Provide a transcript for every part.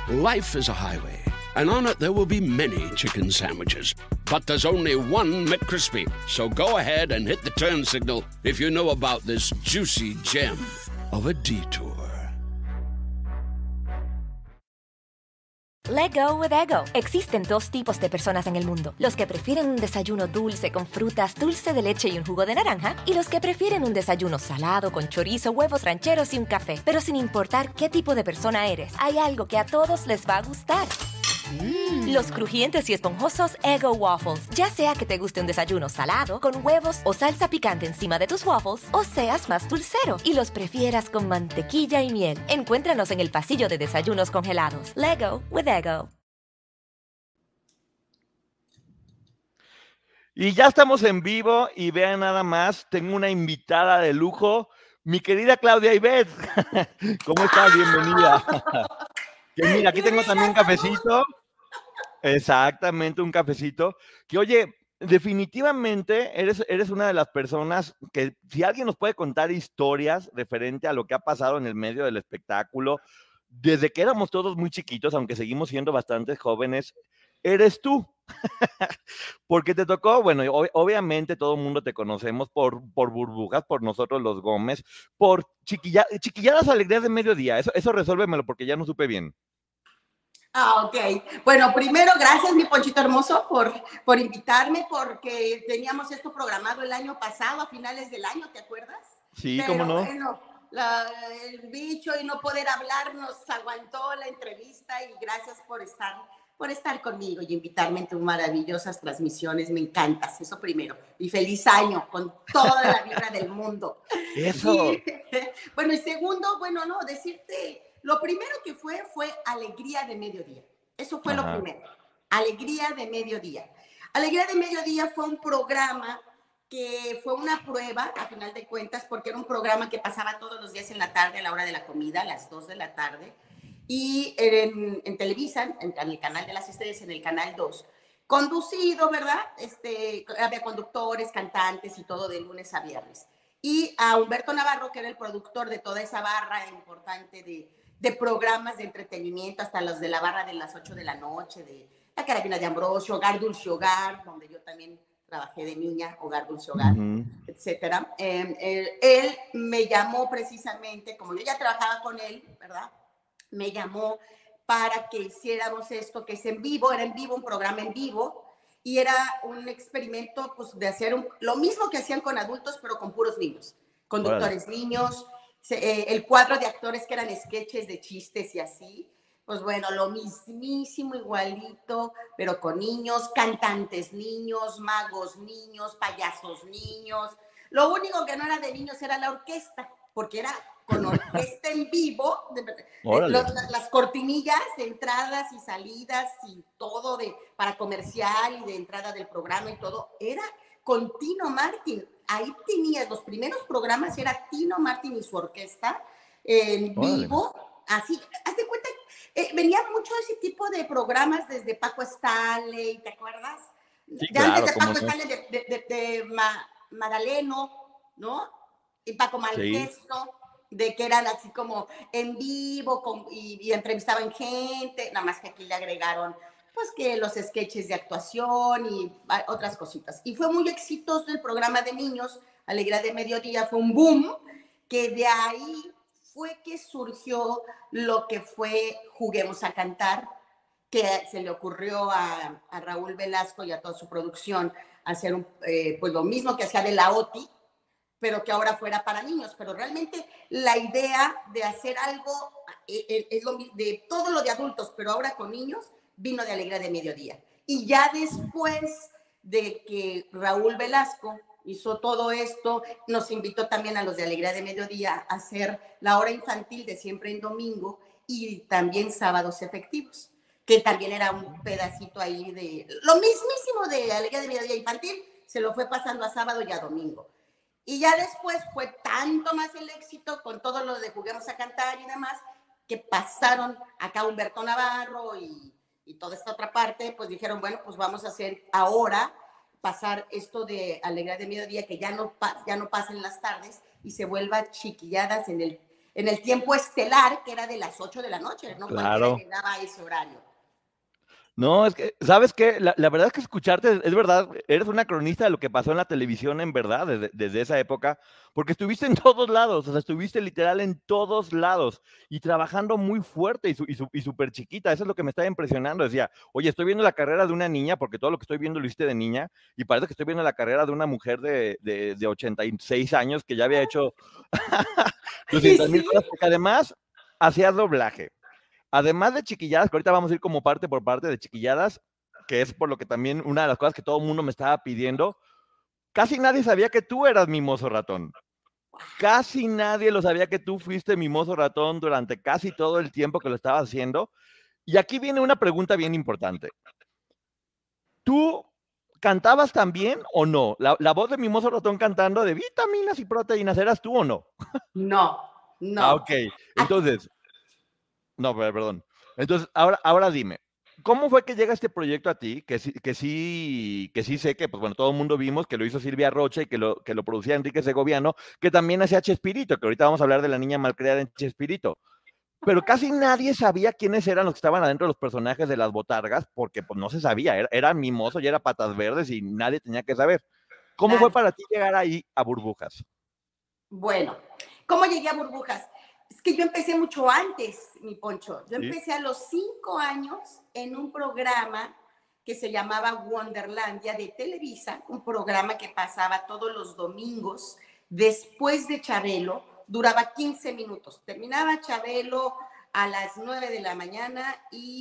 Life is a highway, and on it there will be many chicken sandwiches. But there's only one McCrispy. So go ahead and hit the turn signal if you know about this juicy gem of a detour. Let go with ego. Existen dos tipos de personas en el mundo. Los que prefieren un desayuno dulce con frutas, dulce de leche y un jugo de naranja. Y los que prefieren un desayuno salado con chorizo, huevos rancheros y un café. Pero sin importar qué tipo de persona eres, hay algo que a todos les va a gustar. Los crujientes y esponjosos Eggo Waffles. Ya sea que te guste un desayuno salado, con huevos o salsa picante encima de tus waffles, o seas más dulcero y los prefieras con mantequilla y miel. Encuéntranos en el pasillo de desayunos congelados. Let go with Eggo. Y ya estamos en vivo y vean nada más, tengo una invitada de lujo, mi querida Claudia Ivette. ¿Cómo estás? Bienvenida. Que mira, aquí tengo también un cafecito. Exactamente, un cafecito. Que oye, definitivamente eres una de las personas que si alguien nos puede contar historias referente a lo que ha pasado en el medio del espectáculo, desde que éramos todos muy chiquitos, aunque seguimos siendo bastante jóvenes, eres tú. Porque te tocó, bueno, obviamente todo el mundo te conocemos por Burbujas, por nosotros los Gómez, por Chiquilladas Alegrías de Mediodía. Eso resuélvemelo porque ya no supe bien. Ok. Bueno, primero, gracias, mi Ponchito hermoso, por invitarme, porque teníamos esto programado el año pasado, a finales del año, ¿te acuerdas? Sí, pero, cómo no. Bueno, el bicho y no poder hablar nos aguantó la entrevista y gracias por estar conmigo y invitarme en tus maravillosas transmisiones. Me encantas, eso primero. Y feliz año con toda la vibra del mundo. Eso. Bueno, y segundo, decirte, lo primero que fue Alegría de Mediodía. Eso fue lo primero. Alegría de Mediodía. Alegría de Mediodía fue un programa que fue una prueba, a final de cuentas, porque era un programa que pasaba todos los días en la tarde, a la hora de la comida, a las 2 de la tarde. Y en Televisa, en el canal de las estrellas, en el canal 2, conducido, ¿verdad? Había conductores, cantantes y todo de lunes a viernes. Y a Humberto Navarro, que era el productor de toda esa barra importante de programas de entretenimiento, hasta los de la barra de las 8 de la noche, de La Carabina de Ambrosio, Hogar Dulce Hogar, donde yo también trabajé de niña, Hogar Dulce Hogar, etcétera. Él me llamó precisamente, como yo ya trabajaba con él, ¿verdad? Me llamó para que hiciéramos esto, que es en vivo, era en vivo, un programa en vivo, y era un experimento pues, de hacer lo mismo que hacían con adultos, pero con puros niños, conductores niños, el cuadro de actores que eran sketches de chistes y así, pues bueno, lo mismísimo, igualito, pero con niños, cantantes niños, magos niños, payasos niños. Lo único que no era de niños era la orquesta, porque era con orquesta en vivo, las cortinillas de entradas y salidas y todo para comercial y de entrada del programa y todo, era con Tino Martin. Ahí tenías los primeros programas, era Tino Martin y su orquesta en vivo. Así, haz de cuenta, venía mucho ese tipo de programas desde Paco Stanley, ¿te acuerdas? Sí, ya claro, antes de Paco Stanley, de Madaleno, ¿no? Y Paco Malgesto, de que eran así como en vivo y entrevistaban gente, nada más que aquí le agregaron pues que los sketches de actuación y otras cositas. Y fue muy exitoso el programa de niños, Alegría de Mediodía, fue un boom, que de ahí fue que surgió lo que fue Juguemos a Cantar, que se le ocurrió a Raúl Velasco y a toda su producción hacer pues lo mismo que hacía de la OTI, pero que ahora fuera para niños. Pero realmente la idea de hacer algo de todo lo de adultos, pero ahora con niños, vino de Alegría de Mediodía. Y ya después de que Raúl Velasco hizo todo esto, nos invitó también a los de Alegría de Mediodía a hacer la hora infantil de Siempre en Domingo y también Sábados Efectivos, que también era un pedacito ahí de lo mismísimo de Alegría de Mediodía infantil, se lo fue pasando a sábado y a domingo. Y ya después fue tanto más el éxito con todo lo de Juguemos a Cantar y demás, que pasaron acá Humberto Navarro y toda esta otra parte, pues dijeron, bueno, pues vamos a hacer ahora, pasar esto de Alegría de Mediodía, que ya no pasa en las tardes y se vuelva Chiquilladas en el tiempo estelar, que era de las 8 de la noche, no cualquiera llegaba a ese horario. No, es que, ¿sabes qué? La verdad es que escucharte, es verdad, eres una cronista de lo que pasó en la televisión, en verdad, desde esa época, porque estuviste en todos lados, o sea, estuviste literal en todos lados y trabajando muy fuerte y súper chiquita. Eso es lo que me estaba impresionando. Decía, oye, estoy viendo la carrera de una niña, porque todo lo que estoy viendo lo hiciste de niña, y parece que estoy viendo la carrera de una mujer de 86 años que ya había hecho 200,000 cosas, porque además hacía doblaje. Además de Chiquilladas, que ahorita vamos a ir como parte por parte de Chiquilladas, que es por lo que también una de las cosas que todo el mundo me estaba pidiendo, casi nadie sabía que tú eras Mimoso Ratón. Casi nadie lo sabía que tú fuiste Mimoso Ratón durante casi todo el tiempo que lo estabas haciendo. Y aquí viene una pregunta bien importante. ¿Tú cantabas también o no? La voz de Mimoso Ratón cantando de vitaminas y proteínas, ¿eras tú o no? No. Ah, ok. Entonces... No, perdón. Entonces, ahora dime, ¿cómo fue que llega este proyecto a ti? Que sí sé que, pues bueno, todo el mundo vimos que lo hizo Silvia Rocha y que lo producía Enrique Segoviano, que también hacía Chespirito, que ahorita vamos a hablar de la niña malcriada en Chespirito. Pero casi nadie sabía quiénes eran los que estaban adentro de los personajes de las botargas, porque pues no se sabía, era Mimoso y era Patas Verdes y nadie tenía que saber. ¿Cómo fue para ti llegar ahí a Burbujas? Bueno, ¿cómo llegué a Burbujas? Es que yo empecé mucho antes, mi Poncho. Yo empecé a los 5 años en un programa que se llamaba Wonderlandia de Televisa, un programa que pasaba todos los domingos después de Chabelo, duraba 15 minutos. Terminaba Chabelo a las 9 de la mañana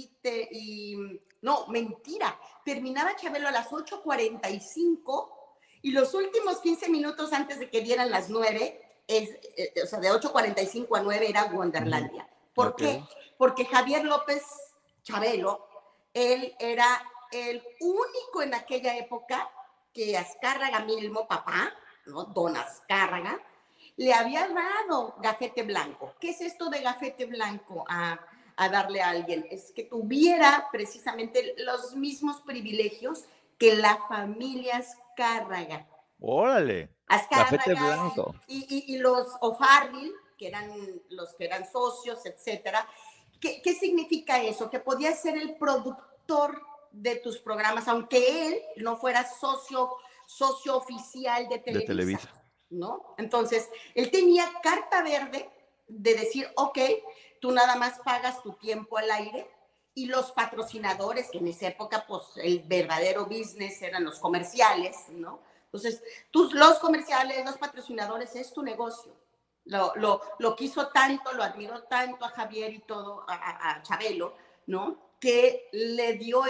no, mentira, terminaba Chabelo a las 8:45 y los últimos 15 minutos antes de que dieran las 9, o sea, de 8:45 a 9 era Wonderlandia. ¿Por qué? Porque Javier López Chabelo, él era el único en aquella época que Azcárraga mismo, papá, ¿no? Don Azcárraga, le había dado gafete blanco. ¿Qué es esto de gafete blanco a darle a alguien? Es que tuviera precisamente los mismos privilegios que la familia Azcárraga. ¡Órale! Gafete blanco. Y los O'Farrill, que eran los que eran socios, etcétera. ¿Qué significa eso? Que podía ser el productor de tus programas, aunque él no fuera socio oficial de Televisa. ¿No? Entonces, él tenía carta verde de decir, ok, tú nada más pagas tu tiempo al aire, y los patrocinadores, que en esa época, pues, el verdadero business eran los comerciales, ¿no? Entonces, los comerciales, los patrocinadores, es tu negocio. Lo quiso tanto, lo admiró tanto a Javier y todo, a Chabelo, ¿no? Que le dio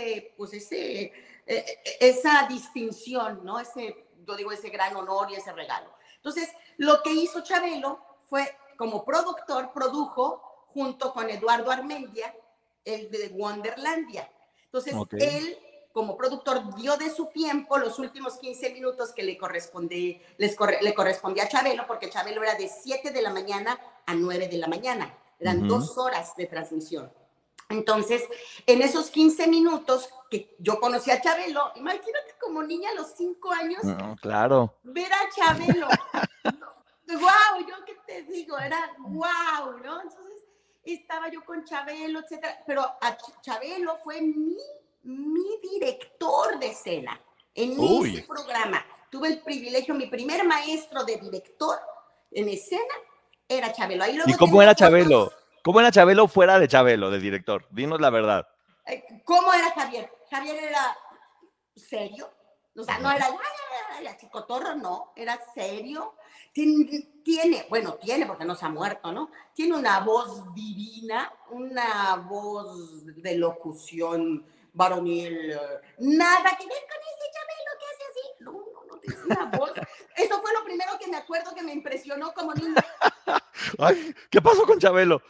esa distinción, ¿no? Yo digo, ese gran honor y ese regalo. Entonces, lo que hizo Chabelo fue, como productor, produjo junto con Eduardo Armendia el de Wonderlandia. Entonces, él, como productor, dio de su tiempo los últimos 15 minutos que le correspondía a Chabelo, porque Chabelo era de 7 de la mañana a 9 de la mañana. Eran 2 horas de transmisión. Entonces, en esos 15 minutos que yo conocí a Chabelo, imagínate como niña a los 5 años, claro, ver a Chabelo. ¡Wow! Yo qué te digo, era wow, ¿no? Entonces, estaba yo con Chabelo, etcétera. Pero a Chabelo fue mi director de escena en ese programa. Tuve el privilegio, mi primer maestro de director en escena era Chabelo. Ahí ¿y cómo era Chabelo? ¿Cómo era Chabelo fuera de Chabelo, de director? Dinos la verdad. ¿Cómo era Javier? Javier era serio. O sea, no era chicotorro, no. Era serio. Tiene, porque no se ha muerto, ¿no? Tiene una voz divina, una voz de locución varonil. Nada que ver con ese Chabelo que hace así. No, tiene una voz. Eso fue lo primero que me acuerdo que me impresionó como niña. Ay, ¿qué pasó con Chabelo?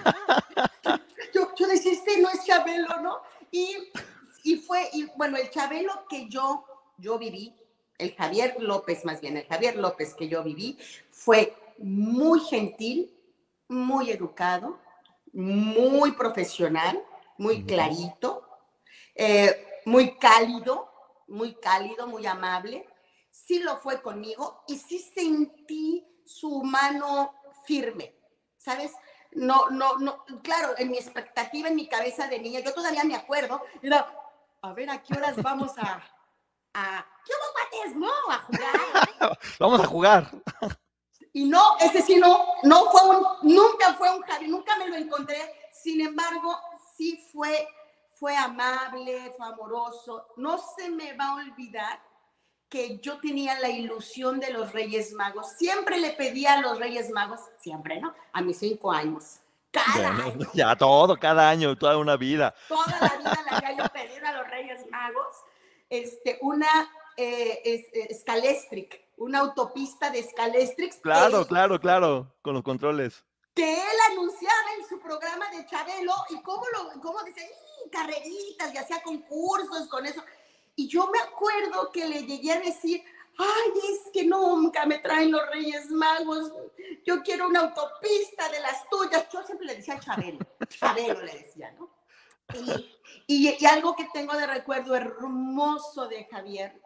Yo decía, no es Chabelo, ¿no? Y bueno, el Chabelo que yo viví, el Javier López que yo viví, fue muy gentil, muy educado, muy profesional, muy clarito, muy cálido, muy amable. Sí lo fue conmigo y sí sentí su mano firme, ¿sabes? No, no, no, claro, en mi expectativa, en mi cabeza de niña, yo todavía me acuerdo, era, a ver, ¿a qué horas vamos ¿qué hubo, cuates? No, a jugar. Vamos a jugar. Y no, ese sí no fue nunca fue un Javi, nunca me lo encontré. Sin embargo, sí fue amable, fue amoroso. No se me va a olvidar que yo tenía la ilusión de los Reyes Magos. Siempre le pedía a los Reyes Magos, siempre, ¿no? A mis 5 años. Cada año. Ya cada año, toda una vida. Toda la vida le había yo pedido a los Reyes Magos una Scalestric, una autopista de Scalestric. Claro, con los controles. Que él anunciaba en su programa de Chabelo y cómo decía, carreritas y hacía concursos con eso. Y yo me acuerdo que le llegué a decir, ay, es que nunca me traen los Reyes Magos, yo quiero una autopista de las tuyas. Yo siempre le decía Chabelo le decía, ¿no? Y algo que tengo de recuerdo hermoso de Javier,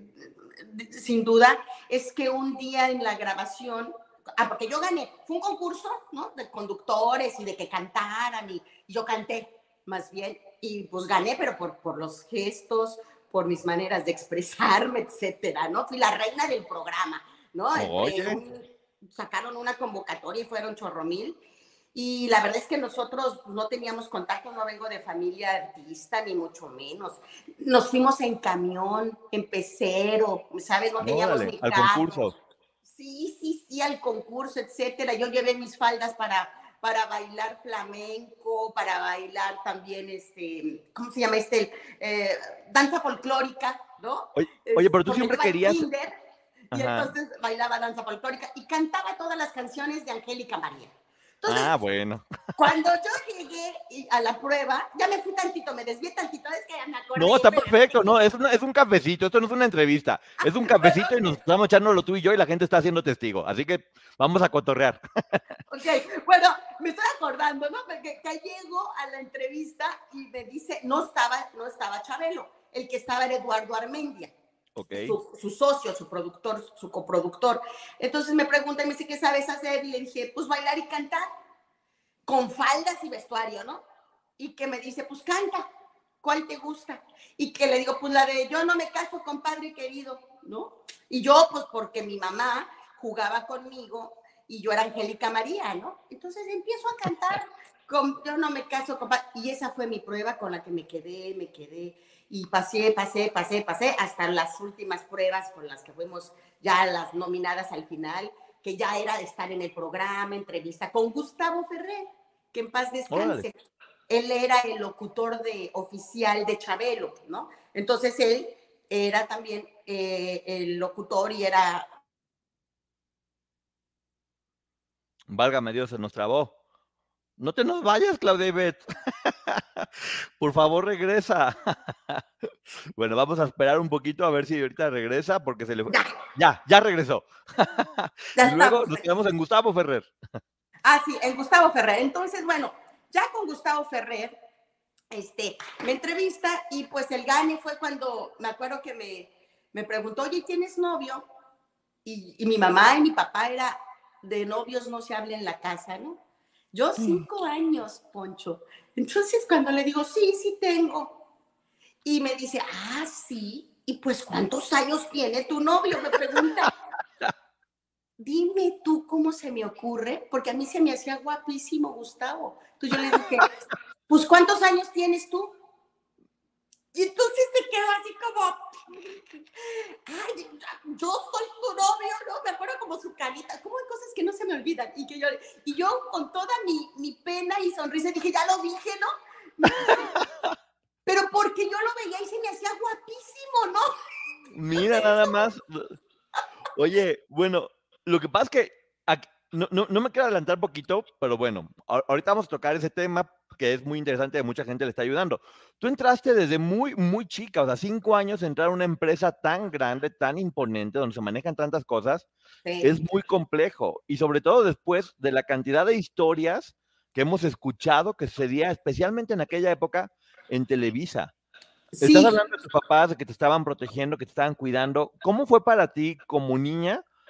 sin duda, es que un día en la grabación, porque yo gané, fue un concurso, ¿no? De conductores y de que cantaran, y yo canté, más bien, y pues gané, pero por los gestos, por mis maneras de expresarme, etcétera, ¿no? Fui la reina del programa, ¿no? Sacaron una convocatoria y fueron 8,000. Y la verdad es que nosotros no teníamos contacto, no vengo de familia artista, ni mucho menos. Nos fuimos en camión, en pecero, ¿sabes? No teníamos ni al carro. Concurso. Sí, al concurso, etcétera. Yo llevé mis faldas para bailar flamenco, para bailar también, ¿cómo se llama danza folclórica, ¿no? Oye, pero tú siempre querías... Y entonces bailaba danza folclórica y cantaba todas las canciones de Angélica María. Entonces, bueno. Cuando yo llegué a la prueba, ya me fui tantito, me desvié tantito, es que ya me acordé. No, está perfecto, no, es un cafecito, esto no es una entrevista, es un cafecito y nos estamos echándolo tú y yo y la gente está haciendo testigo, así que vamos a cotorrear. Ok, bueno, me estoy acordando, ¿no? Porque que llego a la entrevista y me dice, no estaba Chabelo, el que estaba era Eduardo Armendia. Okay. Su socio, su productor, su coproductor. Entonces me pregunta y me dice, ¿qué sabes hacer? Y le dije, pues bailar y cantar, con faldas y vestuario, ¿no? Y que me dice, pues canta, ¿cuál te gusta? Y que le digo, pues la de Yo no me caso, compadre querido, ¿no? Y yo, pues porque mi mamá jugaba conmigo y yo era Angélica María, ¿no? Entonces empiezo a cantar con Yo no me caso, compadre. Y esa fue mi prueba con la que me quedé. Y pasé hasta las últimas pruebas con las que fuimos ya las nominadas al final, que ya era de estar en el programa, entrevista con Gustavo Ferrer, que en paz descanse. Órale. Él era el locutor oficial de Chabelo, ¿no? Entonces él era también el locutor y era... Válgame Dios, se nos trabó. No te nos vayas, Claudia Ivette. Por favor, regresa. Bueno, vamos a esperar un poquito a ver si ahorita regresa, porque se le fue. Ya regresó. Y luego nos quedamos en Gustavo Ferrer. Sí, en Gustavo Ferrer. Entonces, bueno, ya con Gustavo Ferrer, me entrevista y pues el gane fue cuando, me acuerdo que me preguntó, oye, ¿tienes novio? Y mi mamá y mi papá era, de novios no se habla en la casa, ¿no? Yo 5 años, Poncho. Entonces, cuando le digo, sí tengo. Y me dice, sí. Y pues, ¿cuántos años tiene tu novio? Me pregunta. Dime tú cómo se me ocurre, porque a mí se me hacía guapísimo Gustavo. Entonces yo le dije, pues, ¿cuántos años tienes tú? Y entonces se quedó así como, yo soy tu novio, ¿no? Me acuerdo como su carita, como hay cosas que no se me olvidan. Y yo con toda mi pena y sonrisa dije, ya lo dije, ¿no? Pero porque yo lo veía y se me hacía guapísimo, ¿no? Mira, nada más. Oye, bueno, lo que pasa es que no me quiero adelantar poquito, pero bueno, ahorita vamos a tocar ese tema que es muy interesante, que mucha gente le está ayudando. Tú entraste desde muy, muy chica, o sea, 5 años, entrar a una empresa tan grande, tan imponente, donde se manejan tantas cosas, sí. Es muy complejo. Y sobre todo después de la cantidad de historias que hemos escuchado que sucedía, especialmente en aquella época, en Televisa. Sí. Estás hablando de tus papás, de que te estaban protegiendo, que te estaban cuidando. ¿Cómo fue para ti como niña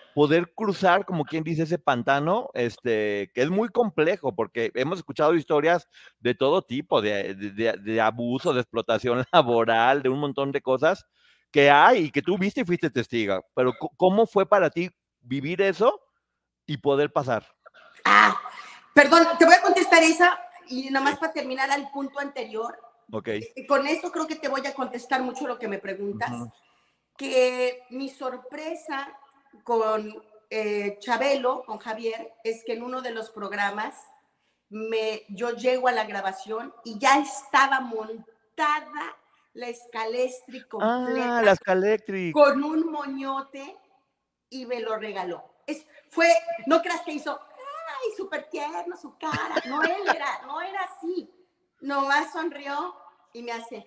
poder cruzar, como quien dice, ese pantano, que es muy complejo, porque hemos escuchado historias de todo tipo, de abuso, de explotación laboral, de un montón de cosas que hay y que tú viste y fuiste testiga. Pero ¿cómo fue para ti vivir eso y poder pasar? Perdón, te voy a contestar esa y nada más para terminar al punto anterior. Ok. Con esto creo que te voy a contestar mucho lo que me preguntas. Que mi sorpresa con Chabelo, con Javier, es que en uno de los programas yo llego a la grabación y ya estaba montada la Scalextric completa. La Scalextric. Con un moñote y me lo regaló. No creas que hizo, ay, súper tierno su cara. No era así. Nomás sonrió y me hace.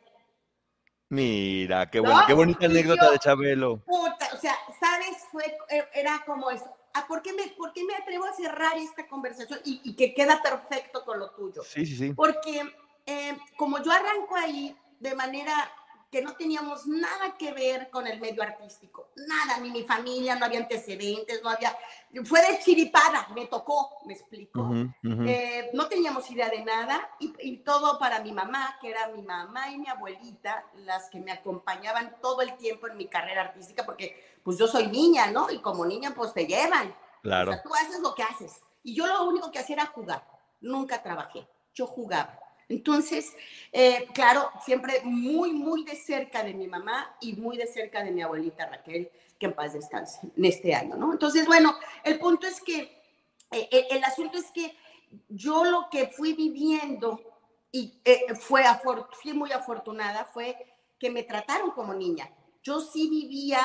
Mira, qué bueno, qué bonita anécdota de Chabelo. Puta, o sea, ¿sabes? Era como eso. ¿Por qué me atrevo a cerrar esta conversación y que queda perfecto con lo tuyo? Sí. Porque como yo arranco ahí de manera que no teníamos nada que ver con el medio artístico, nada, ni mi familia, no había antecedentes, fue de chiripada, me tocó, me explico. No teníamos idea de nada y todo para mi mamá, que era mi mamá y mi abuelita, las que me acompañaban todo el tiempo en mi carrera artística, porque pues yo soy niña, ¿no? Y como niña pues te llevan. Claro. O sea, tú haces lo que haces. Y yo lo único que hacía era jugar, nunca trabajé, yo jugaba. Entonces, claro, siempre muy, muy de cerca de mi mamá y muy de cerca de mi abuelita Raquel, que en paz descanse en este año, ¿no? Entonces, bueno, el punto es que, el asunto es que yo lo que fui viviendo y fui muy afortunada fue que me trataron como niña. Yo sí vivía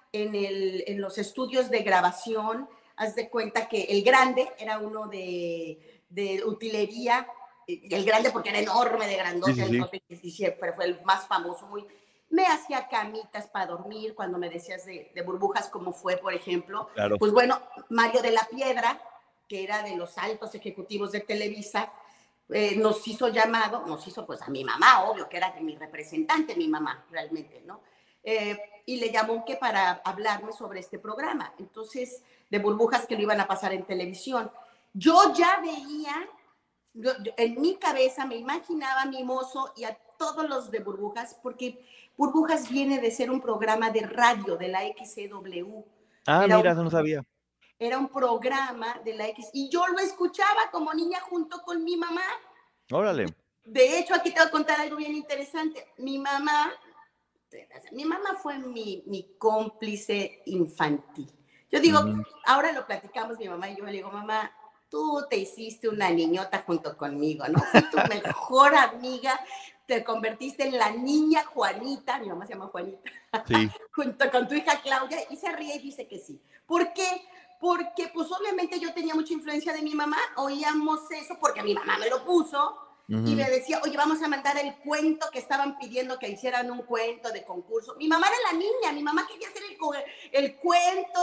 en los estudios de grabación. Haz de cuenta que el grande era uno de utilería, el grande porque era enorme, de grandote, sí. Siempre fue el más famoso. Me hacía camitas para dormir cuando me decías de burbujas, como fue, por ejemplo. Claro. Pues bueno, Mario de la Piedra, que era de los altos ejecutivos de Televisa, nos hizo pues a mi mamá, obvio, que era mi representante, mi mamá, realmente, ¿no? Y le llamó que para hablarme sobre este programa, entonces, de burbujas que lo iban a pasar en televisión. Yo ya veía, en mi cabeza me imaginaba a Mimoso y a todos los de Burbujas, porque Burbujas viene de ser un programa de radio de la XCW. Mira, eso no sabía. Era un programa de la X, y yo lo escuchaba como niña junto con mi mamá. Órale. De hecho, aquí te voy a contar algo bien interesante. Mi mamá fue mi cómplice infantil. Yo digo, ahora lo platicamos mi mamá y yo le digo, mamá, tú te hiciste una niñota junto conmigo, ¿no? Fui tu mejor amiga, te convertiste en la niña Juanita, mi mamá se llama Juanita, sí. Junto con tu hija Claudia, y se ríe y dice que sí. ¿Por qué? Porque pues obviamente yo tenía mucha influencia de mi mamá, oíamos eso porque mi mamá me lo puso, y me decía, oye, vamos a mandar el cuento que estaban pidiendo que hicieran un cuento de concurso. Mi mamá era la niña, mi mamá quería hacer el cuento.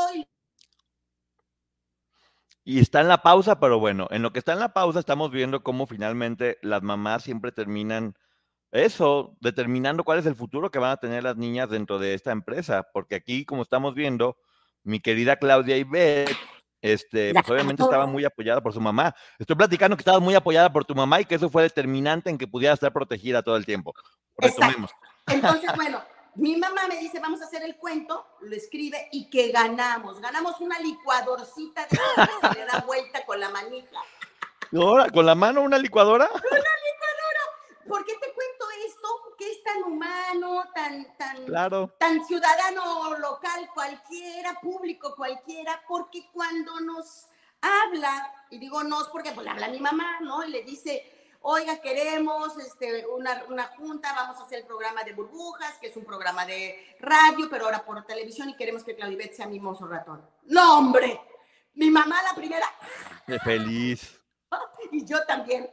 Y está en la pausa, pero bueno, en lo que está en la pausa estamos viendo cómo finalmente las mamás siempre terminan determinando cuál es el futuro que van a tener las niñas dentro de esta empresa, porque aquí, como estamos viendo, mi querida Claudia Ybet, pues obviamente estaba muy apoyada por su mamá. Estoy platicando que estabas muy apoyada por tu mamá y que eso fue determinante en que pudiera estar protegida todo el tiempo. Retomemos. Entonces, bueno, mi mamá me dice, vamos a hacer el cuento, lo escribe y que ganamos una licuadorcita de esas que se le da vuelta con la manija. ¿Ahora, con la mano una licuadora? Una licuadora. ¿Por qué te cuento esto? Que es tan humano, tan ciudadano local cualquiera, público cualquiera, porque cuando nos habla, y digo nos porque pues le habla a mi mamá, ¿no? Y le dice, oiga, queremos una junta, vamos a hacer el programa de Burbujas, que es un programa de radio, pero ahora por televisión, y queremos que Claudia Ybet sea Mimoso Ratón. ¡No, hombre! Mi mamá la primera. ¡Qué feliz! Y yo también.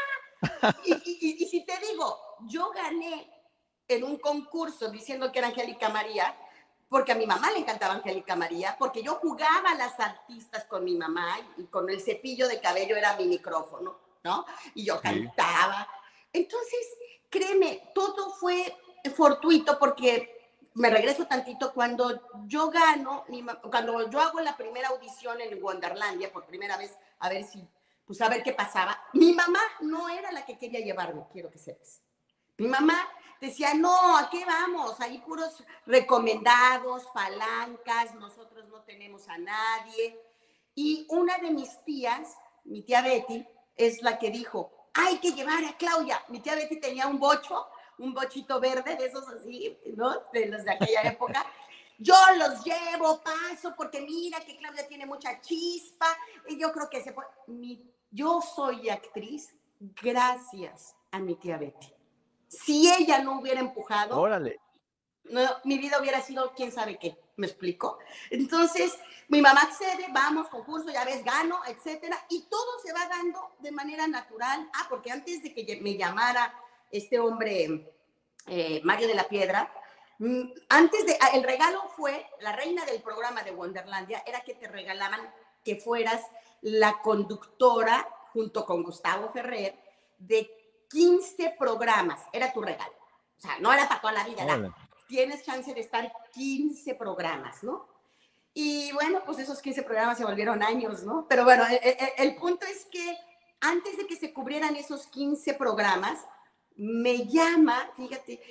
Y si te digo, yo gané en un concurso diciendo que era Angélica María, porque a mi mamá le encantaba Angélica María, porque yo jugaba a las artistas con mi mamá y con el cepillo de cabello era mi micrófono, ¿no? Y yo cantaba. Entonces, créeme, todo fue fortuito porque me regreso tantito, cuando yo gano, cuando yo hago la primera audición en Wonderlandia por primera vez, a ver si, pues a ver qué pasaba, mi mamá no era la que quería llevarme, quiero que sepas. Mi mamá decía, no, ¿a qué vamos? Ahí puros recomendados, palancas, nosotros no tenemos a nadie. Y una de mis tías, mi tía Betty, es la que dijo, hay que llevar a Claudia. Mi tía Betty tenía un bochito verde, de esos así, ¿no? De los de aquella época. Yo los llevo, paso, porque mira que Claudia tiene mucha chispa, y yo creo que se puede. Yo soy actriz gracias a mi tía Betty. Si ella no hubiera empujado, órale, no, mi vida hubiera sido quién sabe qué, ¿me explico? Entonces, mi mamá accede, vamos, concurso, ya ves, gano, etcétera, y todo se va dando de manera natural. Porque antes de que me llamara este hombre, Mario de la Piedra, el regalo fue, la reina del programa de Wonderlandia, era que te regalaban que fueras la conductora, junto con Gustavo Ferrer, de 15 programas, era tu regalo. O sea, no era para toda la vida, ¿no? Tienes chance de estar 15 programas, ¿no? Y bueno, pues esos 15 programas se volvieron años, ¿no? Pero bueno, el punto es que antes de que se cubrieran esos 15 programas, me llama, fíjate,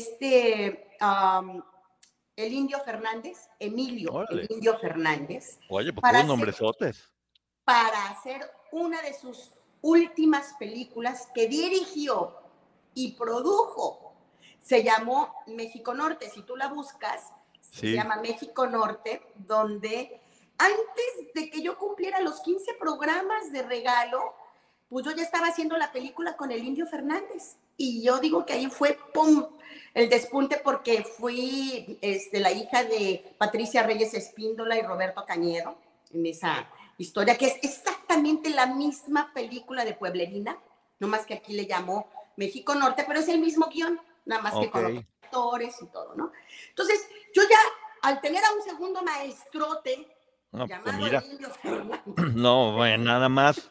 el Indio Fernández, Emilio, órale, el Indio Fernández. Oye, pues todos nombresotes. Para hacer una de sus últimas películas que dirigió y produjo. Se llamó México Norte. Si tú la buscas, se llama México Norte, donde antes de que yo cumpliera los 15 programas de regalo, pues yo ya estaba haciendo la película con el Indio Fernández. Y yo digo que ahí fue, ¡pum!, el despunte, porque fui la hija de Patricia Reyes Espíndola y Roberto Cañedo en esa historia, que es exactamente la misma película de Pueblerina, no más que aquí le llamó México Norte, pero es el mismo guión, nada más que con los actores y todo, ¿no? Entonces, yo ya, al tener a un segundo maestrote, llamado pues Indio Fernández. No, bueno, nada más.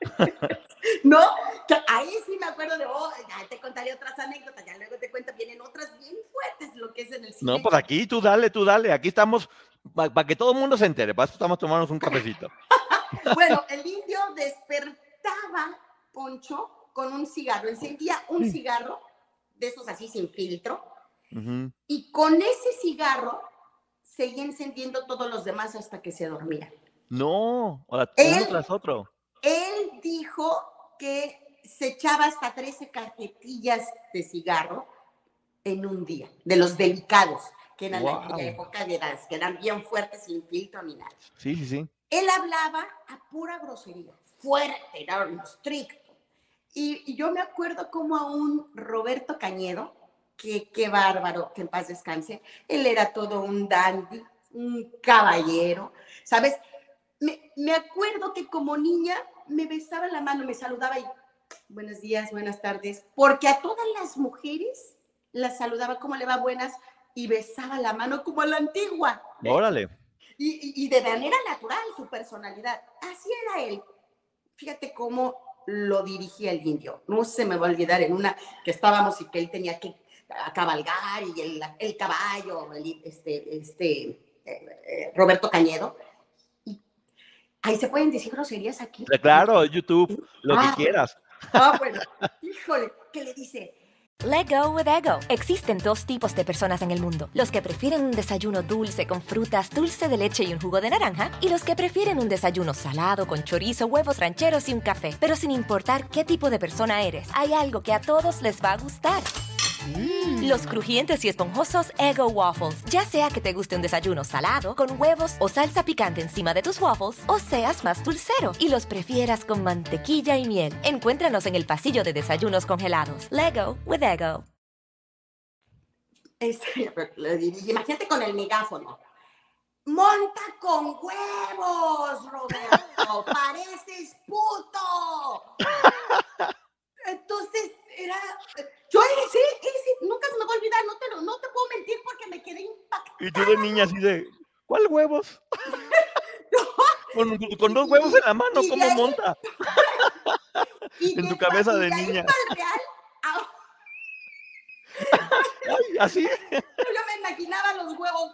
No, ahí sí me acuerdo de, ya te contaré otras anécdotas, ya luego te cuento, vienen otras bien fuertes, lo que es en el cine. No, pues aquí tú dale, aquí estamos, para que todo el mundo se entere, para eso estamos tomándonos un cafecito. Bueno, el Indio despertaba, Poncho, con un cigarro, encendía un cigarro, de esos así sin filtro, y con ese cigarro seguía encendiendo todos los demás hasta que se dormía. No, uno tras otro. Él dijo que se echaba hasta 13 cajetillas de cigarro en un día, de los delicados, que eran en aquella época, de las que eran bien fuertes, sin filtro ni nada. Sí. Él hablaba a pura grosería, fuerte, era un estricto. Y yo me acuerdo como a un Roberto Cañedo, que qué bárbaro, que en paz descanse, él era todo un dandy, un caballero, ¿sabes? Me acuerdo que como niña me besaba la mano, me saludaba y buenos días, buenas tardes, porque a todas las mujeres las saludaba como le va, buenas, y besaba la mano como a la antigua. Órale. Y de manera natural, su personalidad. Así era él. Fíjate cómo lo dirigía el Indio. No se me va a olvidar en una que estábamos y que él tenía que cabalgar y el caballo, Roberto Cañedo. Ahí se pueden decir groserías aquí. Claro, YouTube, lo que quieras. Bueno, híjole, ¿qué le dice? Let go with ego. Existen dos tipos de personas en el mundo: los que prefieren un desayuno dulce con frutas, dulce de leche y un jugo de naranja, y los que prefieren un desayuno salado con chorizo, huevos rancheros y un café. Pero sin importar qué tipo de persona eres, hay algo que a todos les va a gustar. Los crujientes y esponjosos Eggo Waffles. Ya sea que te guste un desayuno salado, con huevos o salsa picante encima de tus waffles, o seas más dulcero y los prefieras con mantequilla y miel. Encuéntranos en el pasillo de desayunos congelados. Lego with Eggo. Imagínate con el megáfono. ¡Monta con huevos, Roberto! ¡Pareces puto! Entonces, yo ese, nunca se me va a olvidar, no te puedo mentir porque me quedé impactada. Y tú de niña así de, ¿cuál huevos? con dos huevos en la mano, ¿cómo ahí, monta? En tu cabeza de niña. Real, Ay, así. Yo me imaginaba los huevos.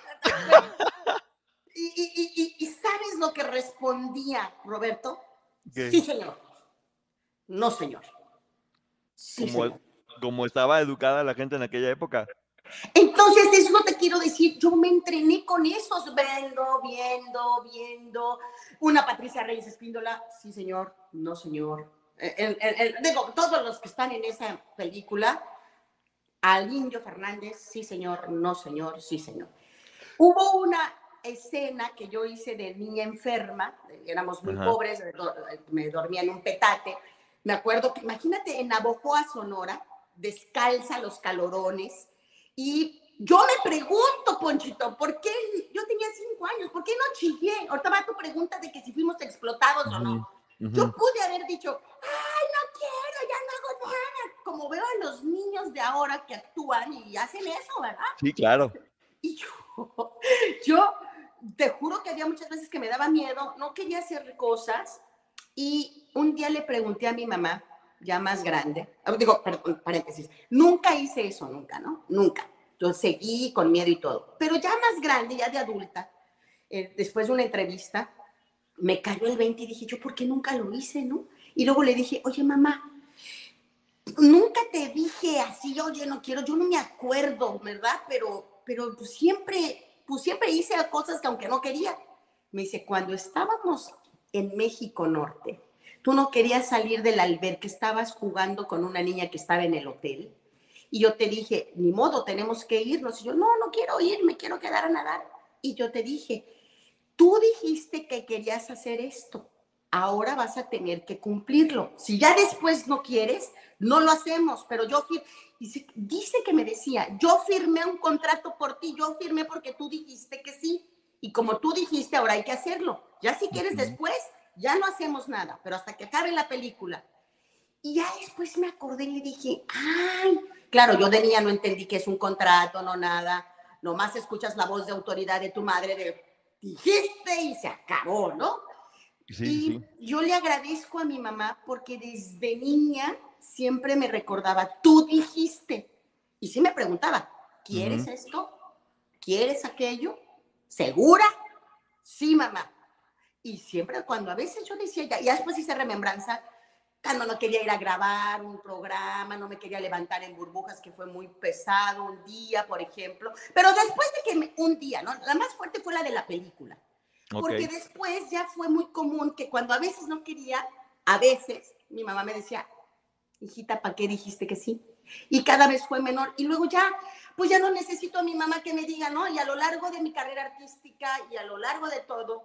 Y ¿sabes lo que respondía Roberto? ¿Qué? Sí, señor. No, señor. Sí, señor. Como estaba educada la gente en aquella época. Entonces, eso te quiero decir, yo me entrené con esos, viendo. Una Patricia Reyes Espíndola, sí, señor, no, señor. Digo, todos los que están en esa película, al Indio Fernández, sí, señor, no, señor, sí, señor. Hubo una escena que yo hice de niña enferma, éramos muy pobres, me dormía en un petate. Me acuerdo que, imagínate, en Navojoa, Sonora, descalza los calorones, y yo me pregunto, Ponchito, ¿por qué? Yo tenía 5 años, ¿por qué no chillé? Ahorita va tu pregunta de que si fuimos explotados o no. Yo pude haber dicho, ay, no quiero, ya no hago nada, como veo a los niños de ahora que actúan y hacen eso, ¿verdad? Sí, claro. Y yo te juro que había muchas veces que me daba miedo, no quería hacer cosas, y un día le pregunté a mi mamá, ya más grande, digo, paréntesis, nunca hice eso, nunca, ¿no? Nunca. Yo seguí con miedo y todo. Pero ya más grande, ya de adulta, después de una entrevista, me cayó el 20 y dije, ¿yo por qué nunca lo hice, no? Y luego le dije, oye, mamá, nunca te dije así, oye, no quiero, yo no me acuerdo, ¿verdad? Pero pues siempre hice cosas que aunque no quería. Me dice, cuando estábamos en México Norte, tú no querías salir del albergue, estabas jugando con una niña que estaba en el hotel, y yo te dije, ni modo, tenemos que irnos. Y yo, no quiero ir, me quiero quedar a nadar. Y yo te dije, tú dijiste que querías hacer esto, ahora vas a tener que cumplirlo. Si ya después no quieres, no lo hacemos, pero yo dice que me decía, yo firmé un contrato por ti, yo firmé porque tú dijiste que sí, y como tú dijiste, ahora hay que hacerlo. Ya si quieres después, ya no hacemos nada, pero hasta que acabe la película. Y ya después me acordé y dije, ay, claro, yo de niña no entendí que es un contrato, no nada, nomás escuchas la voz de autoridad de tu madre de, dijiste y se acabó, ¿no? Sí. Yo le agradezco a mi mamá porque desde niña siempre me recordaba, tú dijiste, y sí me preguntaba, ¿quieres esto? ¿Quieres aquello? ¿Segura? Sí, mamá. Y siempre cuando a veces yo decía, ya después hice remembranza, cuando no quería ir a grabar un programa, no me quería levantar en burbujas, que fue muy pesado un día, por ejemplo. Pero después de que un día, ¿no? La más fuerte fue la de la película. Porque después ya fue muy común que cuando a veces no quería, a veces mi mamá me decía, hijita, ¿para qué dijiste que sí? Y cada vez fue menor. Y luego ya, pues ya no necesito a mi mamá que me diga, ¿no? Y a lo largo de mi carrera artística y a lo largo de todo,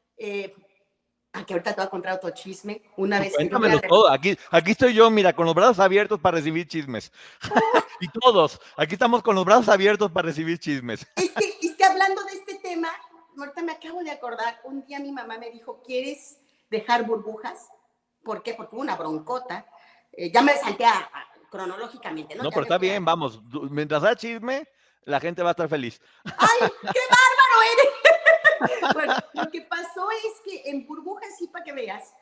que ahorita te voy a contar otro chisme. Una vez cuéntamelo todo. Aquí estoy yo, mira, con los brazos abiertos para recibir chismes. Y todos, aquí estamos con los brazos abiertos para recibir chismes. Es que hablando de este tema, ahorita me acabo de acordar, un día mi mamá me dijo, ¿quieres dejar burbujas? ¿Por qué? Porque hubo una broncota. Ya me salté cronológicamente, ¿no? No, pero está bien, vamos. Mientras haya chisme, la gente va a estar feliz. ¡Ay, qué bárbaro eres! Bueno, lo que pasó es que en burbujas, sí, para que veas,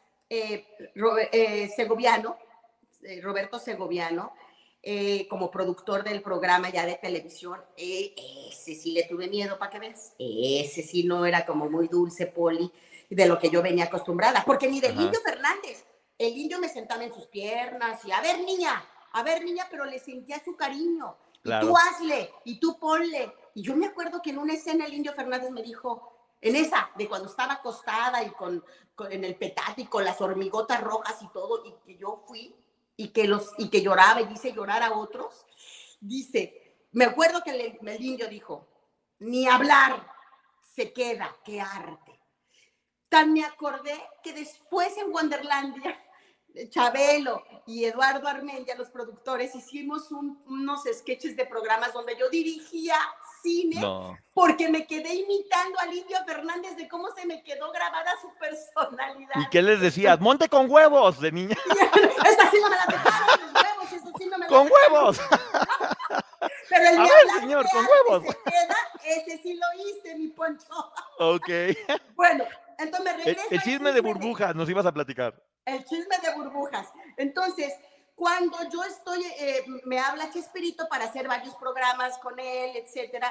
Roberto Segoviano, como productor del programa ya de televisión, ese sí le tuve miedo, para que veas. Ese sí no era como muy dulce, Poli, de lo que yo venía acostumbrada, porque ni del Indio Fernández. El Indio me sentaba en sus piernas y, a ver, niña, pero le sentía su cariño. Claro. Y tú hazle, y tú ponle. Y yo me acuerdo que en una escena el Indio Fernández me dijo, en esa, de cuando estaba acostada y en el petate y con las hormigotas rojas y todo, y que yo fui, y que lloraba y hice llorar a otros, dice, me acuerdo que el Indio dijo, ni hablar se queda, qué arte. Tan me acordé que después en Wonderlandia, Chabelo y Eduardo Armendia, los productores, hicimos unos sketches de programas donde yo dirigía cine, porque me quedé imitando al Indio Fernández de cómo se me quedó grabada su personalidad. ¿Y qué les decías? ¡Monte con huevos, de niña! Esta sí no me la dejaron, los huevos, esta sí no me la ¡Con huevos! Pero el a ver, señor, con huevos. Se queda, ese sí lo hice, mi Poncho. Ok. Bueno, entonces me regreso. El chisme de burbujas, nos ibas a platicar. El chisme de burbujas. Entonces, cuando yo estoy, me habla Chespirito para hacer varios programas con él, etcétera,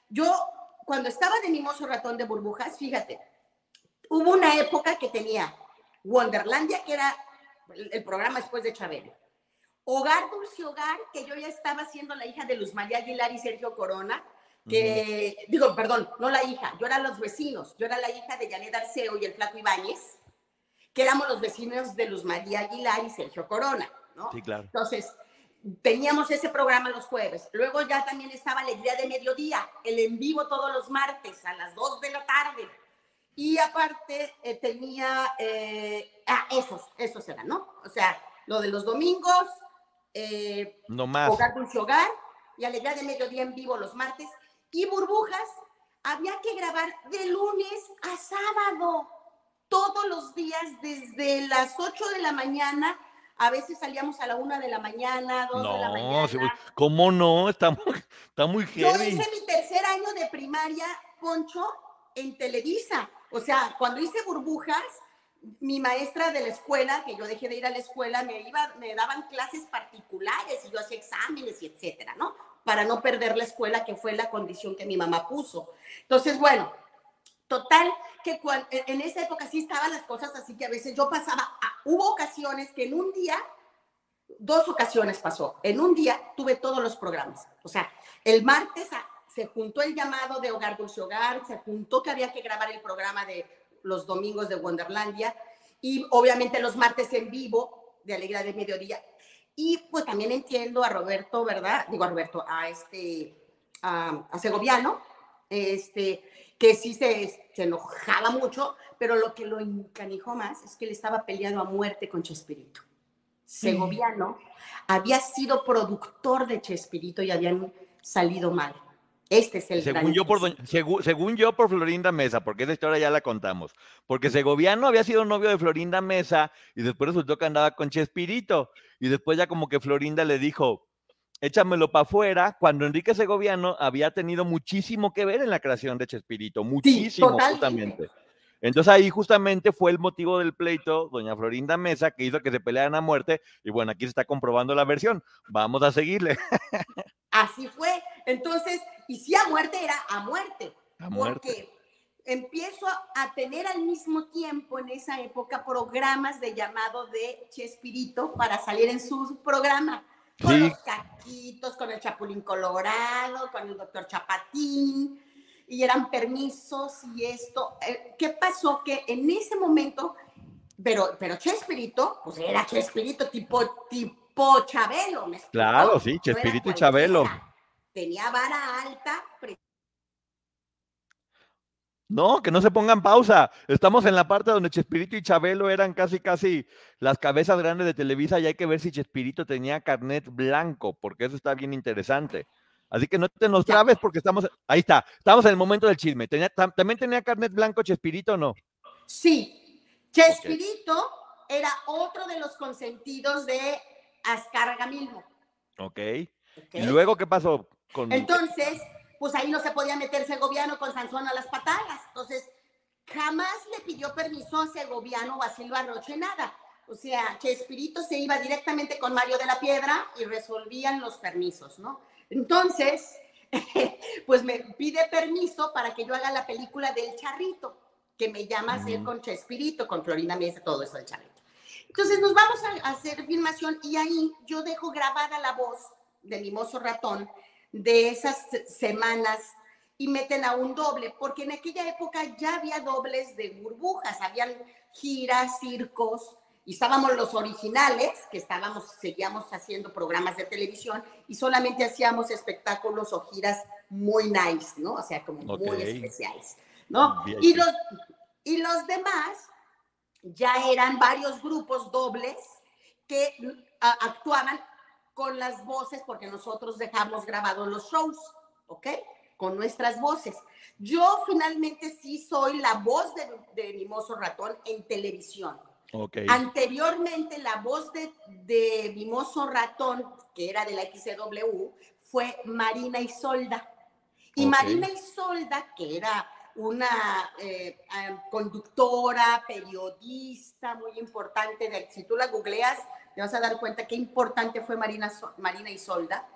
Yo, cuando estaba de Mimoso Ratón de Burbujas, fíjate, hubo una época que tenía Wonderlandia, que era el programa después de Chabelo. Hogar Dulce Hogar, que yo ya estaba siendo la hija de Luz María Aguilar y Sergio Corona, que, digo, perdón, no la hija, yo era los vecinos, yo era la hija de Janet Arceo y el Flaco Ibáñez, que éramos los vecinos de Luz María Aguilar y Sergio Corona, ¿no? Sí, claro. Entonces, teníamos ese programa los jueves. Luego ya también estaba Alegría de Mediodía, el en vivo todos los martes a las 2 de la tarde. Y aparte tenía, esos eran, ¿no? O sea, lo de los domingos, No más. Hogar Dulce Hogar y Alegría de Mediodía en vivo los martes. Y Burbujas, había que grabar de lunes a sábado, todos los días, desde las 8 de la mañana. A veces salíamos a la 1 de la mañana, 2 de la mañana. Sí, ¿cómo no? Está muy heavy. Yo hice mi tercer año de primaria, Poncho, en Televisa. O sea, cuando hice Burbujas, mi maestra de la escuela, que yo dejé de ir a la escuela, me daban clases particulares y yo hacía exámenes y etcétera, ¿no? Para no perder la escuela, que fue la condición que mi mamá puso. Entonces, bueno, total, que en esa época sí estaban las cosas así, que a veces yo pasaba, hubo ocasiones que en un día, 2 ocasiones pasó, en un día tuve todos los programas. O sea, el martes se juntó el llamado de Hogar Dulce Hogar, se juntó que había que grabar el programa de los domingos de Wonderlandia y obviamente los martes en vivo de Alegría de Mediodía. Y pues también entiendo a Roberto, ¿verdad? Digo a Roberto, a Segoviano, que sí se enojaba mucho, pero lo que lo encanijó más es que él estaba peleando a muerte con Chespirito. Segoviano había sido productor de Chespirito y habían salido mal. Este es el según yo por Florinda Mesa, porque esa historia ya la contamos, porque Segoviano había sido novio de Florinda Mesa y después resultó que andaba con Chespirito y después ya como que Florinda le dijo, échamelo para afuera, cuando Enrique Segoviano había tenido muchísimo que ver en la creación de Chespirito, muchísimo, sí, justamente. Entonces ahí justamente fue el motivo del pleito, doña Florinda Mesa, que hizo que se pelearan a muerte, y bueno, aquí se está comprobando la versión, vamos a seguirle. Así fue, entonces, y si a muerte era a muerte, porque empiezo a tener al mismo tiempo en esa época programas de llamado de Chespirito para salir en su programa, con los Caquitos, con el Chapulín Colorado, con el doctor Chapatín, y eran permisos y esto. ¿Qué pasó? Que en ese momento, pero Chespirito, pues era Chespirito tipo Chabelo, ¿me explico? Claro, sí, Chespirito y Chabelo. Tenía vara alta. No, que no se pongan pausa. Estamos en la parte donde Chespirito y Chabelo eran casi las cabezas grandes de Televisa y hay que ver si Chespirito tenía carnet blanco, porque eso está bien interesante. Así que no te nos trabes porque estamos en el momento del chisme. ¿También tenía carnet blanco Chespirito o no? Sí, Chespirito era otro de los consentidos de Azcárraga Milmo. Ok. ¿Y luego qué pasó? Entonces, pues ahí no se podía meter Segoviano con Sansón a las patadas. Entonces, jamás le pidió permiso a Segoviano o a Silva Roche nada. O sea, Chespirito se iba directamente con Mario de la Piedra y resolvían los permisos, ¿no? Entonces, pues me pide permiso para que yo haga la película del Charrito, que me llama a hacer con Chespirito, con Florinda Mesa, todo eso del Charrito. Entonces nos vamos a hacer filmación y ahí yo dejo grabada la voz de Mimoso Ratón de esas semanas y meten a un doble, porque en aquella época ya había dobles de Burbujas, habían giras, circos, y estábamos los originales, que seguíamos haciendo programas de televisión y solamente hacíamos espectáculos o giras muy nice, ¿no? O sea, como muy especiales, ¿no? Y los demás ya eran varios grupos dobles que actuaban con las voces, porque nosotros dejamos grabados los shows, ¿ok? Con nuestras voces. Yo finalmente sí soy la voz de Mimoso Ratón en televisión. Okay. Anteriormente la voz de Mimoso Ratón, que era de la XCW, fue Marina Isolda. Y Marina Isolda, que era una conductora, periodista muy importante, si tú la googleas, te vas a dar cuenta qué importante fue Marina Isolda.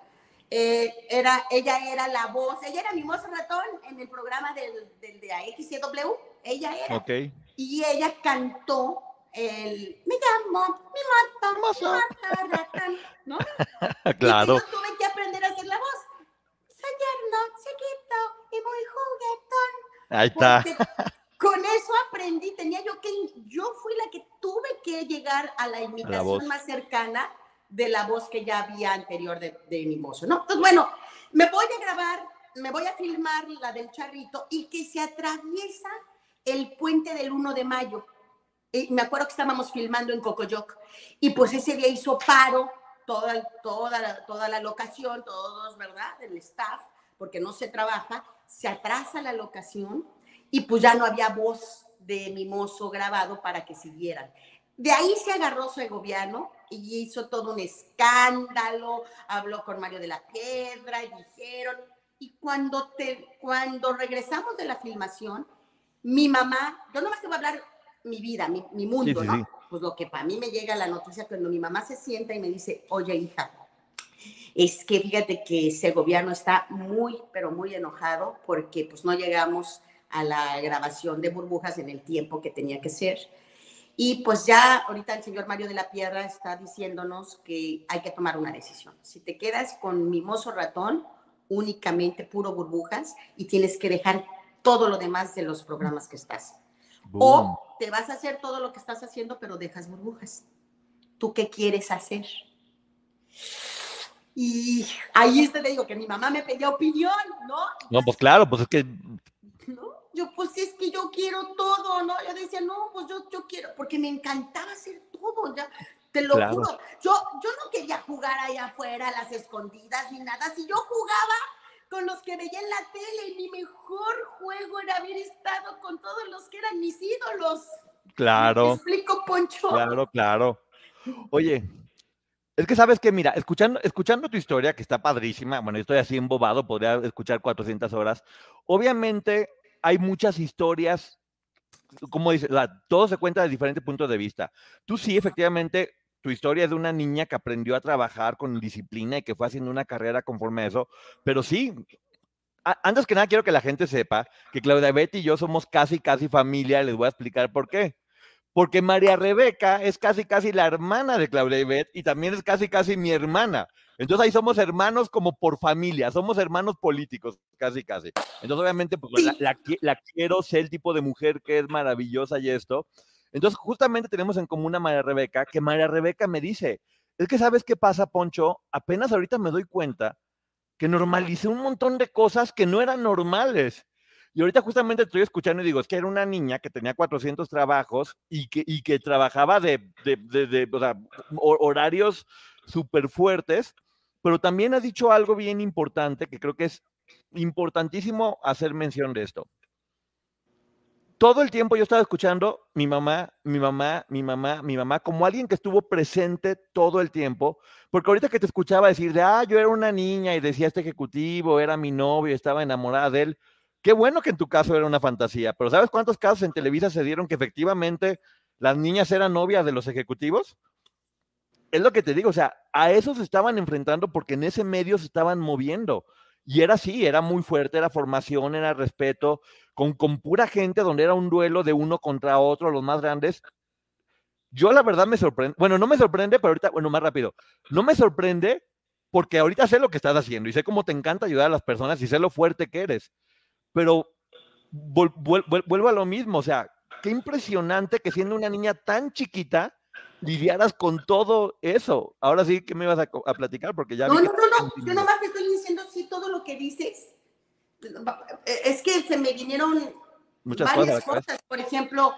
ella era la voz, ella era Mimoso Ratón en el programa de AXCW, ella era. Ok. Y ella cantó me llamo Mimoso Ratón, ¿no? Claro. Y yo tuve que aprender a hacer la voz. Soy tierno, chiquito y muy juguetón. Ahí está. Porque con eso aprendí, yo fui la que tuve que llegar a la imitación más cercana de la voz que ya había anterior de Mimoso, ¿no? Entonces, bueno, me voy a grabar, me voy a filmar la del charrito y que se atraviesa el puente del 1 de mayo. Me acuerdo que estábamos filmando en Cocoyoc y pues ese día hizo paro toda la locación, todos, ¿verdad? El staff, porque no se trabaja, se atrasa la locación y pues ya no había voz de Mimoso grabado para que siguieran. De ahí se agarró Segoviano y hizo todo un escándalo, habló con Mario de la Piedra y dijeron, y cuando regresamos de la filmación, mi mamá, yo nomás te voy a hablar mi vida, mi mundo, sí, ¿no? Sí. Pues lo que para mí me llega la noticia cuando mi mamá se sienta y me dice, oye hija, es que fíjate que Segoviano está muy, pero muy enojado porque pues no llegamos a la grabación de Burbujas en el tiempo que tenía que ser. Y pues ya ahorita el señor Mario de la Piedra está diciéndonos que hay que tomar una decisión. Si te quedas con Mimoso Ratón, únicamente puro Burbujas, y tienes que dejar todo lo demás de los programas que estás. Boom. O te vas a hacer todo lo que estás haciendo, pero dejas Burbujas. ¿Tú qué quieres hacer? Y ahí te digo que mi mamá me pedía opinión, ¿no? No, pues claro, pues es que... ¿No? Yo, pues es que yo quiero todo, ¿no? Yo decía, no, pues yo quiero, porque me encantaba hacer todo, ya, te lo juro. Yo no quería jugar allá afuera a las escondidas ni nada. Si yo jugaba con los que veía en la tele, y mi mejor juego era haber estado con todos los que eran mis ídolos. Claro. ¿Me explico, Poncho? Claro. Oye, es que sabes que, mira, escuchando tu historia, que está padrísima, bueno, yo estoy así embobado, podría escuchar 400 horas. Obviamente hay muchas historias, como dices, todo se cuenta de diferentes puntos de vista. Tú sí, efectivamente, tu historia es de una niña que aprendió a trabajar con disciplina y que fue haciendo una carrera conforme a eso, pero sí, antes que nada quiero que la gente sepa que Claudia Betty y yo somos casi familia, les voy a explicar por qué. Porque María Rebeca es casi la hermana de Claudia Ivette y también es casi mi hermana. Entonces ahí somos hermanos como por familia, somos hermanos políticos, casi. Entonces obviamente pues, la quiero, sé el tipo de mujer que es maravillosa y esto. Entonces justamente tenemos en común a María Rebeca, que María Rebeca me dice, es que ¿sabes qué pasa, Poncho? Apenas ahorita me doy cuenta que normalicé un montón de cosas que no eran normales. Y ahorita justamente estoy escuchando y digo, es que era una niña que tenía 400 trabajos y que trabajaba de o sea, horarios súper fuertes, pero también ha dicho algo bien importante, que creo que es importantísimo hacer mención de esto. Todo el tiempo yo estaba escuchando mi mamá, como alguien que estuvo presente todo el tiempo, porque ahorita que te escuchaba decir yo era una niña y decía este ejecutivo, era mi novio, estaba enamorada de él. Qué bueno que en tu caso era una fantasía, pero ¿sabes cuántos casos en Televisa se dieron que efectivamente las niñas eran novias de los ejecutivos? Es lo que te digo, o sea, a eso se estaban enfrentando porque en ese medio se estaban moviendo. Y era así, era muy fuerte, era formación, era respeto, con pura gente donde era un duelo de uno contra otro, los más grandes. Yo la verdad me sorprende, bueno, no me sorprende, pero ahorita, bueno, más rápido, no me sorprende porque ahorita sé lo que estás haciendo y sé cómo te encanta ayudar a las personas y sé lo fuerte que eres. Pero vuelvo a lo mismo, o sea, qué impresionante que siendo una niña tan chiquita lidiaras con todo eso. Ahora sí, ¿qué me ibas a platicar? Porque ya no, yo nomás te estoy diciendo sí todo lo que dices. Es que se me vinieron varias cosas. Por ejemplo,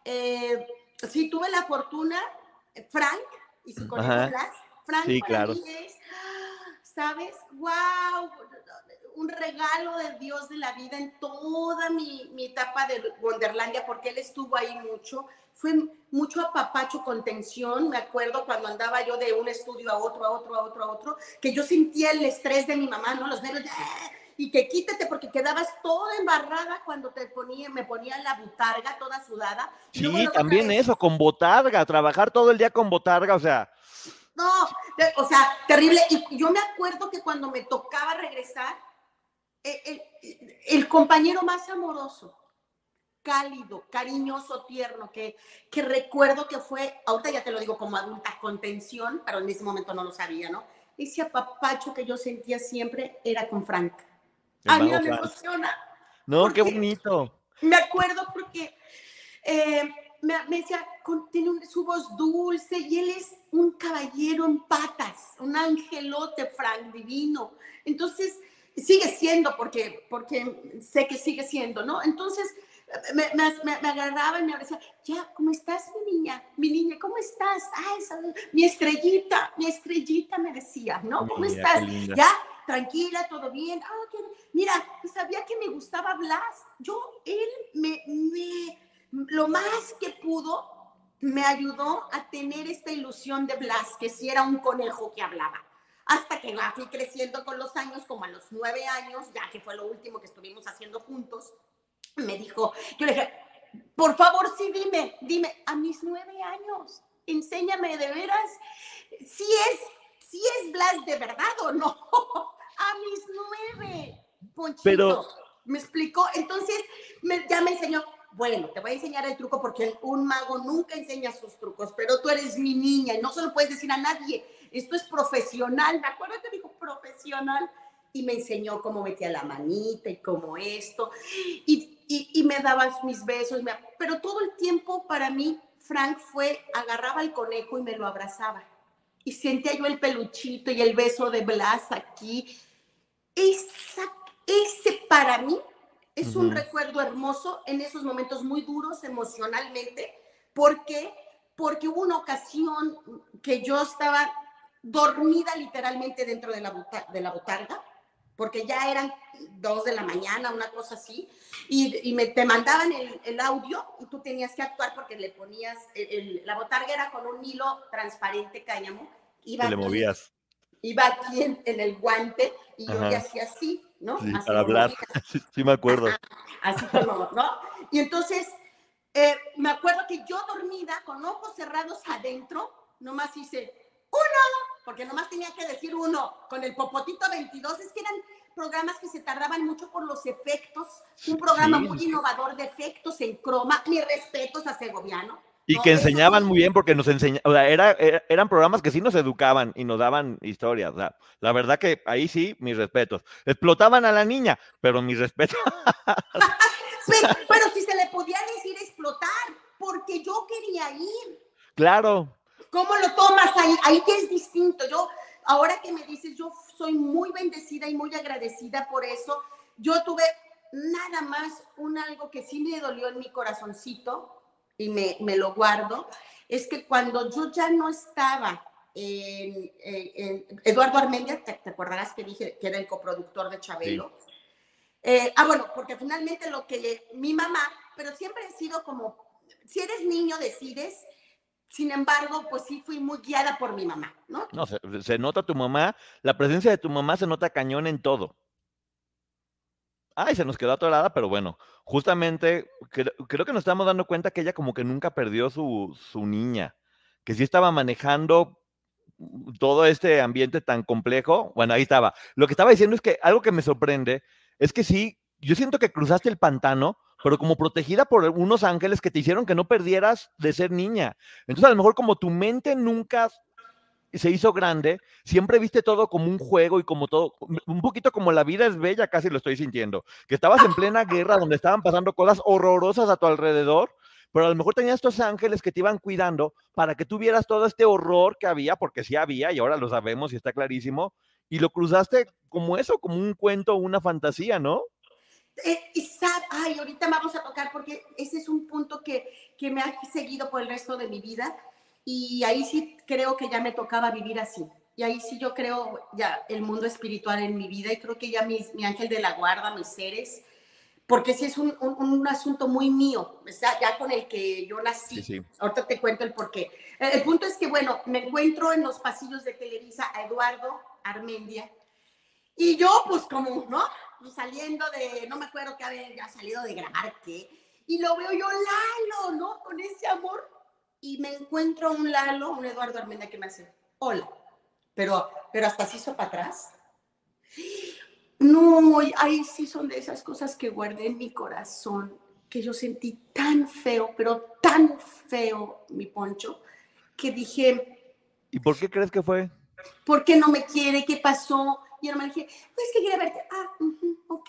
sí tuve la fortuna, Frank y su colega Frank sí, para mí es, ¿sabes? ¡Wow! Un regalo de Dios de la vida en toda mi etapa de Wonderlandia, porque él estuvo ahí mucho. Fue mucho apapacho, contención. Me acuerdo cuando andaba yo de un estudio a otro, que yo sentía el estrés de mi mamá, ¿no? Los nervios, y que quítate porque quedabas toda embarrada cuando me ponía la botarga toda sudada. Sí, también eso, con botarga, trabajar todo el día con botarga, o sea... No, o sea, terrible. Y yo me acuerdo que cuando me tocaba regresar, el compañero más amoroso, cálido, cariñoso, tierno, que recuerdo que fue, ahorita ya te lo digo como adulta, con tensión, pero en ese momento no lo sabía, ¿no? Ese apapacho que yo sentía siempre era con Frank. El A mí mago me Frank. emociona. No, qué bonito. Me acuerdo porque me decía, tiene su voz dulce y él es un caballero en patas, un angelote, Frank, divino. Entonces, sigue siendo, porque sé que sigue siendo, ¿no? Entonces, me agarraba y me decía, ya, ¿cómo estás, mi niña, ¿cómo estás? Ay, mi estrellita, me decía, ¿no? ¿Cómo Mira, estás? qué linda. Ya, tranquila, todo bien. Mira, sabía que me gustaba Blas. Él lo más que pudo, me ayudó a tener esta ilusión de Blas, que sí era un conejo que hablaba. Hasta que fui creciendo con los años, como a los 9 años, ya que fue lo último que estuvimos haciendo juntos, me dijo, yo le dije, por favor, sí, dime, a mis 9 años, enséñame de veras si es Blas de verdad o no. A mis 9, Ponchito. Pero, ¿me explicó? Entonces, ya me enseñó. Bueno, te voy a enseñar el truco porque un mago nunca enseña sus trucos, pero tú eres mi niña y no se lo puedes decir a nadie. Esto es profesional. Me acuerdo que dijo profesional y me enseñó cómo metía la manita y cómo esto. Y me daba mis besos. Pero todo el tiempo para mí, Frank agarraba el conejo y me lo abrazaba. Y sentía yo el peluchito y el beso de Blas aquí. Ese para mí es un recuerdo hermoso en esos momentos muy duros emocionalmente. ¿Por qué? Porque hubo una ocasión que yo estaba dormida literalmente dentro de la botarga, porque ya eran 2 de la mañana, una cosa así, y te mandaban el audio y tú tenías que actuar porque le ponías, la botarga era con un hilo transparente cáñamo, que le movías. iba aquí en el guante y yo le hacía así, ¿no? Sí, Así para lo hablar. movía. Sí, me acuerdo. Así como, ¿no? Y entonces, me acuerdo que yo dormida, con ojos cerrados adentro, nomás hice 1, porque nomás tenía que decir 1, con el Popotito 22, es que eran programas que se tardaban mucho por los efectos, un programa muy innovador de efectos en croma, mis respetos a Segoviano. Y no, que enseñaban sí. muy bien porque nos enseñaban, o sea, eran programas que sí nos educaban y nos daban historias. O sea, la verdad que ahí sí, mis respetos. Explotaban a la niña, pero mis respetos. Pero si se le podía decir explotar, porque yo quería ir. Claro. ¿Cómo lo tomas ahí? Ahí que es distinto. Yo, ahora que me dices, yo soy muy bendecida y muy agradecida por eso. Yo tuve nada más algo que sí me dolió en mi corazoncito y me lo guardo, es que cuando yo ya no estaba en Eduardo Armendia, te acordarás que dije que era el coproductor de Chabelo. Sí. Bueno, porque finalmente mi mamá, pero siempre he sido como, si eres niño decides. Sin embargo, pues sí fui muy guiada por mi mamá, ¿no? No, se nota tu mamá, la presencia de tu mamá se nota cañón en todo. Ay, se nos quedó atorada, pero bueno, justamente creo que nos estamos dando cuenta que ella como que nunca perdió su niña, que sí estaba manejando todo este ambiente tan complejo. Bueno, ahí estaba. Lo que estaba diciendo es que algo que me sorprende es que sí, yo siento que cruzaste el pantano, pero como protegida por unos ángeles que te hicieron que no perdieras de ser niña. Entonces, a lo mejor como tu mente nunca se hizo grande, siempre viste todo como un juego y como todo, un poquito como la vida es bella, casi lo estoy sintiendo, que estabas en plena guerra donde estaban pasando cosas horrorosas a tu alrededor, pero a lo mejor tenías estos ángeles que te iban cuidando para que tú vieras todo este horror que había, porque sí había y ahora lo sabemos y está clarísimo, y lo cruzaste como eso, como un cuento, una fantasía, ¿no? Ay, ahorita vamos a tocar porque ese es un punto que me ha seguido por el resto de mi vida y ahí sí creo que ya me tocaba vivir así. Y ahí sí yo creo ya el mundo espiritual en mi vida y creo que ya mi ángel de la guarda, mis seres, porque sí es un asunto muy mío, o sea, ya con el que yo nací. Sí. Ahorita te cuento el porqué. El punto es que, bueno, me encuentro en los pasillos de Televisa a Eduardo Armendia y yo, pues como, ¿no? Saliendo no me acuerdo que había ya salido de grabar qué, y lo veo yo, Lalo, ¿no? Con ese amor, y me encuentro un Lalo, un Eduardo Armendia que me hace, hola, pero hasta se hizo para atrás. No, ahí sí son de esas cosas que guardé en mi corazón, que yo sentí tan feo, pero tan feo, mi Poncho, que dije... ¿Y por qué crees que fue? ¿Por qué no me quiere? ¿Qué pasó? Y yo me dije, pues que quiere verte. Ok.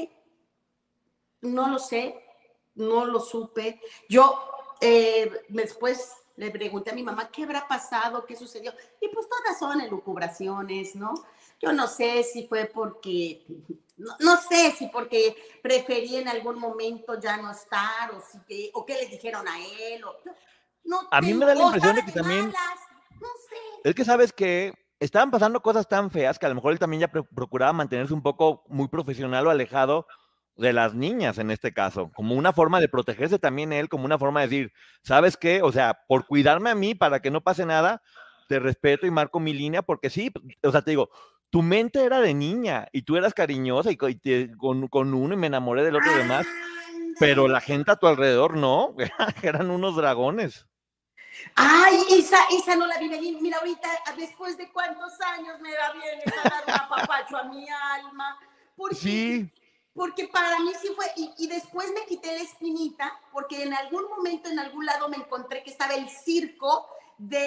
No lo sé, no lo supe. Yo después le pregunté a mi mamá qué habrá pasado, qué sucedió. Y pues todas son elucubraciones, ¿no? Yo no sé si fue porque, no sé si porque preferí en algún momento ya no estar o qué le dijeron a él. No A mí me da la impresión de que de también, malas, no sé. es que sabes que estaban pasando cosas tan feas que a lo mejor él también ya procuraba mantenerse un poco muy profesional o alejado de las niñas en este caso, como una forma de protegerse también él, como una forma de decir, ¿sabes qué? O sea, por cuidarme a mí para que no pase nada, te respeto y marco mi línea, porque sí, o sea, te digo, tu mente era de niña y tú eras cariñosa y con uno y me enamoré del otro y demás, pero Ándale. la gente a tu alrededor no, eran unos dragones. Ay, esa no la vi venir. Mira, ahorita, después de cuántos años me va bien a dar un apapacho a mi alma. Porque, Sí, porque para mí sí fue. Y después me quité la espinita, porque en algún momento, en algún lado, me encontré que estaba el circo de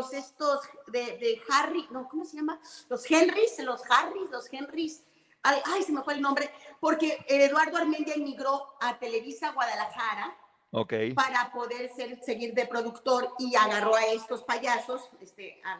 de Harry, no, ¿cómo se llama? Los Henrys. Ay, se me fue el nombre, porque Eduardo Armendia emigró a Televisa Guadalajara ok. para poder seguir de productor y agarró a estos payasos, a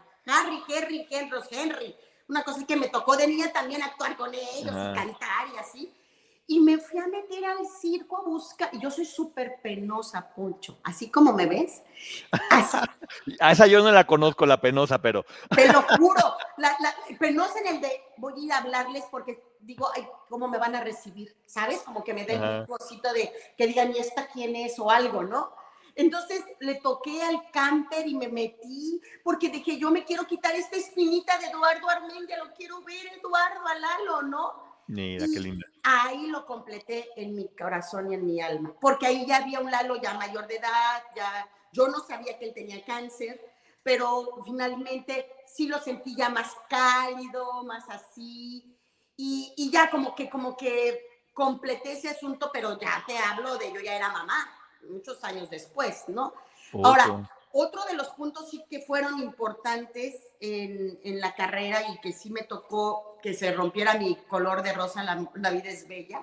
Henry. Una cosa que me tocó de niña también actuar con ellos y Ajá. cantar y así. Y me fui a meter al circo a buscar. Y yo soy súper penosa, Poncho. Así como me ves. Así. A esa yo no la conozco, la penosa, pero Te lo juro. Penosa en el de voy a ir a hablarles porque digo, ay, ¿cómo me van a recibir? ¿Sabes? Como que me den un ajá. cosito de que digan, ¿y esta quién es? O algo, ¿no? Entonces le toqué al camper y me metí porque dije, yo me quiero quitar esta espinita de Eduardo Armendia, lo quiero ver, Eduardo, a Lalo, ¿no? Mira, qué Y linda. ahí lo completé en mi corazón y en mi alma, porque ahí ya había un Lalo ya mayor de edad, ya yo no sabía que él tenía cáncer, pero finalmente sí lo sentí ya más cálido, más así, y ya como que completé ese asunto, pero ya te hablo de yo ya era mamá, muchos años después, ¿no? Ahora, otro de los puntos sí que fueron importantes en la carrera y que sí me tocó que se rompiera mi color de rosa, la vida es bella,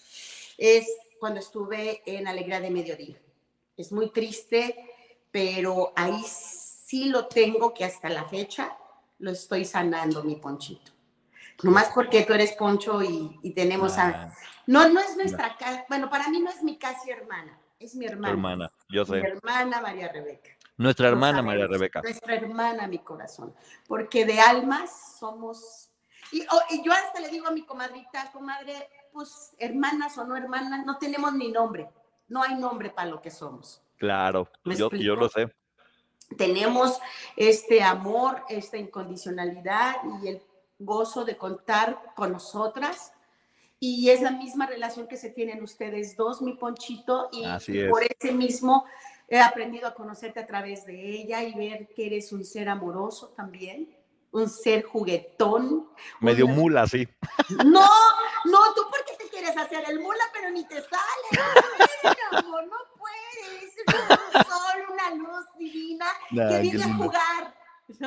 es cuando estuve en Alegría de Mediodía. Es muy triste, pero ahí sí lo tengo que hasta la fecha lo estoy sanando, mi Ponchito. Nomás porque tú eres Poncho y tenemos a... Ah, No, no es no, nuestra... Bueno, para mí no es mi casi hermana, es mi tu hermana. hermana, yo Mi sé. hermana María Rebeca. Nuestra Lo hermana María sabemos. Rebeca. Nuestra hermana, mi corazón. Porque de almas somos... Y yo hasta le digo a mi comadrita, comadre, pues hermanas o no hermanas, no tenemos ni nombre. No hay nombre para lo que somos. Claro, ¿Me yo lo explico? sé. Tenemos este amor, esta incondicionalidad y el gozo de contar con nosotras. Y es la misma relación que se tienen ustedes dos, mi Ponchito, Así y por es. ese mismo he aprendido a conocerte a través de ella y ver que eres un ser amoroso también, un ser juguetón. Medio mula, sí. No, no, tú porque te quieres hacer el mula, pero ni te sale, no puedes, mi amor, no puedes, eres un sol, una luz divina que Ay, qué viene a linda. jugar, ¿no?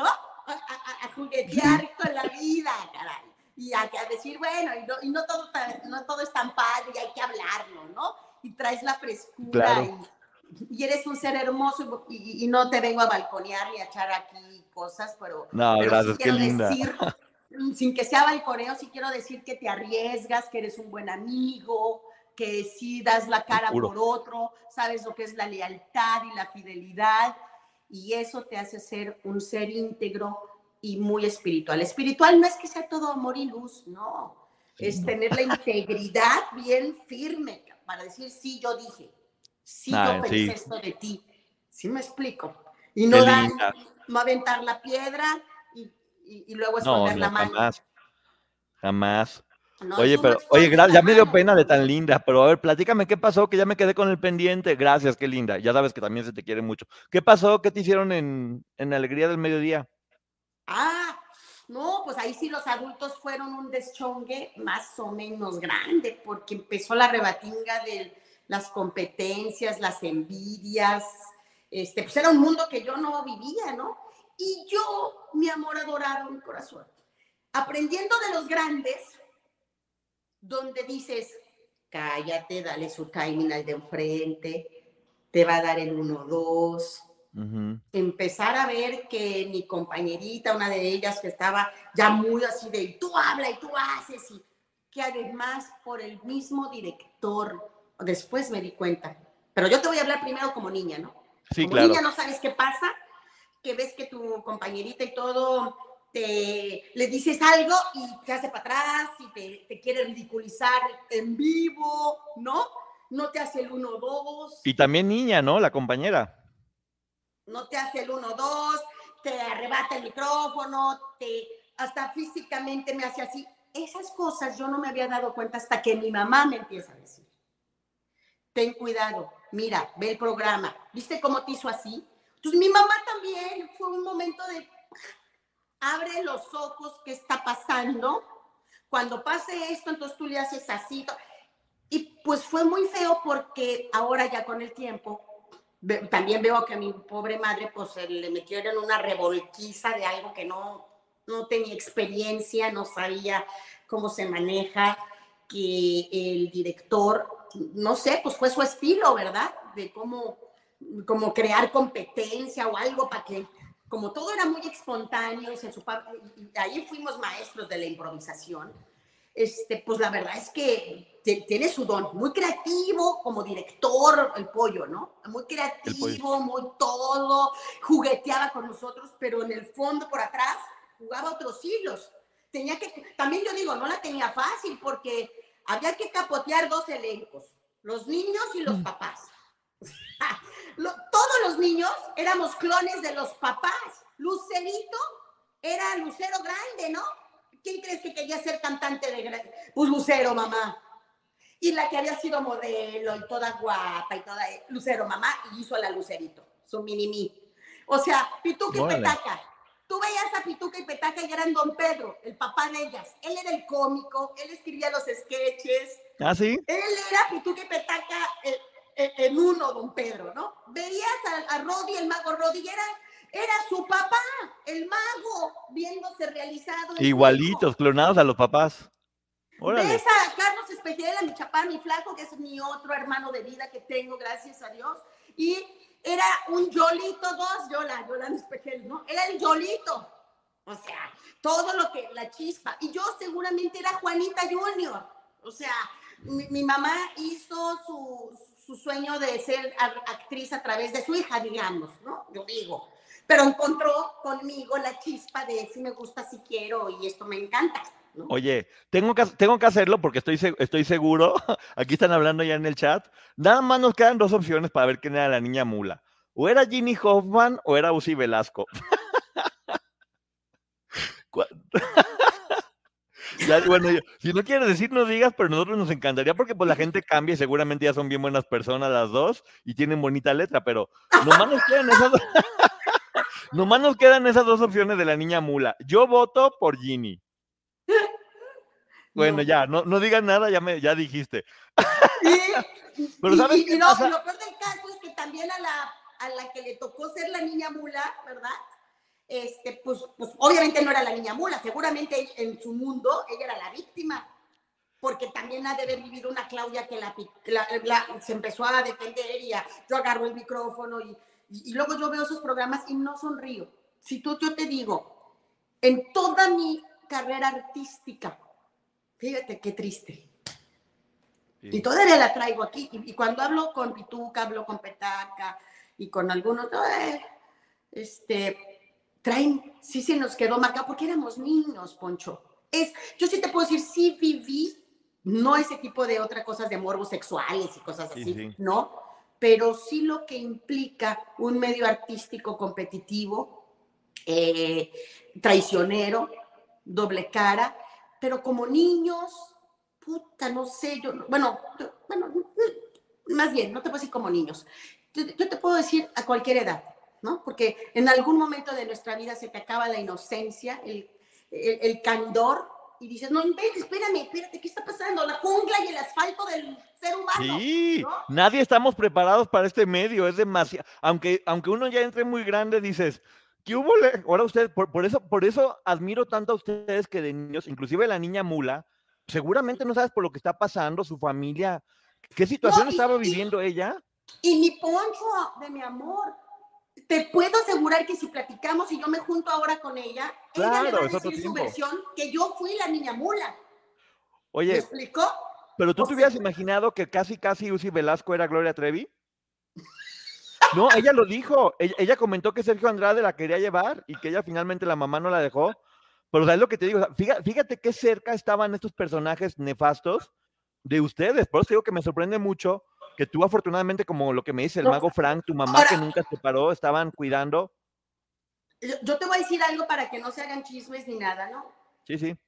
A juguetear Sí, con la vida, caray. Y a decir, bueno, no todo es tan padre y hay que hablarlo, ¿no? Y traes la frescura claro. y eres un ser hermoso y no te vengo a balconear ni a echar aquí cosas, No, pero sí gracias, qué quiero linda. decir sin que sea balconeo, sí quiero decir que te arriesgas, que eres un buen amigo, que sí das la cara Procuro. por otro, sabes lo que es la lealtad y la fidelidad, y eso te hace ser un ser íntegro y muy espiritual. Espiritual no es que sea todo amor y luz, no, Sí, es no. tener la integridad bien firme para decir, sí, yo dije, sí, yo Ay, pensé sí, esto de ti, ¿sí me explico? Y qué no, linda. no aventar la piedra y luego No, esconder no, la mano. jamás, jamás. No, y Oye, tú no pero, oye, escondes la ya me dio mano. pena de tan linda, pero a ver, platícame qué pasó, que ya me quedé con el pendiente. Gracias, qué linda. Ya sabes que también se te quiere mucho. ¿Qué pasó? ¿Qué te hicieron en Alegría del Mediodía? Ah, no, pues ahí sí los adultos fueron un deschongue más o menos grande, porque empezó la rebatinga de las competencias, las envidias, pues era un mundo que yo no vivía, ¿no? Y yo, mi amor adorado, mi corazón, aprendiendo de los grandes, donde dices, cállate, dale su timing al de enfrente, te va a dar el 1-2. Empezar a ver que mi compañerita, una de ellas que estaba ya muy así de, y tú habla y tú haces, y que además por el mismo director, después me di cuenta, pero yo te voy a hablar primero como niña, ¿no? Sí, como claro. niña no sabes qué pasa, que ves que tu compañerita y todo, le dices algo y se hace para atrás y te quiere ridiculizar en vivo, ¿no? No te hace el 1-2. Y también niña, ¿no? La compañera. No te hace el 1-2, te arrebata el micrófono, hasta físicamente me hace así. Esas cosas yo no me había dado cuenta hasta que mi mamá me empieza a decir. Ten cuidado, mira, ve el programa. ¿Viste cómo te hizo así? Entonces mi mamá también fue un momento de abre los ojos, ¿qué está pasando? Cuando pase esto, entonces tú le haces así. Y pues fue muy feo porque ahora ya con el tiempo también veo que a mi pobre madre pues se le metieron en una revolquiza de algo que no tenía experiencia, no sabía cómo se maneja, que el director, no sé, pues fue su estilo, ¿verdad? De cómo crear competencia o algo para que, como todo era muy espontáneo y ahí fuimos maestros de la improvisación, pues la verdad es que tiene su don, muy creativo como director, el pollo, ¿no? Muy creativo, muy todo, jugueteaba con nosotros, pero en el fondo, por atrás, jugaba otros hilos. También yo digo, no la tenía fácil porque había que capotear 2 elencos, los niños y los papás. Todos los niños éramos clones de los papás. Lucerito era Lucero Grande, ¿no? ¿Quién crees que quería ser cantante de pues Lucero, mamá? Y la que había sido modelo y toda guapa y toda Lucero, mamá, y hizo a la Lucerito, su mini-mí. O sea, Pituca y Petaca. Tú veías a Pituca y Petaca y eran Don Pedro, el papá de ellas. Él era el cómico, él escribía los sketches. ¿Ah, sí? Él era Pituca y Petaca en uno, Don Pedro, ¿no? Veías a Rodi, el mago Rodi, y era su papá, el mago, viéndose realizado. Igualitos, clonados a los papás. Órale. Ves a Carlos Espejel, a mi chapá, mi flaco, que es mi otro hermano de vida que tengo, gracias a Dios. Y era un Yolito 2, Yolanda Espejel, ¿no? Era el Yolito. O sea, todo lo que, la chispa. Y yo seguramente era Juanita Junior. O sea, mi mamá hizo su sueño de ser actriz a través de su hija, digamos, ¿no? Yo digo. Pero encontró conmigo la chispa de si me gusta, si quiero y esto me encanta, ¿no? Oye, tengo que hacerlo porque estoy seguro, aquí están hablando ya en el chat, nada más nos quedan 2 opciones para ver quién era la niña mula. O era Ginny Hoffman o era Uzi Velasco. Ya, bueno, si no quieres decir, no digas, pero nosotros nos encantaría porque pues la gente cambia y seguramente ya son bien buenas personas las dos y tienen bonita letra, pero nomás nos quedan esas 2 opciones de la niña mula. Yo voto por Ginny. Bueno, no. Ya, no digas nada, ya dijiste. Pero ¿sabes qué pasa? Lo peor del caso es que también a la que le tocó ser la niña mula, ¿verdad? Pues obviamente no era la niña mula, seguramente en su mundo ella era la víctima, porque también ha de haber vivido una Claudia que se empezó a defender y yo agarro el micrófono y luego yo veo esos programas y no sonrío. Yo te digo, en toda mi carrera artística, fíjate qué triste. Sí. Y todavía la traigo aquí. Y cuando hablo con Pituca, hablo con Petaca y con algunos, sí se nos quedó marcado porque éramos niños, Poncho. Yo sí te puedo decir, sí viví, no ese tipo de otras cosas de morbos sexuales y cosas así, sí. ¿No? Pero sí lo que implica un medio artístico competitivo, traicionero, doble cara, pero como niños, puta, no sé, bueno, más bien, no te puedo decir como niños, yo te puedo decir a cualquier edad, ¿no? Porque en algún momento de nuestra vida se te acaba la inocencia, el candor, y dices, no, espérate, ¿qué está pasando? La jungla y el asfalto del ser humano. Sí, ¿no? nadie estamos preparados para este medio, es demasiado, aunque uno ya entre muy grande, dices, ¿qué hubo? Ahora ustedes, por eso admiro tanto a ustedes que de niños, inclusive la niña Mula, seguramente no sabes por lo que está pasando, su familia, ¿qué situación estaba viviendo ella? Y mi Poncho, de mi amor, te puedo asegurar que si platicamos y yo me junto ahora con ella, ella me va a decir su versión que yo fui la niña Mula. Oye, ¿me explicó? ¿pero tú te hubieras imaginado que casi Uzi Velasco era Gloria Trevi? No, ella lo dijo, ella comentó que Sergio Andrade la quería llevar y que ella finalmente la mamá no la dejó, pero ¿sabes lo que te digo? O sea, fíjate qué cerca estaban estos personajes nefastos de ustedes, por eso te digo que me sorprende mucho que tú afortunadamente, como lo que me dice el mago Frank, tu mamá ahora, que nunca se paró, estaban cuidando. Yo te voy a decir algo para que no se hagan chismes ni nada, ¿no? Sí.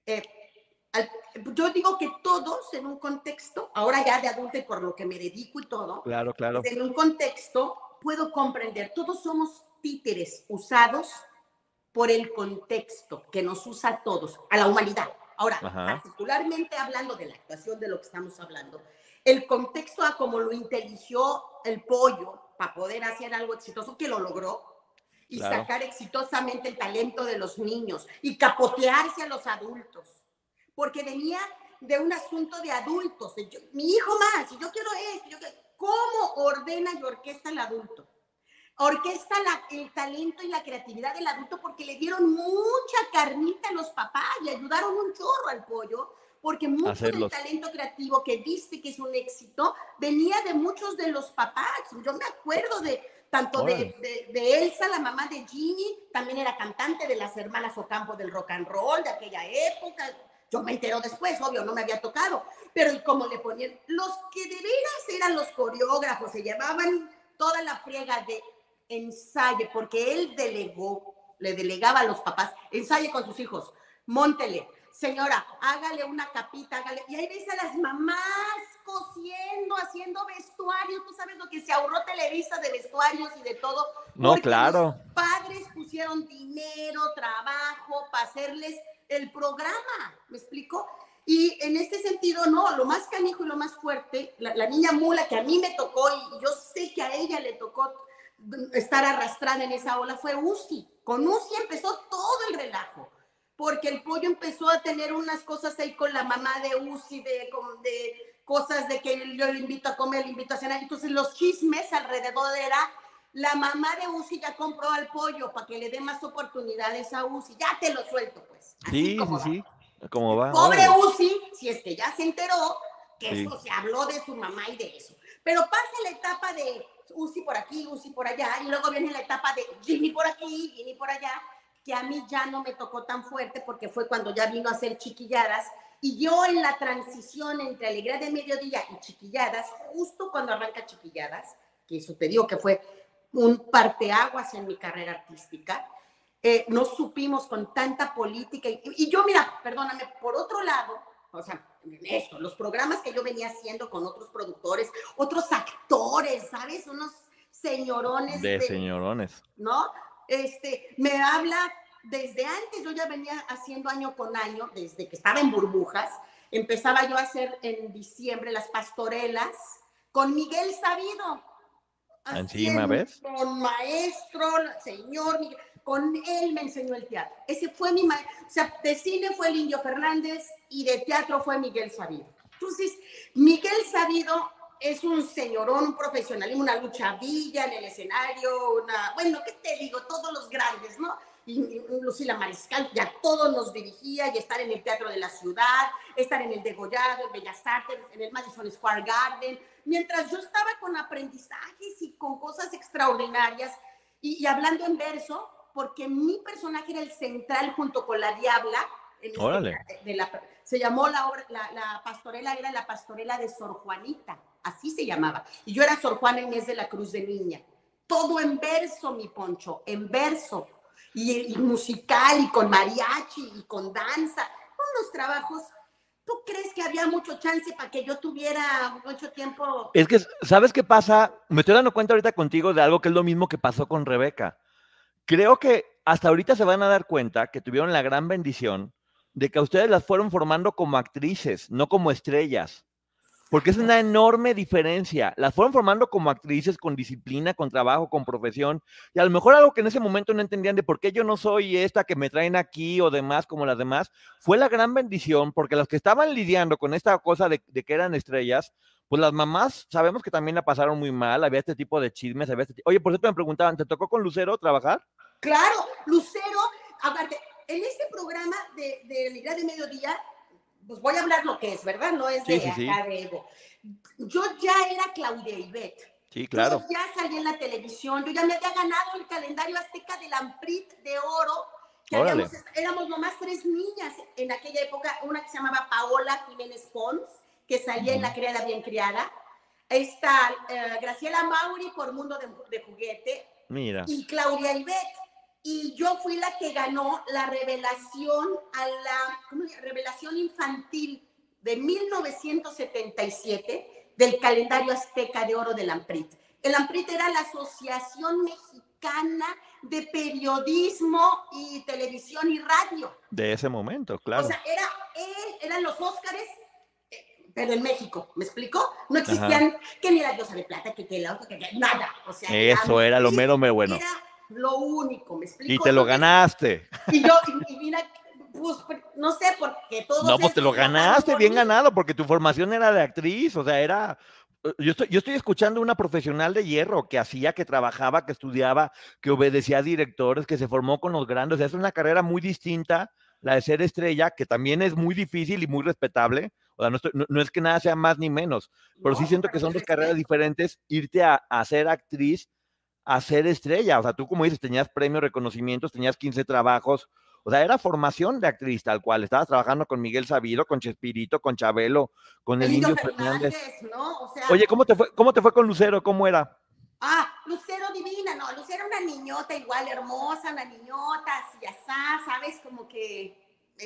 Yo digo que todos en un contexto, ahora ya de adulta y por lo que me dedico y todo, claro. En un contexto puedo comprender, todos somos títeres usados por el contexto que nos usa a todos, a la humanidad. Ahora, particularmente hablando de la actuación de lo que estamos hablando, el contexto a cómo lo inteligió el pollo para poder hacer algo exitoso, que lo logró, y sacar exitosamente el talento de los niños y capotearse a los adultos, porque venía de un asunto de adultos, mi hijo más, y yo quiero esto, ¿cómo ordena y orquesta el adulto? Orquesta el talento y la creatividad del adulto porque le dieron mucha carnita a los papás, le ayudaron un chorro al pollo, porque mucho del talento creativo que viste que es un éxito venía de muchos de los papás. Yo me acuerdo tanto de Elsa, la mamá de Ginny, también era cantante de las hermanas Ocampo del rock and roll de aquella época. Yo me entero después, obvio, no me había tocado, pero como le ponían, los que de veras eran los coreógrafos, se llevaban toda la friega de ensaye, porque él le delegaba a los papás, ensaye con sus hijos, móntele, señora, hágale una capita, y ahí ves a las mamás cosiendo, haciendo vestuarios, tú sabes lo que se ahorró Televisa de vestuarios y de todo. No, claro. Los padres pusieron dinero, trabajo para hacerles el programa, ¿me explico? Y en este sentido, no, lo más canijo y lo más fuerte, la niña Mula que a mí me tocó y yo sé que a ella le tocó estar arrastrada en esa ola fue Uzi. Con Uzi empezó todo el relajo, porque el pollo empezó a tener unas cosas ahí con la mamá de Uzi, de cosas de que yo le invito a comer, le invito a cenar. Entonces los chismes alrededor era, la mamá de Uzi ya compró al pollo para que le dé más oportunidades a Uzi. Ya te lo suelto, pues. Sí. ¿Cómo va? Pobre Uzi, si es que ya se enteró que eso se habló de su mamá y de eso. Pero pasa la etapa de Uzi por aquí, Uzi por allá, y luego viene la etapa de Ginny por aquí, Ginny por allá, que a mí ya no me tocó tan fuerte porque fue cuando ya vino a hacer Chiquilladas, y yo en la transición entre Alegría de Mediodía y Chiquilladas, justo cuando arranca Chiquilladas, que eso te digo que fue un parteaguas en mi carrera artística, no supimos con tanta política, y yo, mira, perdóname, por otro lado, o sea, esto, los programas que yo venía haciendo con otros productores, otros actores, ¿sabes? Unos señorones. Señorones. ¿No? Me habla desde antes, yo ya venía haciendo año con año, desde que estaba en Burbujas, empezaba yo a hacer en diciembre las pastorelas con Miguel Sabido. Encima, ¿ves? Con maestro, señor Miguel, con él me enseñó el teatro. Ese fue mi maestro. O sea, de cine fue el Indio Fernández y de teatro fue Miguel Sabido. Entonces, Miguel Sabido es un señorón, un profesionalismo, una lucha villa en el escenario, bueno, ¿qué te digo? Todos los grandes, ¿no? Y Lucila Mariscal, ya todos nos dirigía, y estar en el Teatro de la Ciudad, estar en el Degollado, en Bellas Artes, en el Madison Square Garden, mientras yo estaba con aprendizajes y con cosas extraordinarias, y hablando en verso, porque mi personaje era el central junto con la Diabla. Órale. Se llamó la obra, la pastorela era la pastorela de Sor Juanita, así se llamaba. Y yo era Sor Juana Inés de la Cruz de Niña. Todo en verso, mi Poncho, en verso. Y musical, y con mariachi, y con danza. Unos trabajos. ¿Tú crees que había mucho chance para que yo tuviera mucho tiempo? Es que, ¿sabes qué pasa? Me estoy dando cuenta ahorita contigo de algo que es lo mismo que pasó con Rebeca. creo que hasta ahorita se van a dar cuenta que tuvieron la gran bendición de que a ustedes las fueron formando como actrices, no como estrellas. Porque es una enorme diferencia. Las fueron formando como actrices con disciplina, con trabajo, con profesión. Y a lo mejor algo que en ese momento no entendían de por qué yo no soy esta que me traen aquí o demás como las demás, fue la gran bendición, porque los que estaban lidiando con esta cosa de que eran estrellas, pues las mamás sabemos que también la pasaron muy mal, había este tipo de chismes, Oye, por cierto me preguntaban, ¿te tocó con Lucero trabajar? Claro, Lucero, aparte, en este programa de Alegría de Mediodía, pues voy a hablar lo que es, ¿verdad? No es de acá de ego. Yo ya era Claudia Ivette. Sí, claro. Yo ya salí en la televisión, yo ya me había ganado el calendario azteca del Amprit de oro, que éramos nomás 3 niñas en aquella época, una que se llamaba Paola Jiménez Pons, que salía en La Criada Bien Criada, está Graciela Mauri por Mundo de Juguete, mira, y Claudia Ivette. Y yo fui la que ganó la revelación revelación infantil de 1977 del calendario azteca de oro del Amprit. El Amprit era la Asociación Mexicana de Periodismo y Televisión y Radio. De ese momento, claro. O sea, eran los Óscares, pero en México, ¿me explico? No existían que ni la Diosa de Plata, que la otra, que nada. O sea, eso era lo mero bueno. Era lo único, ¿me explico? Y te lo ganaste. Y mira, pues, no sé, porque todos... No, pues te lo ganaste, bien ganado, porque tu formación era de actriz, o sea, era... Yo estoy escuchando una profesional de hierro que hacía, que trabajaba, que estudiaba, que obedecía a directores, que se formó con los grandes. O sea, es una carrera muy distinta, la de ser estrella, que también es muy difícil y muy respetable. O sea, no es que nada sea más ni menos, pero sí siento que son dos carreras diferentes, irte a ser actriz, a ser estrella. O sea, tú, como dices, tenías premios, reconocimientos, tenías 15 trabajos. O sea, era formación de actriz tal cual. Estabas trabajando con Miguel Sabido, con Chespirito, con Chabelo, con el Indio Fernández, ¿no? O sea, oye, ¿cómo te fue con Lucero? ¿Cómo era? Lucero divina, no, Lucero una niñota igual hermosa, una niñota así, asá, ¿sabes? Como que,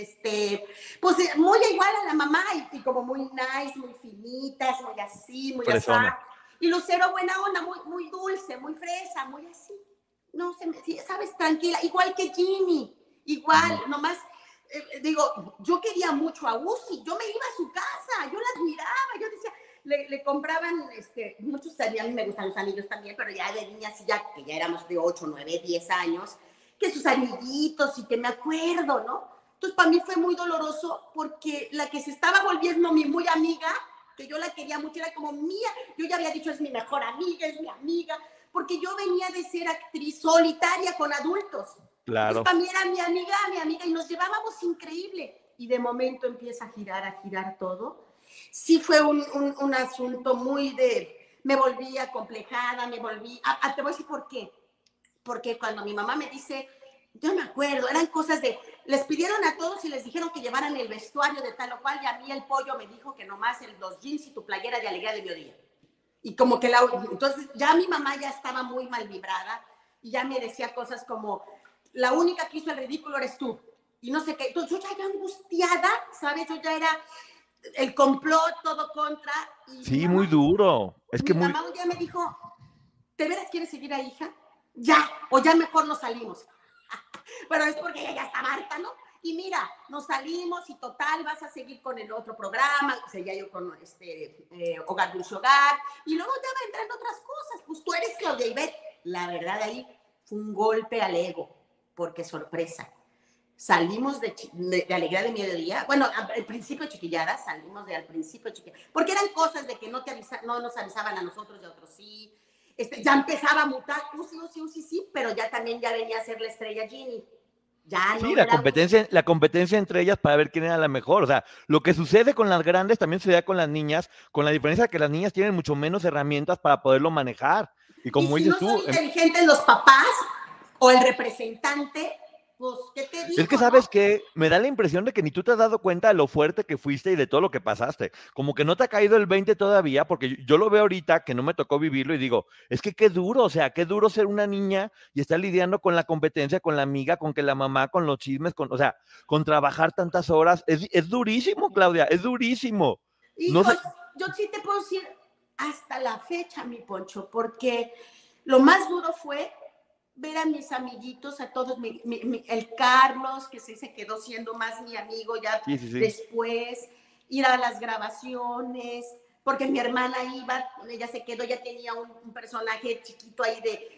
pues muy igual a la mamá y como muy nice, muy finitas, muy así, muy asá. Y Lucero buena onda, muy dulce, muy fresa, muy así. No sé, ¿sabes? Tranquila, igual que Ginny. Igual, nomás, digo, yo quería mucho a Uzi, yo me iba a su casa, yo la admiraba, yo decía, le compraban, muchos, a mí me gustan los anillos también, pero ya de niñas, que ya éramos de 8, 9, 10 años, que sus anillitos y que me acuerdo, ¿no? Entonces, para mí fue muy doloroso porque la que se estaba volviendo mi muy amiga, que yo la quería mucho, era como mía, yo ya había dicho, es mi mejor amiga, es mi amiga, porque yo venía de ser actriz solitaria con adultos. Claro. Entonces, para mí era mi amiga, y nos llevábamos increíble. Y de momento empieza a girar todo. Sí fue un asunto muy me volví acomplejada, te voy a decir por qué. Porque cuando mi mamá me dice, yo me acuerdo, eran cosas les pidieron a todos y les dijeron que llevaran el vestuario de tal o cual, y a mí el pollo me dijo que nomás los jeans y tu playera de Alegría de Mediodía. Y como que entonces ya mi mamá ya estaba muy mal vibrada y ya me decía cosas como, la única que hizo el ridículo eres tú. Y no sé qué. Entonces yo ya era angustiada, ¿sabes? Yo ya era el complot, todo contra. Y sí, mamá, muy duro. Es que mi mamá un día me dijo, ¿de veras quieres seguir ahí, hija? Ya, o ya mejor nos salimos. Pero es porque ella ya está harta, ¿no? Y mira, nos salimos y total, vas a seguir con el otro programa, seguía yo con Hogar Dulce Hogar, y luego ya va entrando otras cosas. Pues tú eres Claudia Ivette. La verdad, ahí fue un golpe al ego, porque sorpresa. Salimos de Alegría de Mediodía, bueno, al principio Chiquilladas, porque eran cosas de que no nos avisaban a nosotros y a otros sí. Ya empezaba a mutar, sí, pero ya también ya venía a ser la estrella Ginny. Ya sí, no la competencia entre ellas para ver quién era la mejor. O sea, lo que sucede con las grandes también sucede con las niñas, con la diferencia de que las niñas tienen mucho menos herramientas para poderlo manejar. Y como dices tú, son inteligentes los papás o el representante, pues, ¿qué te digo? Es que, ¿sabes qué? Me da la impresión de que ni tú te has dado cuenta de lo fuerte que fuiste y de todo lo que pasaste. Como que no te ha caído el 20 todavía, porque yo lo veo ahorita, que no me tocó vivirlo, y digo, es que qué duro, o sea, qué duro ser una niña y estar lidiando con la competencia, con la amiga, con que la mamá, con los chismes, o sea, con trabajar tantas horas. Es durísimo, Claudia, es durísimo. Hijos, no sé... yo sí te puedo decir hasta la fecha, mi Poncho, porque lo más duro fue ver a mis amiguitos, a todos, el Carlos, que se quedó siendo más mi amigo ya Sí, sí, sí. después, ir a las grabaciones, porque mi hermana iba, ella se quedó, ya tenía un personaje chiquito ahí de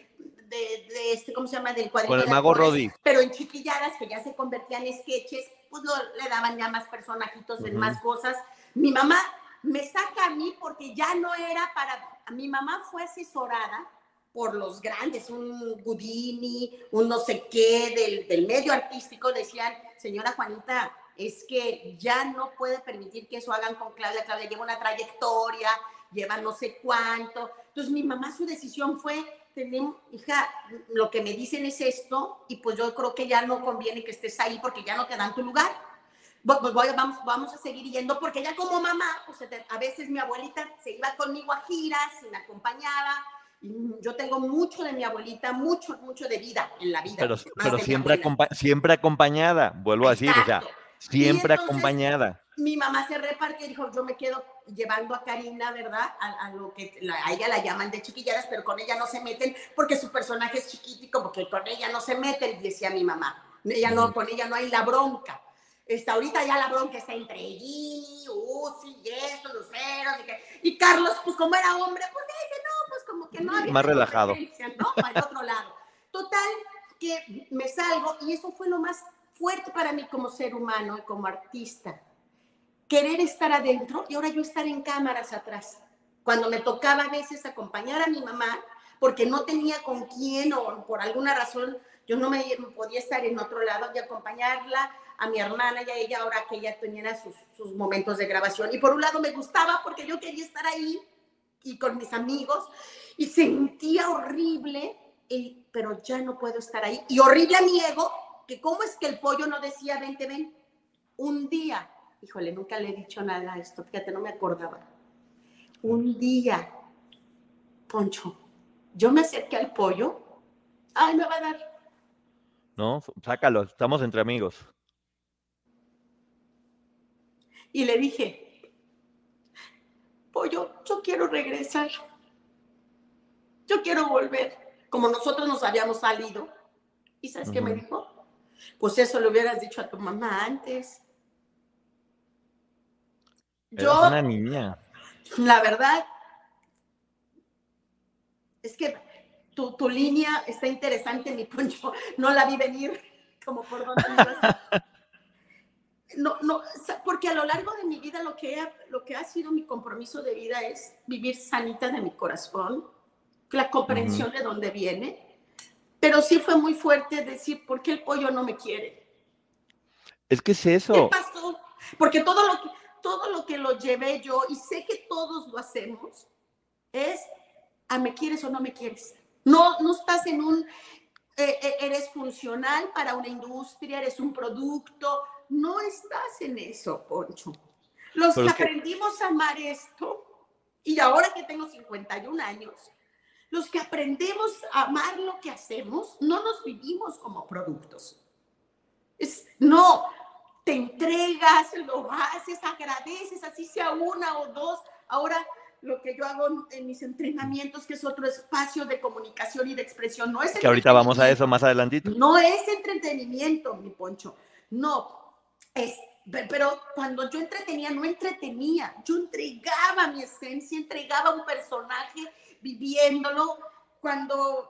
¿cómo se llama? Del Con cuadrito el de mago actores, Roddy. pero en chiquilladas, que ya se convertían en sketches, pues le daban ya más personajitos, en más cosas. Mi mamá me saca a mí porque ya no era para... Mi mamá fue asesorada por los grandes, un Gudini, un no sé qué, del medio artístico, decían, señora Juanita, es que ya no puede permitir que eso hagan con Claudia. Claudia lleva una trayectoria, lleva no sé cuánto. Entonces mi mamá, su decisión fue, hija, lo que me dicen es esto, y pues yo creo que ya no conviene que estés ahí porque ya no te dan tu lugar. Pues vamos a seguir yendo, porque ya como mamá, pues a veces mi abuelita se iba conmigo a giras y me acompañaba. Yo tengo mucho de mi abuelita, mucho de vida en la vida. Pero siempre acompañada, vuelvo a decir, o sea, siempre acompañada. Mi mamá se repartió y dijo, yo me quedo llevando a Karina, ¿verdad? A lo que a ella la llaman de chiquilladas, pero con ella no se meten porque su personaje es chiquito y como que con ella no se meten, decía mi mamá. Con ella no hay la bronca. Ahorita ya la bronca está entre Gini, Uzi, y esto, Luceros, y Carlos, pues como era hombre, pues dice, no, pues como que no había más relajado, ¿no? Para el otro lado. Total, que me salgo, y eso fue lo más fuerte para mí como ser humano y como artista. Querer estar adentro y ahora yo estar en cámaras atrás. Cuando me tocaba a veces acompañar a mi mamá, porque no tenía con quién o por alguna razón yo no me podía estar en otro lado y acompañarla, a mi hermana y a ella, ahora que ella tenía sus momentos de grabación. Y por un lado me gustaba porque yo quería estar ahí y con mis amigos y sentía horrible, pero ya no puedo estar ahí. Y horrible a mi ego, que cómo es que el pollo no decía, vente, ven. Un día, híjole, nunca le he dicho nada a esto, fíjate, no me acordaba. Un día, Poncho, yo me acerqué al pollo, ay, me va a dar. No, sácalo, estamos entre amigos. Y le dije, pollo, yo quiero regresar. Yo quiero volver. Como nosotros nos habíamos salido. ¿Y sabes qué me dijo? Pues eso le hubieras dicho a tu mamá antes. Eras una niña. La verdad, es que tu línea está interesante, mi Poncho. No la vi venir como por donde me ibas. No, porque a lo largo de mi vida lo que ha sido mi compromiso de vida es vivir sanita de mi corazón, la comprensión de dónde viene, pero sí fue muy fuerte decir, ¿por qué el pollo no me quiere? Es que es eso. ¿Qué pasó? Porque todo lo que lo llevé yo, y sé que todos lo hacemos, es a me quieres o no me quieres. No estás en eres funcional para una industria, eres un producto. No estás en eso, Poncho. Los que aprendimos a amar esto, y ahora que tengo 51 años, los que aprendemos a amar lo que hacemos, no nos vivimos como productos. No, te entregas, lo haces, agradeces, así sea una o dos. Ahora, lo que yo hago en mis entrenamientos, que es otro espacio de comunicación y de expresión, no es que ahorita vamos a eso más adelantito. No es entretenimiento, mi Poncho. No. Pero cuando yo entretenía, no entretenía, yo entregaba mi esencia, entregaba un personaje viviéndolo. Cuando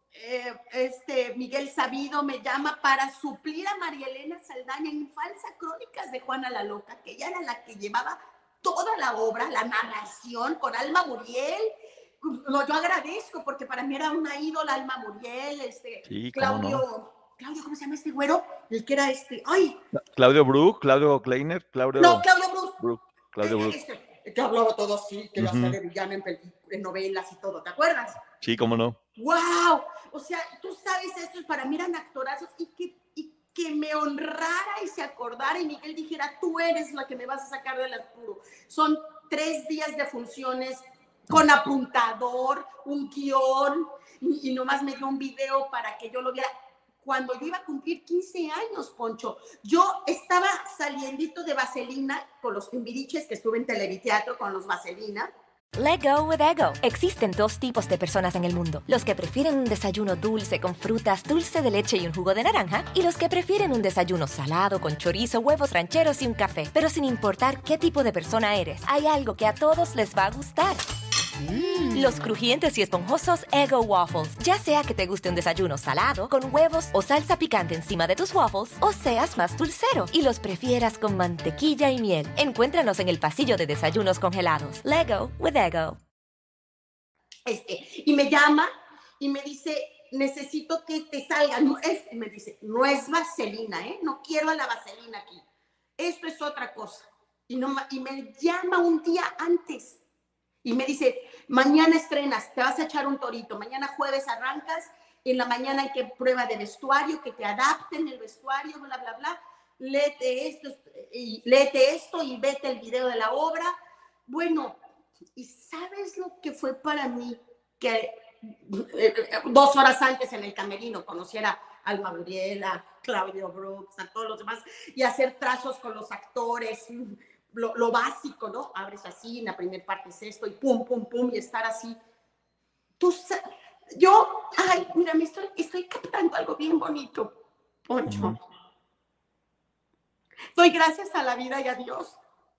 Miguel Sabido me llama para suplir a María Elena Saldaña en Falsas Crónicas de Juana la Loca, que ella era la que llevaba toda la obra, la narración con Alma Muriel. No, yo agradezco porque para mí era una ídola Alma Muriel, sí, Claudio, ¿cómo se llama este güero? El que era Claudio Brook, Claudio Kleiner, Claudio Brook. Claudio Brook. Que hablaba todo así, que lo hacía de villano en novelas y todo, ¿te acuerdas? Sí, cómo no. ¡Wow! O sea, tú sabes, estos para mí eran actorazos y que me honrara y se acordara y Miguel dijera, tú eres la que me vas a sacar del apuro. Son 3 días de funciones con apuntador, un guión, y nomás me dio un video para que yo lo viera. Cuando yo iba a cumplir 15 años, Poncho, yo estaba saliendito de Vaselina con los Timbiriches, que estuve en Televiteatro con los Vaselina, Let go with ego. Existen dos tipos de personas en el mundo. Los que prefieren un desayuno dulce con frutas, dulce de leche y un jugo de naranja. Y los que prefieren un desayuno salado con chorizo, huevos rancheros y un café. Pero sin importar qué tipo de persona eres, hay algo que a todos les va a gustar. Los crujientes y esponjosos Eggo Waffles. Ya sea que te guste un desayuno salado, con huevos o salsa picante encima de tus waffles, o seas más dulcero y los prefieras con mantequilla y miel. Encuéntranos en el pasillo de desayunos congelados. Lego with Eggo. Y me llama y me dice, necesito que te salga. Me dice, no es vaselina, ¿eh? No quiero la vaselina aquí. Esto es otra cosa. Y me llama un día antes. Y me dice, mañana estrenas, te vas a echar un torito, mañana jueves arrancas, en la mañana hay que prueba de vestuario, que te adapten el vestuario, bla, bla, bla, léete esto y vete el video de la obra. Bueno, ¿y sabes lo que fue para mí? Que 2 horas antes en el camerino conociera a Alma Gabriel, a Claudio Brooks, a todos los demás, y hacer trazos con los actores, lo básico, ¿no? Abres así, en la primera parte es esto, y pum, pum, pum, y estar así. Mira, estoy captando algo bien bonito, Poncho. Doy gracias a la vida y a Dios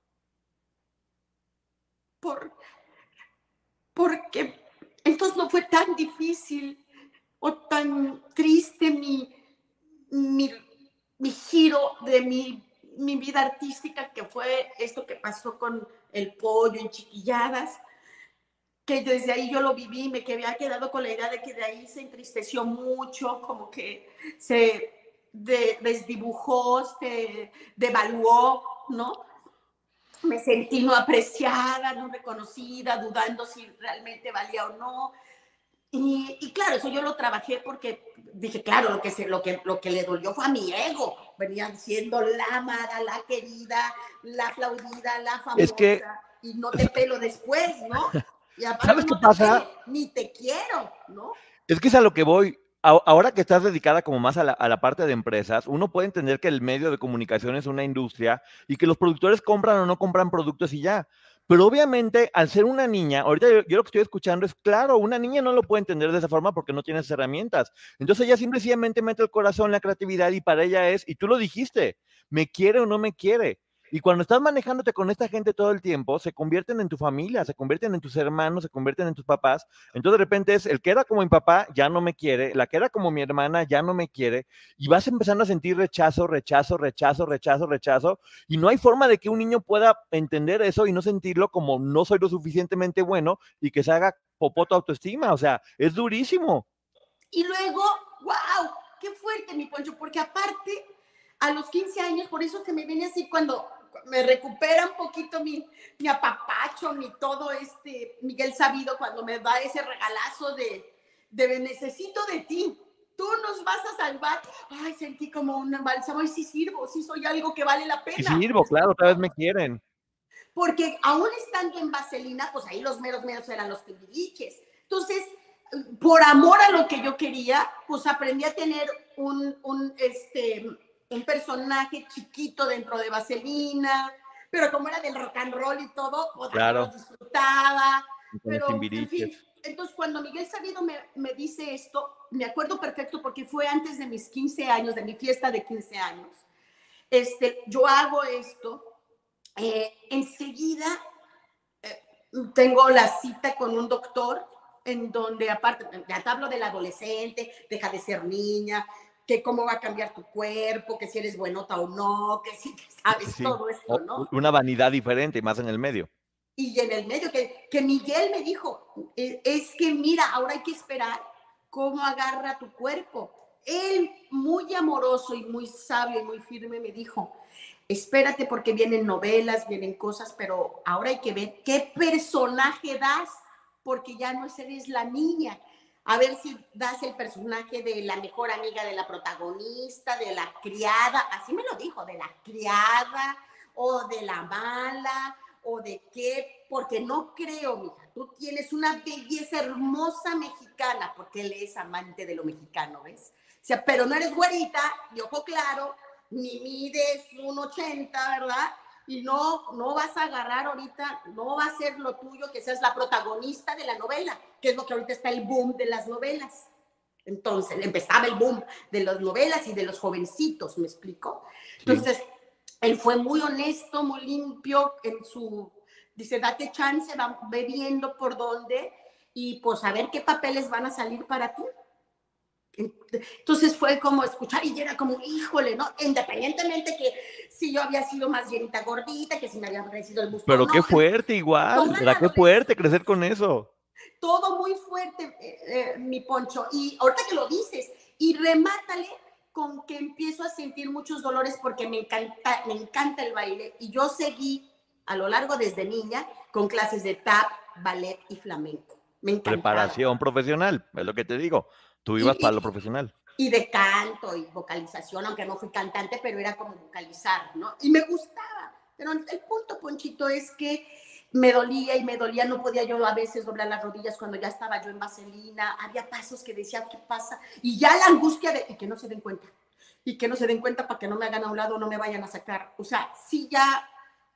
porque entonces no fue tan difícil o tan triste mi giro de mi vida artística, que fue esto que pasó con El Pollo en Chiquilladas, que desde ahí yo lo viví, me había quedado con la idea de que de ahí se entristeció mucho, como que se desdibujó, se devaluó, ¿no? Me sentí no apreciada, no reconocida, dudando si realmente valía o no. Y claro, eso yo lo trabajé porque dije, claro, lo que le dolió fue a mi ego. Venían siendo la amada, la querida, la aplaudida, la famosa, y no te pelo después, ¿no? Y aparte, ¿sabes qué pasa? Ni te quiero, ¿no? Es que es a lo que voy. Ahora que estás dedicada como más a la parte de empresas, uno puede entender que el medio de comunicación es una industria y que los productores compran o no compran productos y ya. Pero obviamente, al ser una niña, ahorita yo lo que estoy escuchando es, claro, una niña no lo puede entender de esa forma porque no tiene esas herramientas. Entonces ella simplemente mete el corazón, la creatividad, y para ella es, y tú lo dijiste, me quiere o no me quiere. Y cuando estás manejándote con esta gente todo el tiempo, se convierten en tu familia, se convierten en tus hermanos, se convierten en tus papás. Entonces de repente es, el que era como mi papá ya no me quiere, la que era como mi hermana ya no me quiere, y vas empezando a sentir rechazo, y no hay forma de que un niño pueda entender eso y no sentirlo como no soy lo suficientemente bueno y que se haga popó tu autoestima. O sea, es durísimo. Y luego, wow, qué fuerte, mi Poncho, porque aparte, a los 15 años, por eso se me viene así cuando me recupera un poquito mi apapacho, mi todo Miguel Sabido, cuando me da ese regalazo de necesito de ti, tú nos vas a salvar. Ay, sentí como un bálsamo, y sí sirvo, sí soy algo que vale la pena. Sí sirvo, claro, otra vez me quieren. Porque aún estando en Vaselina, pues ahí los meros eran los tiliches. Entonces, por amor a lo que yo quería, pues aprendí a tener un personaje chiquito dentro de Vaselina, pero como era del rock and roll y todo, pues claro, lo disfrutaba. Pero, en fin, entonces cuando Miguel Sabido me dice esto, me acuerdo perfecto porque fue antes de mis 15 años, de mi fiesta de 15 años. Yo hago esto, enseguida tengo la cita con un doctor en donde, aparte, ya te hablo del adolescente, deja de ser niña, que cómo va a cambiar tu cuerpo, que si eres buenota o no, que si sabes todo esto, ¿no? Una vanidad diferente, más en el medio. Y en el medio, que Miguel me dijo, es que mira, ahora hay que esperar cómo agarra tu cuerpo. Él, muy amoroso y muy sabio y muy firme, me dijo, espérate porque vienen novelas, vienen cosas, pero ahora hay que ver qué personaje das, porque ya no eres la niña. A ver si das el personaje de la mejor amiga de la protagonista, de la criada, así me lo dijo, de la criada, o de la mala, o de qué, porque no creo, mija, tú tienes una belleza hermosa mexicana, porque él es amante de lo mexicano, ¿ves? O sea, pero no eres güerita, de ojo claro, ni mides 1.80, ¿verdad? y no vas a agarrar ahorita, no va a ser lo tuyo que seas la protagonista de la novela, que es lo que ahorita está el boom de las novelas. Entonces, empezaba el boom de las novelas y de los jovencitos, ¿me explico? Entonces, él fue muy honesto, muy limpio dice, date chance, ve viendo por dónde y pues a ver qué papeles van a salir para ti. Entonces fue como escuchar y era como, híjole, ¿no? Independientemente que si yo había sido más llenita gordita, que si me había crecido el busto. Pero no, qué fuerte igual, ¿verdad? Qué fuerte crecer con eso. Todo muy fuerte, mi Poncho. Y ahorita que lo dices, y remátale con que empiezo a sentir muchos dolores porque me encanta el baile. Y yo seguí a lo largo desde niña con clases de tap, ballet y flamenco. Me encantaba. Preparación profesional, es lo que te digo. Tú ibas para lo profesional. Y de canto y vocalización, aunque no fui cantante, pero era como vocalizar, ¿no? Y me gustaba. Pero el punto, Ponchito, es que me dolía, no podía yo a veces doblar las rodillas cuando ya estaba yo en vaselina, había pasos que decía, ¿qué pasa? Y ya la angustia y que no se den cuenta, para que no me hagan a un lado, no me vayan a sacar. O sea, sí ya,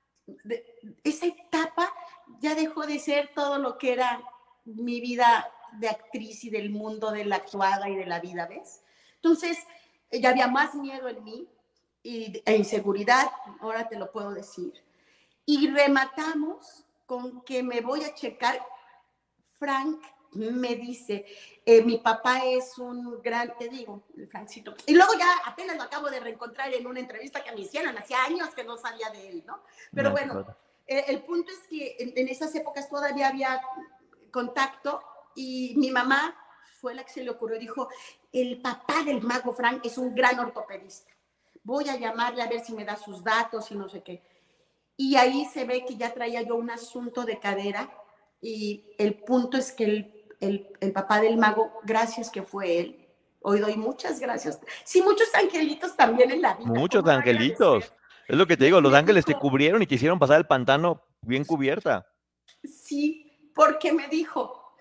esa etapa ya dejó de ser todo lo que era mi vida de actriz y del mundo de la actuada y de la vida, ¿ves? Entonces, ya había más miedo en mí e inseguridad, ahora te lo puedo decir. Y rematamos con que me voy a checar. Frank me dice, mi papá es un gran, te digo, el Francito. Y luego ya apenas lo acabo de reencontrar en una entrevista que me hicieron, hacía años que no sabía de él, ¿no? Pero bueno, el punto es que en esas épocas todavía había contacto y mi mamá fue la que se le ocurrió y dijo, el papá del mago Frank es un gran ortopedista. Voy a llamarle a ver si me da sus datos y no sé qué. Y ahí se ve que ya traía yo un asunto de cadera y el punto es que el papá del mago, gracias que fue él, hoy doy muchas gracias. Sí, muchos angelitos también en la vida. Muchos angelitos. Es lo que te digo, los ángeles te cubrieron y te hicieron pasar el pantano bien cubierta. Sí, porque me dijo,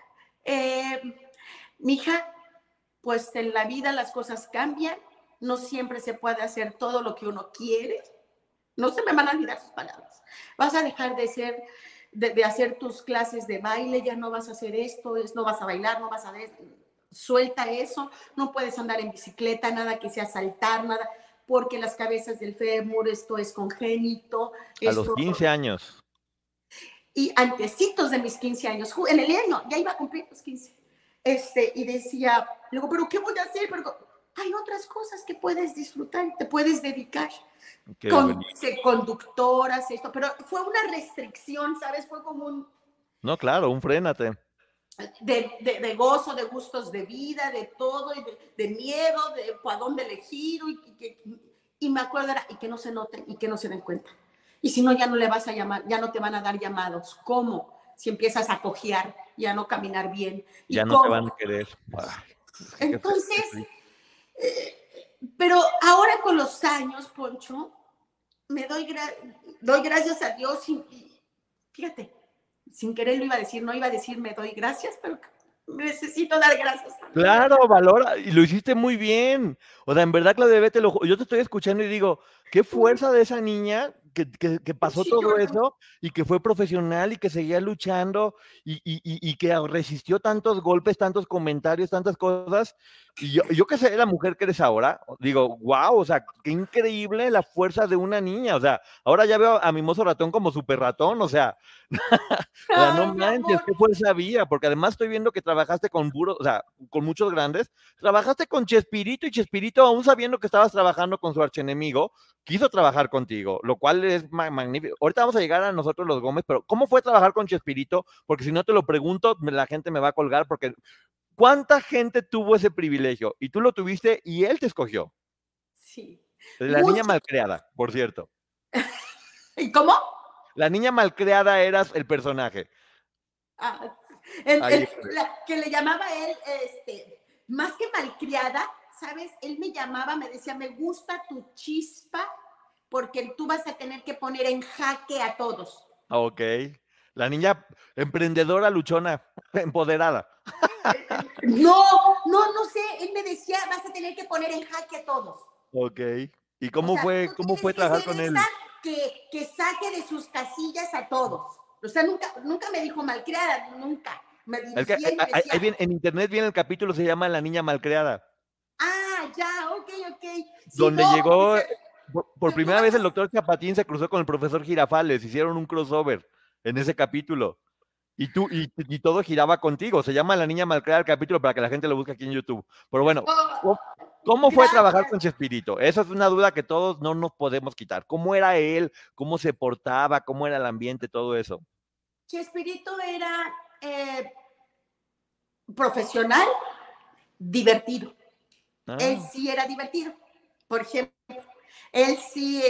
mija, pues en la vida las cosas cambian, no siempre se puede hacer todo lo que uno quiere. No se me van a olvidar sus palabras. Vas a dejar de hacer tus clases de baile, ya no vas a hacer esto, no vas a bailar, no vas a ver, suelta eso, no puedes andar en bicicleta, nada que sea saltar, nada, porque las cabezas del fémur, esto es congénito. A los 15 años. Y antecitos de mis 15 años, en el año, ya iba a cumplir los 15. Y decía, luego, ¿pero qué voy a hacer? Pero hay otras cosas que puedes disfrutar, te puedes dedicar. Conductoras, esto, pero fue una restricción, ¿sabes? Fue como un... No, claro, un frénate. De gozo, de gustos de vida, de todo, y de miedo, de a dónde elegir, y me acuerdo era, y que no se noten, y que no se den cuenta. Y si no, ya no le vas a llamar, ya no te van a dar llamados. ¿Cómo? Si empiezas a cojear y a no caminar bien. Ya no te van a querer. Entonces, pero ahora con los años, Poncho, me doy gracias a Dios y fíjate, sin querer lo iba a decir, no iba a decir me doy gracias, pero necesito dar gracias a Dios. Claro, valora, y lo hiciste muy bien. O sea, en verdad, Claudia, yo te estoy escuchando y digo, qué fuerza de esa niña que pasó todo eso y que fue profesional y que seguía luchando y que resistió tantos golpes, tantos comentarios, tantas cosas. Y yo que sé la mujer que eres ahora, digo, wow, o sea, qué increíble la fuerza de una niña. O sea, ahora ya veo a Mimoso Ratón como super ratón, o sea, no manches, qué fuerza había, porque además estoy viendo que trabajaste con con muchos grandes, trabajaste con Chespirito y Chespirito, aún sabiendo que estabas trabajando con su archienemigo, quiso trabajar contigo, lo cual es magnífico. Ahorita vamos a llegar a nosotros los Gómez, pero ¿cómo fue trabajar con Chespirito? Porque si no te lo pregunto, la gente me va a colgar, porque ¿cuánta gente tuvo ese privilegio? Y tú lo tuviste y él te escogió. Sí. La niña malcriada, por cierto. ¿Y cómo? La niña malcriada eras el personaje. Que le llamaba él, más que malcriada, ¿sabes? Él me llamaba, me decía, me gusta tu chispa, porque tú vas a tener que poner en jaque a todos. Ok. La niña emprendedora, luchona, empoderada. No sé, él me decía, vas a tener que poner en jaque a todos. Ok. ¿Y cómo fue trabajar con él? que saque de sus casillas a todos. O sea, nunca me dijo malcriada, nunca. Me dirigía y me decía... En internet viene el capítulo, se llama La niña malcriada. Ah, ya, ok. Sí, donde no, llegó, o sea, por primera vez el doctor Chapatín se cruzó con el profesor Girafales, hicieron un crossover en ese capítulo. Y todo giraba contigo. Se llama La niña malcriada el capítulo para que la gente lo busque aquí en YouTube. Pero bueno, ¿cómo fue trabajar con Chespirito? Esa es una duda que todos no nos podemos quitar. ¿Cómo era él? ¿Cómo se portaba? ¿Cómo era el ambiente? Todo eso. Chespirito era profesional, divertido. Él sí era divertido. Por ejemplo, él sí,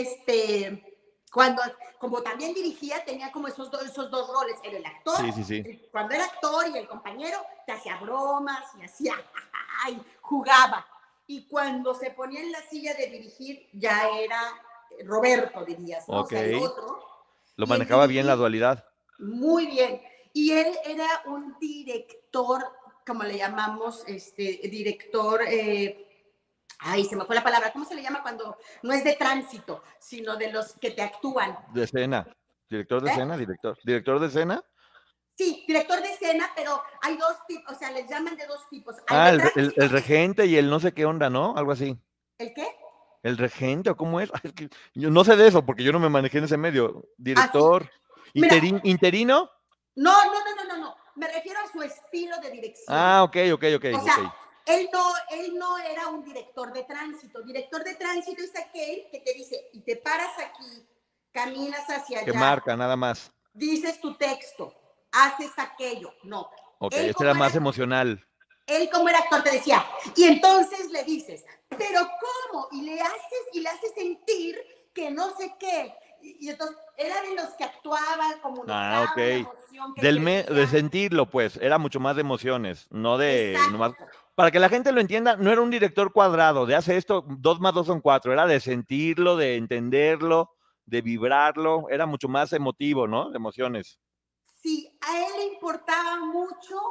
como también dirigía, tenía como esos dos roles. Era el actor, sí. Cuando era actor y el compañero, te hacía bromas y hacía, y jugaba. Y cuando se ponía en la silla de dirigir, ya era Roberto, dirías, ¿no? Okay. O sea, el otro. Lo manejaba bien la dualidad. Muy bien. Y él era un director, como le llamamos, director... se me fue la palabra. ¿Cómo se le llama cuando no es de tránsito, sino de los que te actúan? De escena. ¿Director de escena? ¿Director de escena? Sí, director de escena, pero hay dos tipos, o sea, les llaman de dos tipos. El regente y el no sé qué onda, ¿no? Algo así. ¿El qué? ¿El regente o cómo es? Es que yo no sé de eso porque yo no me manejé en ese medio. Director. ¿Interino? No. Me refiero a su estilo de dirección. Ok. O sea, él no era un director de tránsito. Director de tránsito es aquel que te dice, y te paras aquí, caminas hacia allá. Que marca, nada más. Dices tu texto, haces aquello. No. Ok, este era más emocional. Él como era actor te decía, y entonces le dices, ¿pero cómo? Y le haces sentir que no sé qué. Y entonces era de los que actuaban, comunicaban la emoción que de sentirlo, pues, era mucho más de emociones, no de nomás, para que la gente lo entienda, no era un director cuadrado, de hace esto, 2 más 2 son 4, era de sentirlo, de entenderlo, de vibrarlo, era mucho más emotivo, ¿no? De emociones. Sí, a él le importaba mucho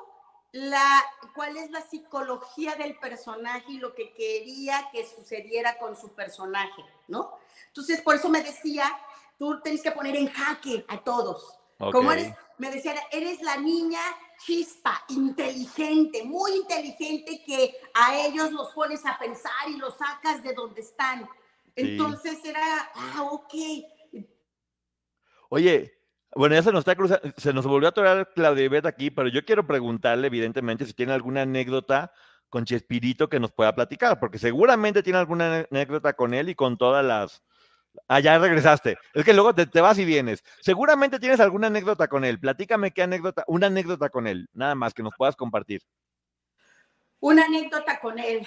cuál es la psicología del personaje y lo que quería que sucediera con su personaje, ¿no? Entonces, por eso me decía, tú tienes que poner en jaque a todos. Okay. Como me decía, eres la niña chispa, inteligente, muy inteligente, que a ellos los pones a pensar y los sacas de donde están. Entonces era, ok. Oye, bueno, ya se nos volvió a atorar Claudia Ivette aquí, pero yo quiero preguntarle, evidentemente, si tiene alguna anécdota con Chespirito que nos pueda platicar, porque seguramente tiene alguna anécdota con él y con todas las... ya regresaste. Es que luego te vas y vienes. Seguramente tienes alguna anécdota con él. Platícame una anécdota con él, nada más que nos puedas compartir. Una anécdota con él.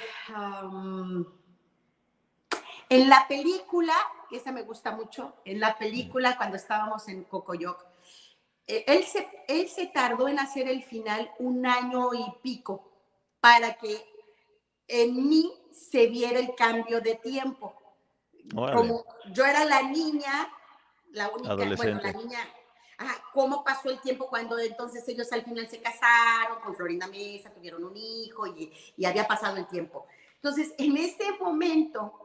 En la película, que esa me gusta mucho, en la película cuando estábamos en Cocoyoc, él se tardó en hacer el final 1 año y pico para que en mí se viera el cambio de tiempo. Órale. Como yo era la niña, la única, adolescente. Bueno, la niña, cómo pasó el tiempo cuando entonces ellos al final se casaron con Florinda Mesa, tuvieron un hijo y había pasado el tiempo. Entonces, en ese momento,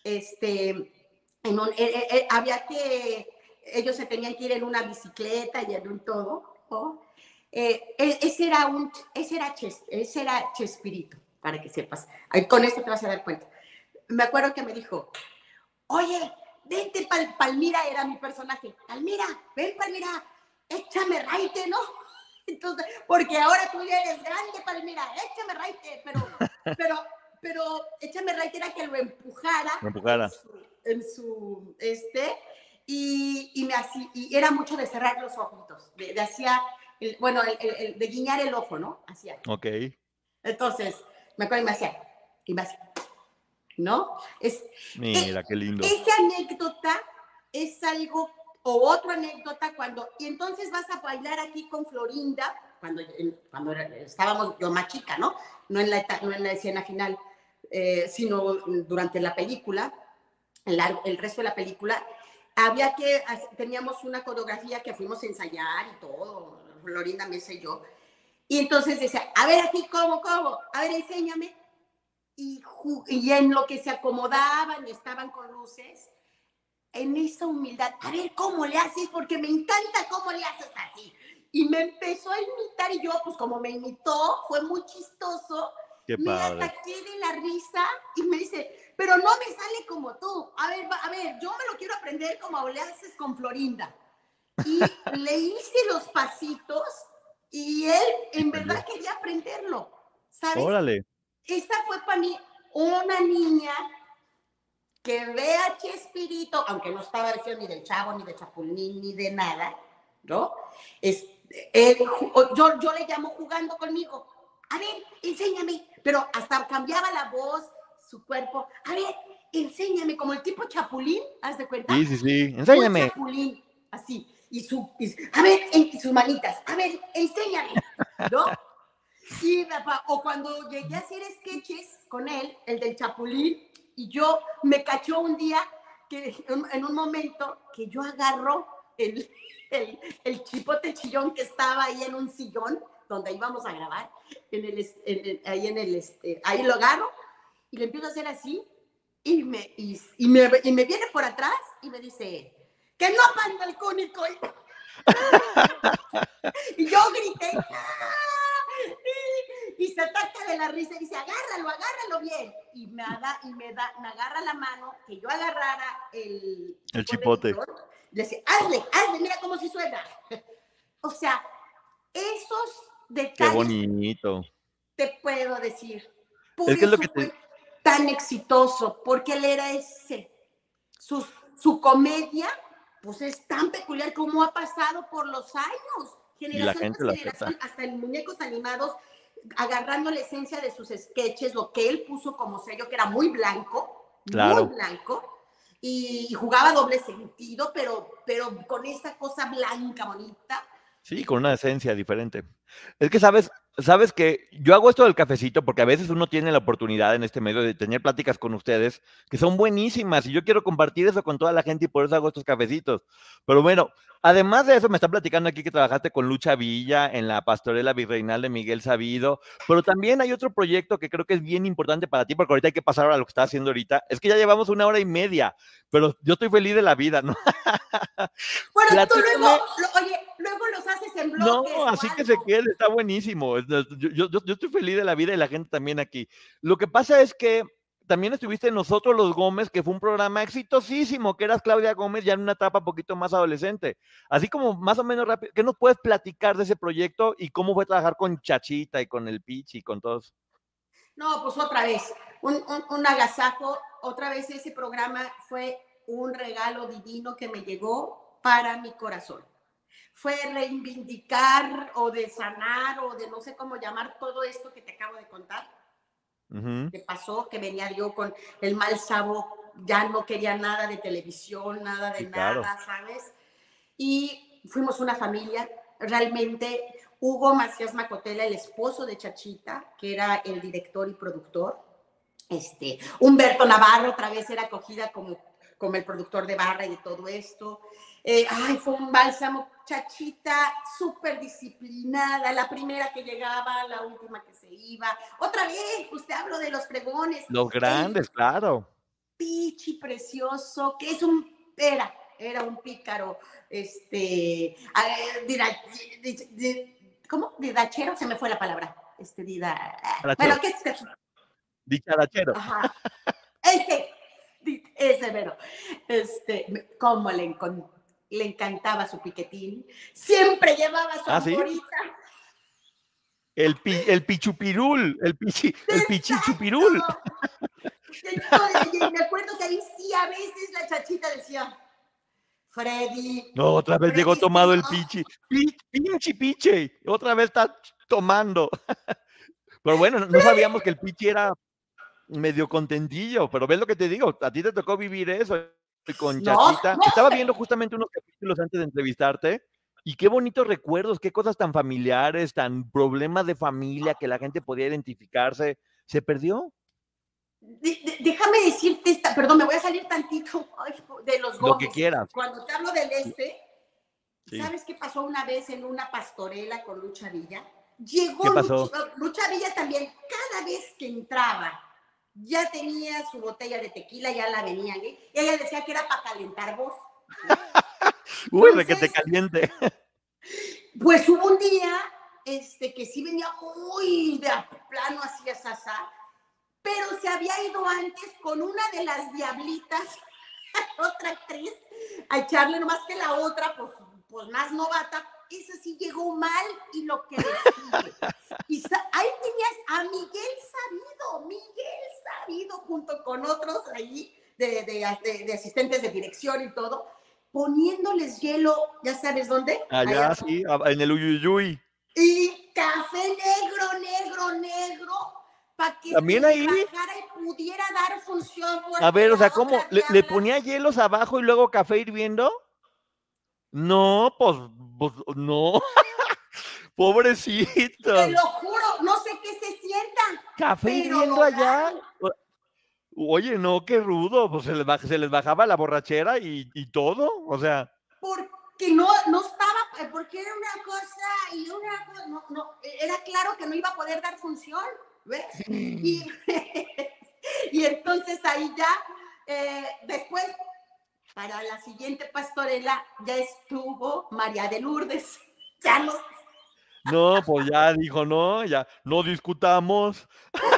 había que, ellos se tenían que ir en una bicicleta y en un todo, ¿no? Ese era Chespirito, para que sepas. Con esto te vas a dar cuenta. Me acuerdo que me dijo, oye, vente, Palmira era mi personaje. Palmira, ven, Palmira, échame raite, ¿no? Entonces, porque ahora tú ya eres grande, Palmira, échame raite, pero échame raite era que lo empujara. Y era mucho de cerrar los ojitos, de guiñar el ojo, ¿no? Hacía. Ok. Entonces, me acuerdo y me hacía, ¿no? Mira, qué lindo. Esa anécdota es algo, o otra anécdota y entonces vas a bailar aquí con Florinda, cuando estábamos yo más chica, ¿no? No en la escena final, sino durante la película, el resto de la película, teníamos una coreografía que fuimos a ensayar y todo, Florinda Mesa y yo, y entonces decía, a ver aquí, ¿cómo? A ver, enséñame. Y en lo que se acomodaban y estaban con luces, en esa humildad, a ver cómo le haces, porque me encanta cómo le haces así. Y me empezó a imitar y yo, pues como me imitó, fue muy chistoso. Qué Me padre. ataqué de la risa y me dice, pero no me sale como tú. A ver, yo me lo quiero aprender como le haces con Florinda. Y le hice los pasitos y él en verdad quería aprenderlo, ¿sabes? Órale. Esta fue para mí una niña que ve a Chespirito, aunque no estaba versión ni del Chavo, ni de Chapulín, ni de nada, ¿no? Yo le llamo jugando conmigo. A ver, enséñame. Pero hasta cambiaba la voz, su cuerpo. A ver, enséñame, como el tipo Chapulín, ¿haz de cuenta? Sí, enséñame. Un Chapulín, así. A ver, en sus manitas. A ver, enséñame, ¿no? Sí, o cuando llegué a hacer sketches con él, el del Chapulín, y yo me cachó un día que en un momento que yo agarro el chipote chillón que estaba ahí en un sillón donde íbamos a grabar, ahí lo agarro y le empiezo a hacer así y me viene por atrás y me dice, que no panda el cúnico. Y yo grité, y se ataca de la risa y dice, agárralo bien. Y me agarra la mano, que yo agarrara el chipote. Le dice, hazle, mira cómo si suena. O sea, esos detalles. Qué bonito. Te puedo decir. Por es que eso es lo que fue tan exitoso, porque él era ese. Su comedia, pues es tan peculiar como ha pasado por los años. Generación tras generación, hasta en muñecos animados, agarrando la esencia de sus sketches, lo que él puso como sello, que era muy blanco, muy blanco, y jugaba doble sentido, pero con esa cosa blanca, bonita. Sí, con una esencia diferente. Es que sabes que yo hago esto del cafecito porque a veces uno tiene la oportunidad en este medio de tener pláticas con ustedes que son buenísimas y yo quiero compartir eso con toda la gente y por eso hago estos cafecitos. Pero bueno, además de eso me están platicando aquí que trabajaste con Lucha Villa en la Pastorela Virreinal de Miguel Sabido, pero también hay otro proyecto que creo que es bien importante para ti porque ahorita hay que pasar a lo que estás haciendo ahorita. Es que ya llevamos 1 hora y media, pero yo estoy feliz de la vida, ¿no? Bueno, tú luego los haces en bloques. No, así que se quede, está buenísimo. Yo estoy feliz de la vida y la gente también aquí. Lo que pasa es que también estuviste en Nosotros los Gómez, que fue un programa exitosísimo, que eras Claudia Gómez ya en una etapa un poquito más adolescente. Así como más o menos rápido, ¿qué nos puedes platicar de ese proyecto y cómo fue trabajar con Chachita y con el Pichi y con todos? No, pues otra vez, un agasajo, otra vez ese programa fue un regalo divino que me llegó para mi corazón. Fue reivindicar o de sanar o de no sé cómo llamar todo esto que te acabo de contar. Que pasó, que venía yo con el mal sabor, ya no quería nada de televisión, nada de nada, ¿sabes? Y fuimos una familia, realmente. Hugo Macías Macotela, el esposo de Chachita, que era el director y productor. Humberto Navarro otra vez era acogida como el productor de barra y de todo esto. Fue un bálsamo. Chachita súper disciplinada, la primera que llegaba, la última que se iba. Otra vez, pues te hablo de los pregones. Los grandes, claro. Pichi precioso, que era un pícaro, ¿cómo? Didachero, se me fue la palabra. Bueno, ¿qué es? Dicharachero. Ajá. Ese, pero, cómo le encantaba su piquetín. Siempre llevaba su favorita. El pichupirul, el pichichupirul. Y me acuerdo que ahí sí a veces la Chachita decía, Freddy. No, otra vez llegó tomado el Pichi. Piche. Otra vez está tomando. Pero bueno, no sabíamos que el Pichi era medio contentillo, pero ves lo que te digo, a ti te tocó vivir eso con Chachita. Estaba viendo justamente unos capítulos antes de entrevistarte y qué bonitos recuerdos, qué cosas tan familiares, tan problemas de familia que la gente podía identificarse. ¿Se perdió? Déjame decirte perdón, me voy a salir tantito de los Gómez. Lo que quieras. Cuando te hablo del ¿sabes qué pasó una vez en una pastorela con Lucha Villa? Llegó ¿Qué pasó? Lucha Villa también, cada vez que entraba ya tenía su botella de tequila, ya la venían, ¿eh? Y ella decía que era para calentar voz. Uy, de que te caliente. Pues hubo un día que sí venía muy de plano así a sasá, pero se había ido antes con una de las diablitas, otra actriz, a echarle, nomás que la otra, pues más novata. Esa sí llegó mal y lo que le sigue. Y ahí tenías a Miguel Sabido, junto con otros ahí de asistentes de dirección y todo, poniéndoles hielo, ¿ya sabes dónde? Allá sí, en el Uyuyuy. Y café negro, para que ¿también se ahí? bajara y pudiera dar función. A ver, o sea, ¿cómo? ¿Le ponía hielos abajo y luego café hirviendo? No, pues no. Pobrecito. Te lo juro, no sé qué se sientan. ¿Café hirviendo allá? Oye, no, qué rudo. Pues se les bajaba la borrachera y todo, o sea. Porque no estaba, porque era una cosa y una cosa, no, era claro que no iba a poder dar función, ¿ves? Y entonces ahí ya, después, para la siguiente pastorela, ya estuvo María de Lourdes. Ya no. No, pues ya dijo, no, ya, no discutamos.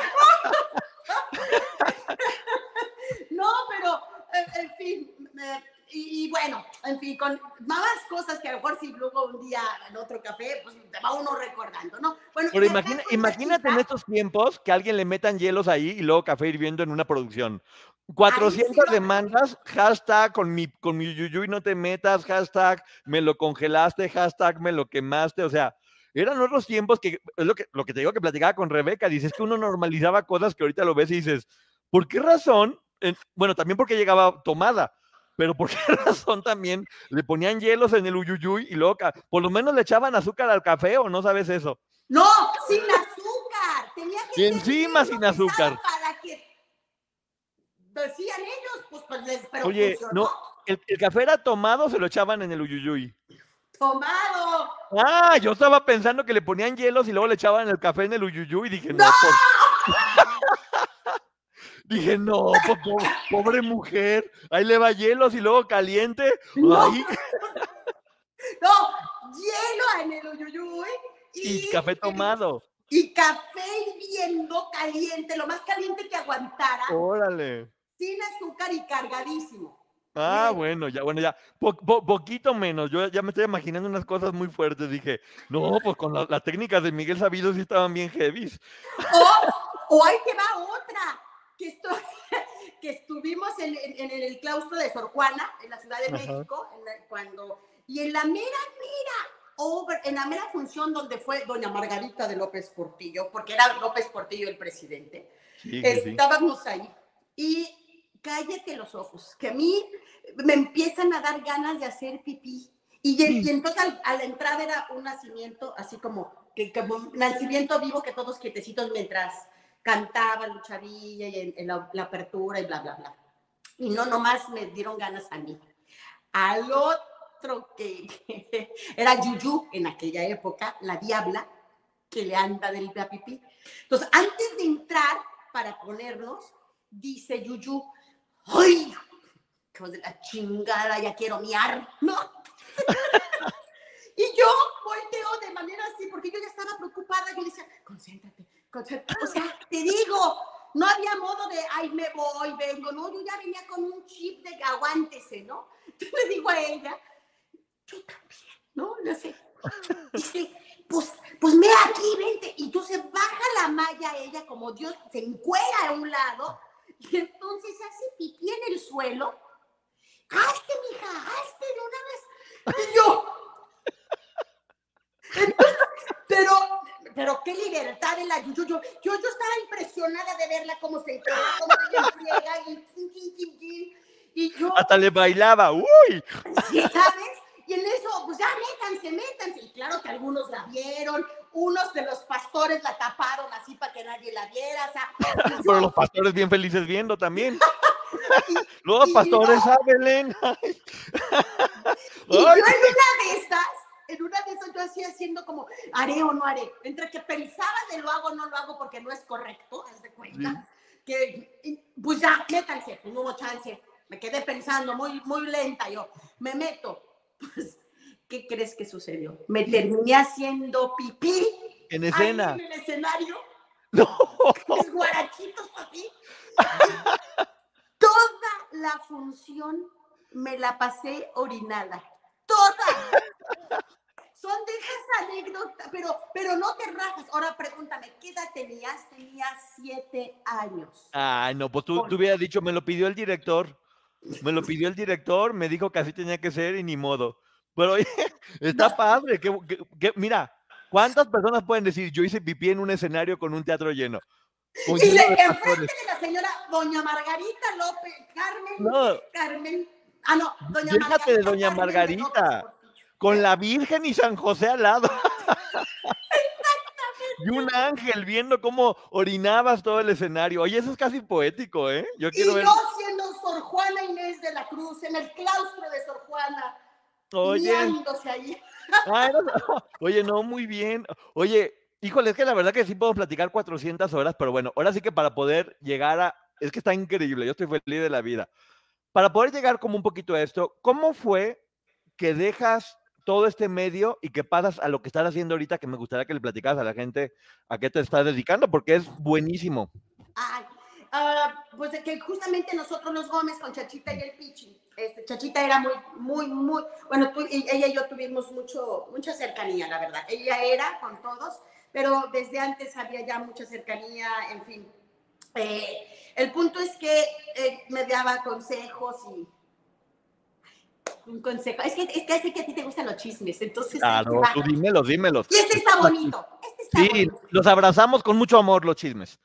No, pero, en fin, y bueno, en fin, con más cosas que a lo mejor si luego un día en otro café, pues te va uno recordando, ¿no? Bueno, pero imagínate en estos tiempos que a alguien le metan hielos ahí y luego café hirviendo en una producción. 400 demandas, hashtag con mi Uyuyuy no te metas, hashtag me lo congelaste, hashtag me lo quemaste, o sea, eran otros tiempos que es lo que te digo que platicaba con Rebeca, dices que uno normalizaba cosas que ahorita lo ves y dices, ¿por qué razón? Bueno, también porque llegaba tomada, pero ¿por qué razón también le ponían hielos en el Uyuyuy y luego por lo menos le echaban azúcar al café o no sabes eso? No, sin azúcar, tenía que y encima sin azúcar. Para que decían ellos, pero oye, funcionó. No, el café era tomado o se lo echaban en el Uyuyuy. Tomado. Ah, yo estaba pensando que le ponían hielos y luego le echaban el café en el Uyuyuy y dije, ¡no! Dije, no, pobre mujer, ahí le va hielos y luego caliente. No, Ay. No, hielo en el Uyuyuy y café tomado. Y café hirviendo caliente, lo más caliente que aguantara. Órale. Sin azúcar y cargadísimo. Ah, bueno, ya. Poquito menos. Yo ya me estoy imaginando unas cosas muy fuertes. Dije, no, pues con las técnicas de Miguel Sabido sí estaban bien heavies. O ahí te va otra, que estuvimos en el claustro de Sor Juana, en la Ciudad de México, y en la mera función donde fue doña Margarita de López Portillo, porque era López Portillo el presidente, sí, estábamos ahí, y cállate los ojos, que a mí me empiezan a dar ganas de hacer pipí, y entonces a la entrada era un nacimiento, así como un nacimiento vivo, que todos quietecitos mientras cantaba Lucha Villa y en la apertura y bla, bla, bla. Y no nomás me dieron ganas a mí. Al otro que era Yuyu en aquella época, la diabla, que le anda del pipí. Entonces, antes de entrar para ponernos, dice Yuyu, ¡ay! Hijos de la chingada, ya quiero miar, ¿no? Y yo volteo de manera así, porque yo ya estaba preocupada. Yo le decía, concéntrate. O sea, te digo, no había modo de, ay, me voy, vengo. No, yo ya venía con un chip de aguántese, ¿no? Entonces le digo a ella, yo también, ¿no? No sé. Dice, pues mira aquí, vente. Y entonces baja la malla ella, como Dios, se encuera a un lado, y entonces hace pipí en el suelo. ¡Hazte, mija! ¡Hazte de una vez! Y yo... Pero qué libertad de la Yuyu. Yo estaba impresionada de verla cómo se encuentra, cómo ella friega y yo... Hasta le bailaba, ¡uy! Sí, ¿sabes? Y en eso, pues ya métanse. Y claro que algunos la vieron, unos de los pastores la taparon así para que nadie la viera. O sea, pero los pastores bien felices viendo también. Los pastores saben. Y yo en una de esas yo así haciendo como, ¿haré o no haré? Entre que pensaba de lo hago o no lo hago porque no es correcto, haz de cuenta. Sí. pues ya, métanse, pues no hubo chance. Me quedé pensando, muy, muy lenta yo. Me meto. Pues, ¿qué crees que sucedió? Me terminé haciendo pipí. En escena. Ahí en el escenario. No. Mis guarachitos así. Toda la función me la pasé orinada. Toda. Son de esas anécdotas, pero no te rajas. Ahora pregúntame, ¿qué edad tenías? Tenía 7 años. Ay, no, pues tú hubieras dicho, me lo pidió el director. Me dijo que así tenía que ser y ni modo. Pero oye, está padre. Mira, ¿cuántas personas pueden decir, yo hice pipí en un escenario con un teatro lleno? Y enfrente de la señora Doña Margarita López, Carmen. Ah, no, Doña Margarita. Déjate de Doña Margarita. Con la Virgen y San José al lado. Y un ángel viendo cómo orinabas todo el escenario. Oye, eso es casi poético, ¿eh? Yo siendo Sor Juana Inés de la Cruz, en el claustro de Sor Juana. Oye. Ahí. Ay, oye, no, muy bien. Oye, híjole, es que la verdad que sí podemos platicar 400 horas, pero bueno, ahora sí que para poder llegar es que está increíble, yo estoy feliz de la vida. Para poder llegar como un poquito a esto, ¿cómo fue que dejas todo este medio y que pasas a lo que estás haciendo ahorita, que me gustaría que le platicaras a la gente a qué te estás dedicando, porque es buenísimo? Pues que justamente nosotros los Gómez con Chachita y el Pichi, Chachita era muy, bueno, ella y yo tuvimos mucha cercanía, la verdad. Ella era con todos, pero desde antes había ya mucha cercanía, en fin. El punto es que me daba consejos y un consejo. Es que sé que a ti te gustan los chismes, entonces... Claro, tú dímelos. Y este está bonito. Bonito. Los abrazamos con mucho amor, los chismes.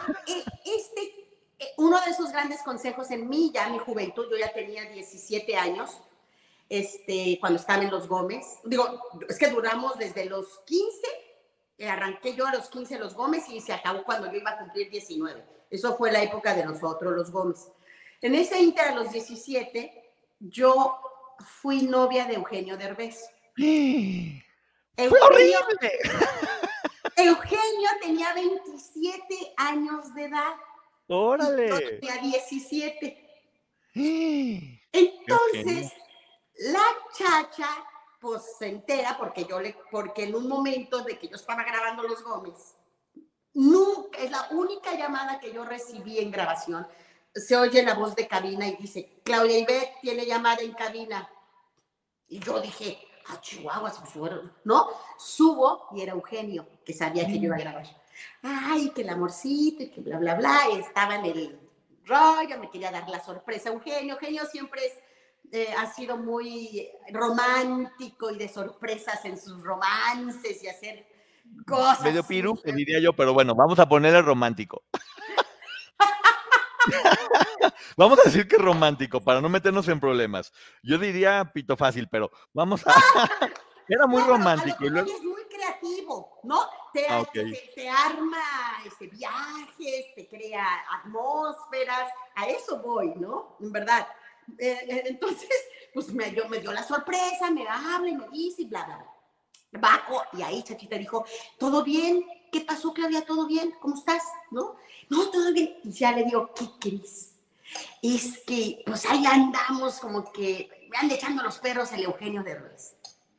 Uno de sus grandes consejos en mí, ya en mi juventud, yo ya tenía 17 años, cuando estaba en los Gómez. Digo, es que duramos desde los 15, arranqué yo a los 15 los Gómez y se acabó cuando yo iba a cumplir 19. Eso fue la época de nosotros, los Gómez. En ese inter, a los 17, yo fui novia de Eugenio Derbez. ¡Fue horrible! Eugenio tenía 27 años de edad. ¡Órale! Yo tenía 17. Entonces, la chacha, pues se entera porque en un momento de que yo estaba grabando Los Gómez, nunca, es la única llamada que yo recibí en grabación. Se oye la voz de cabina y dice, Claudia Ivette tiene llamada en cabina. Y yo dije, Chihuahua, ¿no? Subo y era Eugenio, que sabía que yo iba a grabar. Ay, que el amorcito y que bla, bla, bla. Estaba en el rollo, me quería dar la sorpresa a Eugenio. Eugenio siempre ha sido muy romántico y de sorpresas en sus romances y hacer cosas. Medio piru, diría yo, pero bueno, vamos a ponerle romántico. Vamos a decir que es romántico para no meternos en problemas. Yo diría pito fácil, pero vamos a... Era muy romántico. Y luego... Es muy creativo, ¿no? Te arma viajes, te crea atmósferas, a eso voy, ¿no? En verdad. Entonces, pues me dio la sorpresa, me habla y me dice y bla, bla, bla. Bajo y ahí Chachita dijo, ¿todo bien? ¿Qué pasó, Claudia? ¿Todo bien? ¿Cómo estás? ¿No? No, todo bien. Y ya le digo, ¿qué crees? Es que, pues ahí andamos como que me anda echando los perros el Eugenio Derbez.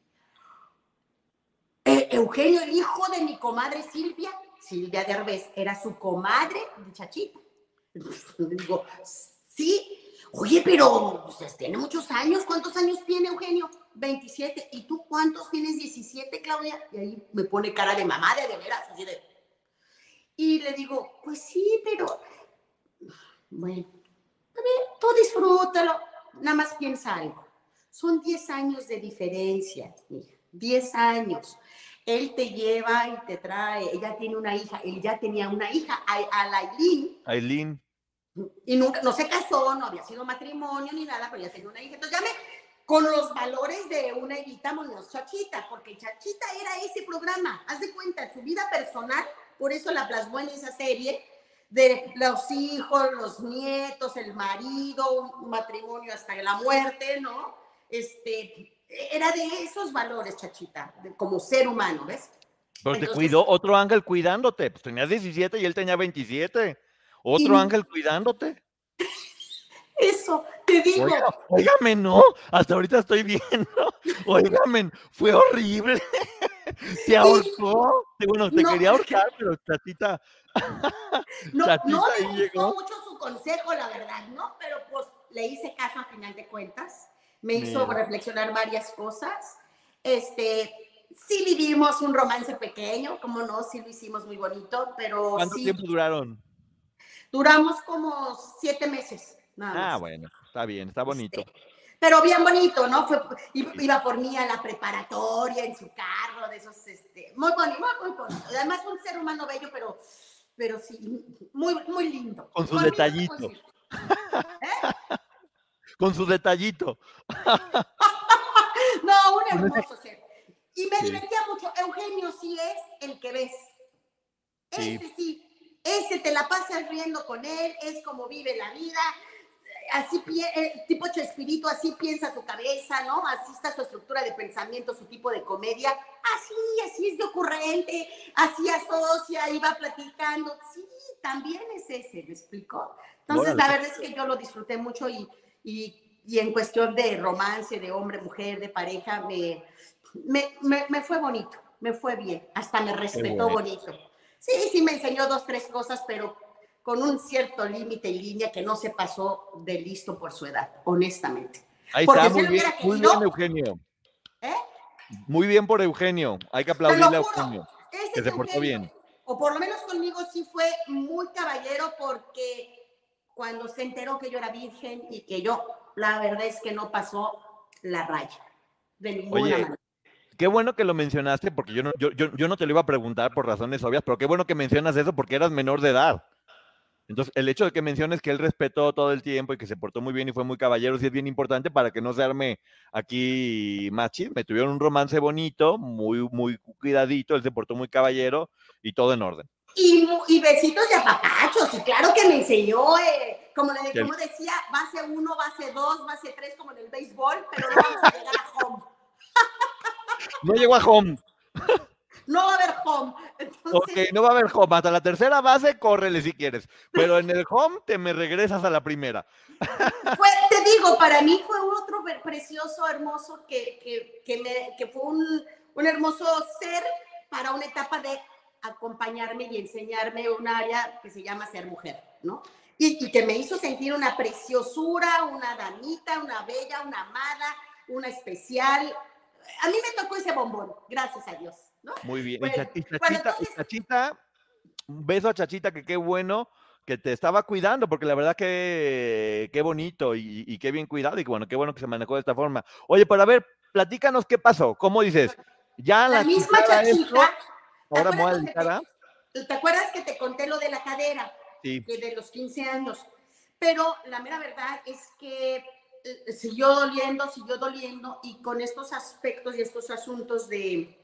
Eugenio, el hijo de mi comadre Silvia Derbez, era su comadre de Chachita. Entonces, le digo, sí. Oye, pero pues, tiene muchos años. ¿Cuántos años tiene Eugenio? 27. ¿Y tú cuántos tienes? 17, Claudia. Y ahí me pone cara de mamá, de veras, así de... Y le digo, pues sí, pero... Bueno, a ver, tú disfrútalo. Nada más piensa algo. Son 10 años de diferencia, mija. 10 años. Él te lleva y te trae. Ella tiene una hija. Él ya tenía una hija, a la Aileen. Y nunca, no se casó, no había sido matrimonio ni nada, pero ya tenía una hija. Entonces con los valores de una Evita Muñoz Chachita, porque Chachita era ese programa. Haz de cuenta, su vida personal, por eso la plasmó en esa serie, de los hijos, los nietos, el marido, un matrimonio hasta la muerte, ¿no? Era de esos valores, Chachita, como ser humano, ¿ves? Pero entonces, te cuidó otro ángel cuidándote. Pues tenías 17 y él tenía 27. ¿Otro ángel cuidándote? Eso, te digo. Óigame, no, hasta ahorita estoy viendo. Óigame, fue horrible. ¿Te ahorcó? Bueno, te quería ahorcar, pero Chatita. No ahí me gustó mucho su consejo, la verdad, ¿no? Pero pues le hice caso a final de cuentas. Me hizo reflexionar varias cosas. Sí vivimos un romance pequeño, como no, sí lo hicimos muy bonito, pero ¿Cuánto tiempo duraron? Duramos como 7 meses, nada más. Bueno, está bien, está bonito. Pero bien bonito, ¿no? Iba por mí a la preparatoria en su carro, de esos, muy bonito, muy bonito. Además, un ser humano bello, pero sí, muy, muy lindo. Con su detallito. Con su detallito. No, un hermoso ser. Y me divertía mucho. Eugenio sí es el que ves. Ese sí. Ese te la pasas riendo con él, es como vive la vida. Así, tipo Chespirito, así piensa su cabeza, ¿no? Así está su estructura de pensamiento, su tipo de comedia. Así es de ocurrente, así asocia, iba platicando. Sí, también es ese, ¿me explico? Entonces, la verdad es que yo lo disfruté mucho y en cuestión de romance, de hombre, mujer, de pareja, me fue bonito, me fue bien, hasta me respetó bonito. Sí, me enseñó 2, 3 cosas, pero con un cierto límite y línea que no se pasó de listo por su edad, honestamente. Ahí está, muy bien, Eugenio. Muy bien por Eugenio, hay que aplaudirle a Eugenio, que se portó bien. O por lo menos conmigo sí fue muy caballero, porque cuando se enteró que yo era virgen y que yo, la verdad es que no pasó la raya, de ninguna manera. Qué bueno que lo mencionaste, porque yo no te lo iba a preguntar por razones obvias, pero qué bueno que mencionas eso porque eras menor de edad. Entonces, el hecho de que menciones que él respetó todo el tiempo y que se portó muy bien y fue muy caballero, sí es bien importante para que no se arme aquí más chisme. Tuvieron un romance bonito, muy, muy cuidadito, él se portó muy caballero y todo en orden. Y besitos de apapachos, y claro que me enseñó, como decía, base 1, base 2, base 3, como en el béisbol, pero no vamos a llegar a home. No llegó a home. No va a haber home. Entonces... Ok, no va a haber home. Hasta la tercera base, córrele si quieres. Pero en el home te me regresas a la primera. Te digo, para mí fue otro precioso, hermoso, que fue un hermoso ser para una etapa de acompañarme y enseñarme un área que se llama ser mujer, ¿no? Y que me hizo sentir una preciosura, una damita, una bella, una amada, una especial. A mí me tocó ese bombón, gracias a Dios, ¿no? Muy bien. Bueno, Chachita, un beso a Chachita, que qué bueno que te estaba cuidando, porque la verdad que qué bonito y qué bien cuidado, y bueno, qué bueno que se manejó de esta forma. Oye, pero a ver, platícanos qué pasó. ¿Cómo dices? Ya la misma Chachita. Ahora me voy a dedicar a... ¿Te acuerdas que te conté lo de la cadera? Sí. Que de los 15 años. Pero la mera verdad es que siguió doliendo, y con estos aspectos y estos asuntos de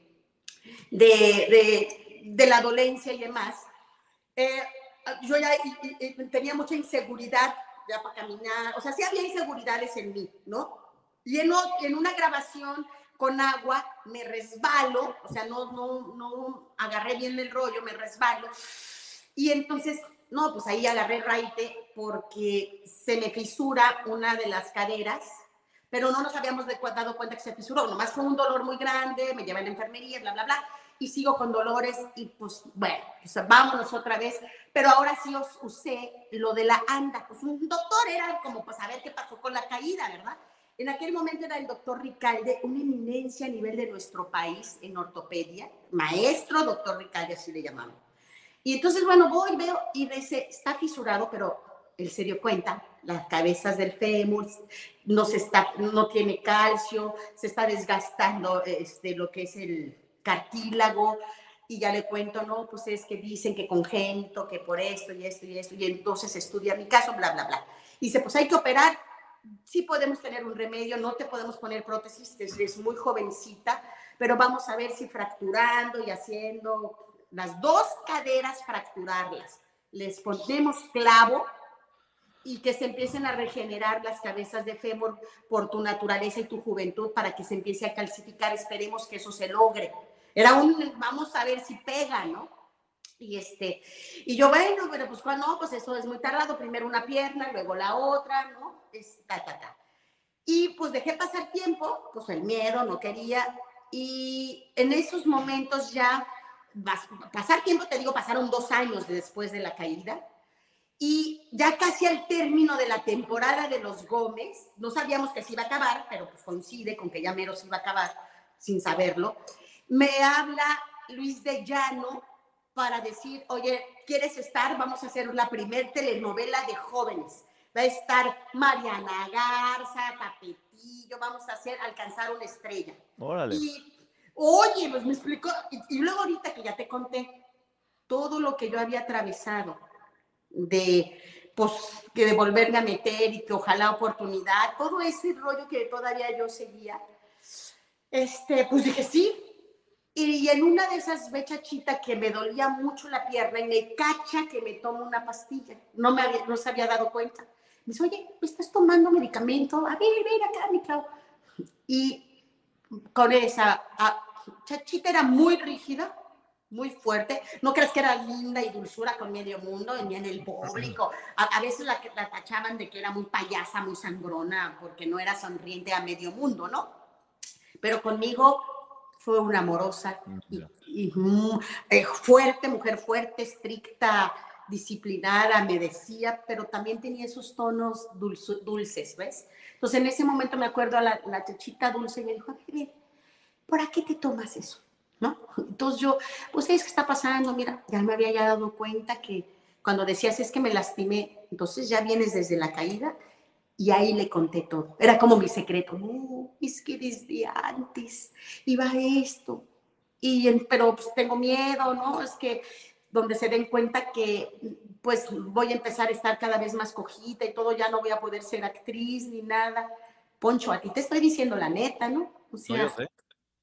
la dolencia y demás, yo ya tenía mucha inseguridad ya para caminar, o sea, sí había inseguridades en mí, ¿no? Y en una grabación con agua me resbalo, o sea, no agarré bien el rollo, me resbalo, y entonces, no, pues ahí agarré raite porque se me fisura una de las caderas, pero no nos habíamos dado cuenta que se fisuró, nomás fue un dolor muy grande, me llevé a la enfermería, bla, bla, bla, y sigo con dolores, y pues, bueno, pues vámonos otra vez, pero ahora sí usé lo de la anda, pues un doctor era como, pues a ver qué pasó con la caída, ¿verdad? En aquel momento era el doctor Ricalde, una eminencia a nivel de nuestro país en ortopedia, maestro doctor Ricalde, así le llamamos. Y entonces, bueno, voy, veo, y dice, está fisurado, pero él se dio cuenta, las cabezas del fémur no tiene calcio, se está desgastando lo que es el cartílago, y ya le cuento, no, pues es que dicen que congénito, que por esto y esto y esto, y entonces estudia mi caso, bla, bla, bla. Y dice, pues hay que operar, sí podemos tener un remedio, no te podemos poner prótesis, es muy jovencita, pero vamos a ver si fracturando y haciendo las 2 caderas, fracturarlas, les ponemos clavo y que se empiecen a regenerar las cabezas de fémur por tu naturaleza y tu juventud, para que se empiece a calcificar. Esperemos que eso se logre. Era vamos a ver si pega, ¿no? Y yo, bueno, pues no, pues eso es muy tardado, primero una pierna, luego la otra, ¿no? Y pues dejé pasar tiempo, pues el miedo, no quería, y en esos momentos ya, pasar tiempo, te digo, pasaron 2 años después de la caída, y ya casi al término de la temporada de los Gómez, no sabíamos que se iba a acabar, pero pues coincide con que ya mero se iba a acabar, sin saberlo, me habla Luis de Llano para decir, oye, ¿quieres estar? Vamos a hacer la primer telenovela de jóvenes. Va a estar Mariana Garza, Capetillo, vamos a alcanzar una estrella. Órale. Y, oye, pues me explicó, y luego ahorita que ya te conté todo lo que yo había atravesado, pues, que de volverme a meter y que ojalá oportunidad, todo ese rollo que todavía yo seguía, pues dije sí. Y en una de esas ve, Chachita, que me dolía mucho la pierna y me cacha que me tomo una pastilla. No se había dado cuenta. Me dice, oye, ¿estás tomando medicamento? A ver, ven acá, mi Clau. Y con esa, Chachita era muy rígida, muy fuerte. No creas que era linda y dulzura con medio mundo, ni en el público. A veces la tachaban de que era muy payasa, muy sangrona, porque no era sonriente a medio mundo, ¿no? Pero conmigo fue una amorosa y fuerte, mujer fuerte, estricta, disciplinada, me decía, pero también tenía esos tonos dulces, ¿ves? Entonces en ese momento me acuerdo a la Chachita dulce y me dijo, a ver, ¿por qué te tomas eso? ¿No? Entonces yo, pues es que está pasando, mira, ya me había dado cuenta que cuando decías es que me lastimé, entonces ya vienes desde la caída. Y ahí le conté todo. Era como mi secreto. No, es que desde antes iba esto. Pero pues tengo miedo, ¿no? Es que donde se den cuenta que pues voy a empezar a estar cada vez más cojita y todo, ya no voy a poder ser actriz ni nada. Poncho, a ti te estoy diciendo la neta, ¿no? O sea, no, yo sé.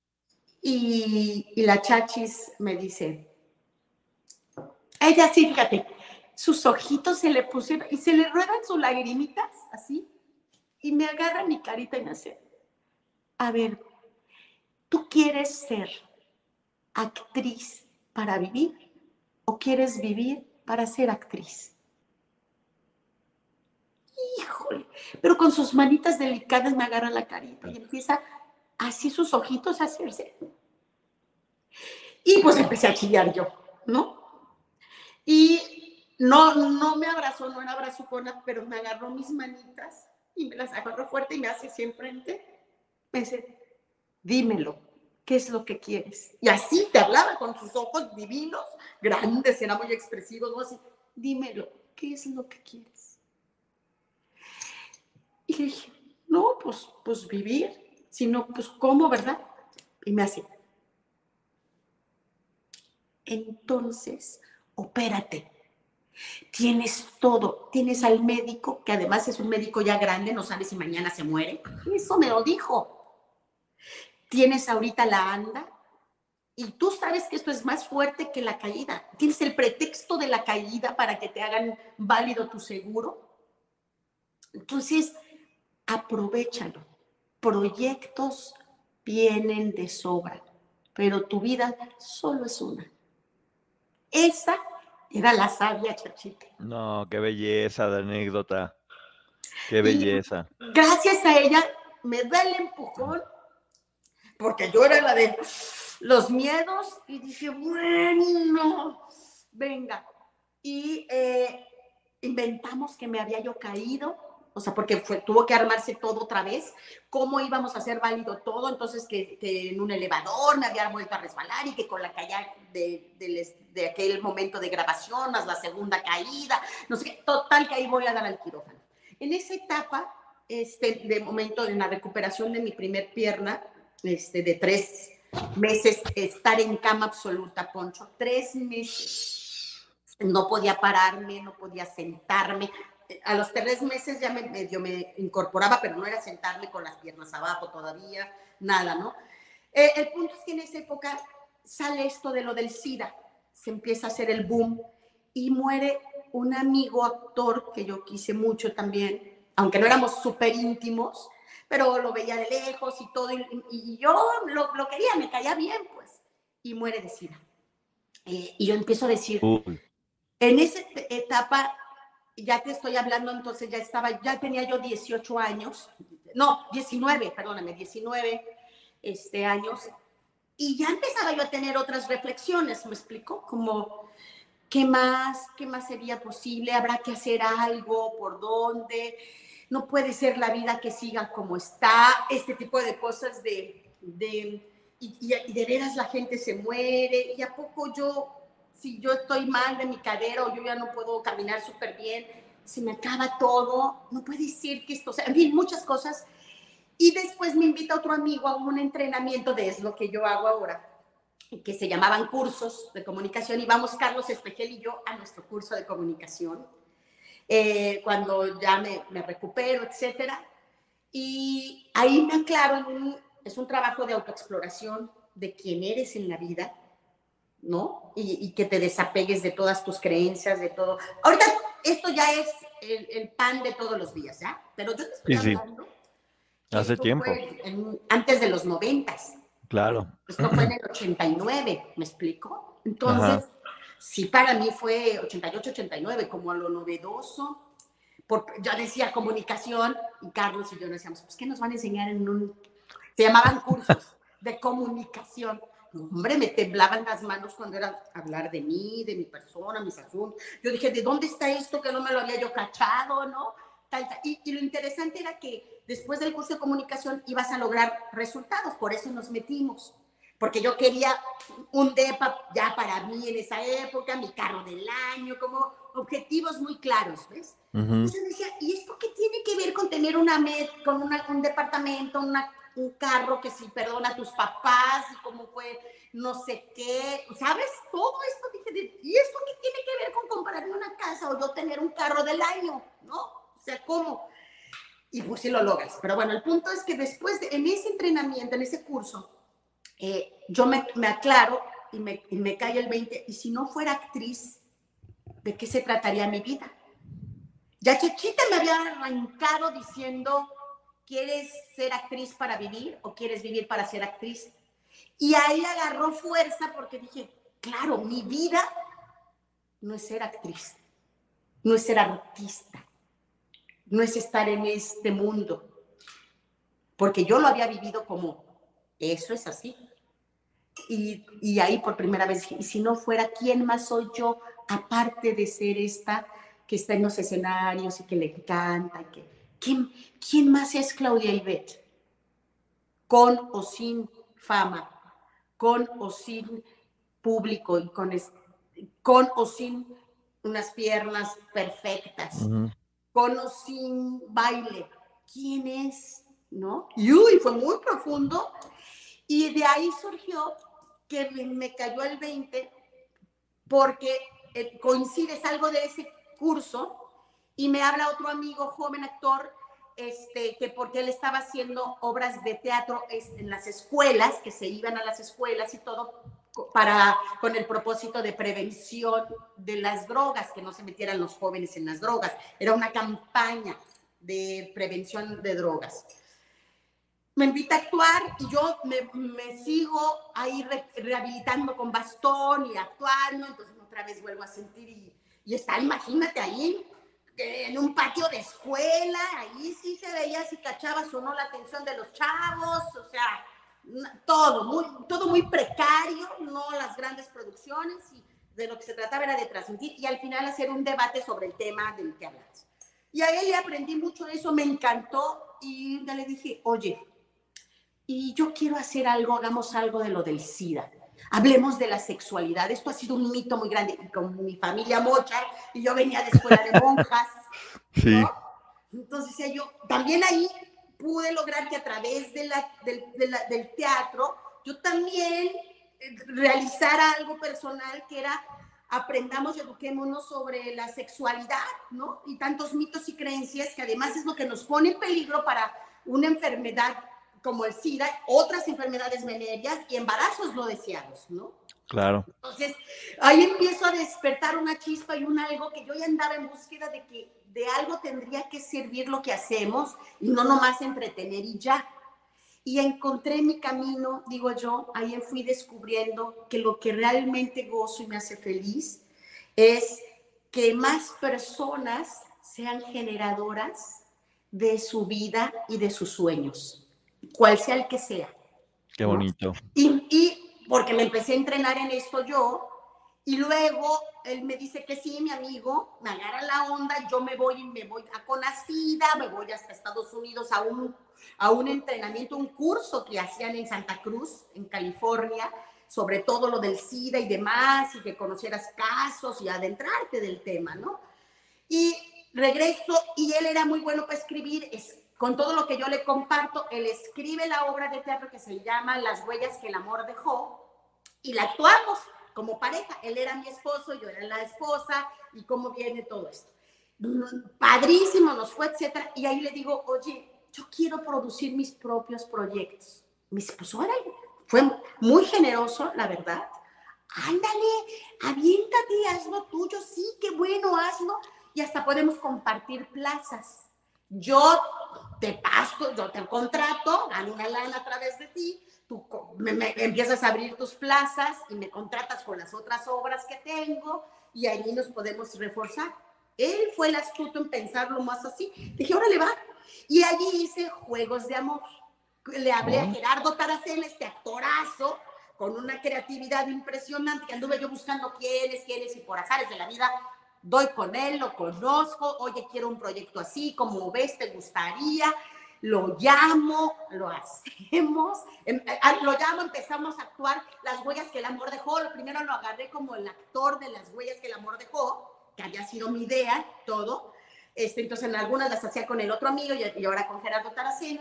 Y la Chachis me dice, ella sí, fíjate, sus ojitos se le pusieron y se le ruedan sus lagrimitas, así, y me agarra mi carita y me hace, a ver, ¿tú quieres ser actriz para vivir o quieres vivir para ser actriz? Híjole, pero con sus manitas delicadas me agarra la carita y empieza así sus ojitos a hacerse. Y pues empecé a chillar yo, ¿no? Y no me abrazó, no era brazucona, pero me agarró mis manitas y me las agarró fuerte y me hace así enfrente. Me dice, dímelo, ¿qué es lo que quieres? Y así te hablaba con sus ojos divinos, grandes, era muy expresivos, ¿no? Así, dímelo, ¿qué es lo que quieres? Y le dije, no, pues vivir, sino pues ¿cómo, verdad? Y me hace, entonces, opérate. Tienes todo, tienes al médico, que además es un médico ya grande, no sabe si mañana se muere. Eso me lo dijo. Tienes ahorita la anda y tú sabes que esto es más fuerte que la caída. Tienes el pretexto de la caída para que te hagan válido tu seguro. Entonces, aprovéchalo. Proyectos vienen de sobra, pero tu vida solo es una. Esa era la sabia Chachita. No, qué belleza de anécdota. Qué belleza. Y gracias a ella me da el empujón, porque yo era la de los miedos, y dije, bueno, venga. Y inventamos que me había yo caído, o sea, porque tuvo que armarse todo otra vez, cómo íbamos a hacer válido todo, entonces que en un elevador me había vuelto a resbalar y que con la caída de aquel momento de grabación, más la segunda caída, no sé qué, total que ahí voy a dar al quirófano. En esa etapa, de momento, en la recuperación de mi primer pierna, de 3 meses, estar en cama absoluta, Poncho, 3 meses. No podía pararme, no podía sentarme. A los 3 meses ya medio me incorporaba, pero no era sentarme con las piernas abajo todavía, nada, ¿no? El punto es que en esa época sale esto de lo del SIDA, se empieza a hacer el boom y muere un amigo actor que yo quise mucho también, aunque no éramos súper íntimos, pero lo veía de lejos y todo, y yo lo quería, me caía bien, pues, y muere de SIDA. Y yo empiezo a decir, Uy. en esa etapa, ya te estoy hablando, entonces ya tenía yo 18 años, no, 19, perdóname, 19 años, y ya empezaba yo a tener otras reflexiones, ¿me explico? Como, ¿qué más sería posible? ¿Habrá que hacer algo? ¿Por dónde? No puede ser la vida que siga como está, este tipo de cosas y de veras la gente se muere, y a poco si yo estoy mal de mi cadera o yo ya no puedo caminar súper bien, se me acaba todo, no puede ser que esto, o sea, en fin, muchas cosas. Y después me invita otro amigo a un entrenamiento de es lo que yo hago ahora, que se llamaban cursos de comunicación, y vamos Carlos Espejel y yo a nuestro curso de comunicación, cuando ya me recupero, etcétera. Y ahí me aclaro, es un trabajo de autoexploración de quién eres en la vida, ¿no? Y que te desapegues de todas tus creencias, de todo. Ahorita esto ya es el pan de todos los días, ¿ya? Pero yo te estoy hablando. Hace tiempo. Fue antes de los 90s. Claro. Esto fue en el 89, ¿me explico? Entonces, sí, para mí fue 88, 89, como a lo novedoso. Ya decía comunicación, y Carlos y yo decíamos, pues, ¿qué nos van a enseñar se llamaban cursos de comunicación? Hombre, me temblaban las manos cuando era hablar de mí, de mi persona, mis asuntos. Yo dije, ¿de dónde está esto que no me lo había yo cachado, no? Y lo interesante era que después del curso de comunicación ibas a lograr resultados, por eso nos metimos. Porque yo quería un depa ya para mí en esa época, mi carro del año, como objetivos muy claros, ¿ves? Entonces decía, ¿y esto qué tiene que ver con tener un departamento, un carro que sí perdona a tus papás y cómo fue no sé qué? ¿Sabes? Todo esto dije, ¿y esto qué tiene que ver con comprarme una casa o yo tener un carro del año? ¿No? O sea, ¿cómo? Y pues sí lo logras. Pero bueno, el punto es que después, en ese entrenamiento, en ese curso, yo me aclaro y me cae el 20. Y si no fuera actriz, ¿de qué se trataría mi vida? Ya Chechita me había arrancado diciendo, ¿quieres ser actriz para vivir o quieres vivir para ser actriz? Y ahí agarró fuerza porque dije, claro, mi vida no es ser actriz, no es ser artista, no es estar en este mundo, porque yo lo había vivido como, eso es así. Y ahí por primera vez dije, y si no fuera, ¿quién más soy yo, aparte de ser esta que está en los escenarios y que le encanta? ¿Quién más es Claudia Ibet? Con o sin fama, con o sin público, y con o sin unas piernas perfectas, con o sin baile. ¿Quién es? ¿No? Y fue muy profundo. Y de ahí surgió que me cayó el 20 porque coincide, salgo de ese curso y me habla otro amigo, joven actor, que porque él estaba haciendo obras de teatro en las escuelas, que se iban a las escuelas y todo, con el propósito de prevención de las drogas, que no se metieran los jóvenes en las drogas. Era una campaña de prevención de drogas. Me invita a actuar y yo me sigo ahí rehabilitando con bastón y actuando, entonces otra vez vuelvo a sentir y está, imagínate ahí, en un patio de escuela, ahí sí se veía si cachabas o no la atención de los chavos, o sea, todo muy precario, no las grandes producciones, y de lo que se trataba era de transmitir y al final hacer un debate sobre el tema del que hablas. Y a él aprendí mucho de eso, me encantó, y ya le dije, oye, y yo quiero hacer algo, hagamos algo de lo del SIDA. Hablemos de la sexualidad. Esto ha sido un mito muy grande. Y con mi familia mocha, y yo venía de escuela de monjas, sí. ¿no? Entonces yo también ahí pude lograr que a través del teatro yo también realizara algo personal, que era aprendamos y eduquémonos sobre la sexualidad, ¿no? Y tantos mitos y creencias que además es lo que nos pone en peligro para una enfermedad como el SIDA, otras enfermedades venéreas y embarazos no deseados, ¿no? Claro. Entonces, ahí empiezo a despertar una chispa y algo que yo ya andaba en búsqueda de que de algo tendría que servir lo que hacemos y no nomás entretener y ya. y encontré mi camino, digo yo, ahí fui descubriendo que lo que realmente gozo y me hace feliz es que más personas sean generadoras de su vida y de sus sueños, cual sea el que sea. Qué bonito. ¿No? Y porque me empecé a entrenar en esto yo, y luego él me dice que sí, mi amigo, me agarra la onda, yo me voy a Conacida, me voy hasta Estados Unidos a un entrenamiento, un curso que hacían en Santa Cruz, en California, sobre todo lo del SIDA y demás, y que conocieras casos y adentrarte del tema, ¿no? Y regreso, y él era muy bueno para escribir, con todo lo que yo le comparto, él escribe la obra de teatro que se llama Las huellas que el amor dejó, y la actuamos como pareja. Él era mi esposo, yo era la esposa, y cómo viene todo esto. Padrísimo, nos fue, etcétera. Y ahí le digo, oye, yo quiero producir mis propios proyectos. Me dice, pues órale, fue muy generoso, la verdad. Ándale, aviéntate, haz lo tuyo, sí, qué bueno, hazlo. Y hasta podemos compartir plazas. Yo te paso, yo te contrato, gano una lana a través de ti, tú me empiezas a abrir tus plazas y me contratas por las otras obras que tengo y ahí nos podemos reforzar. Él fue el astuto en pensarlo más así. Dije, órale, va. Y allí hice Juegos de Amor. Le hablé a Gerardo Taracena, este actorazo, con una creatividad impresionante, que anduve yo buscando quién es, y por azares de la vida doy con él, lo conozco, oye, quiero un proyecto así, ¿cómo ves? ¿Te gustaría? Lo llamo, lo hacemos, lo llamo, empezamos a actuar Las huellas que el amor dejó. Lo primero lo agarré como el actor de Las huellas que el amor dejó, que había sido mi idea, todo. Entonces en algunas las hacía con el otro amigo y ahora con Gerardo Taracena.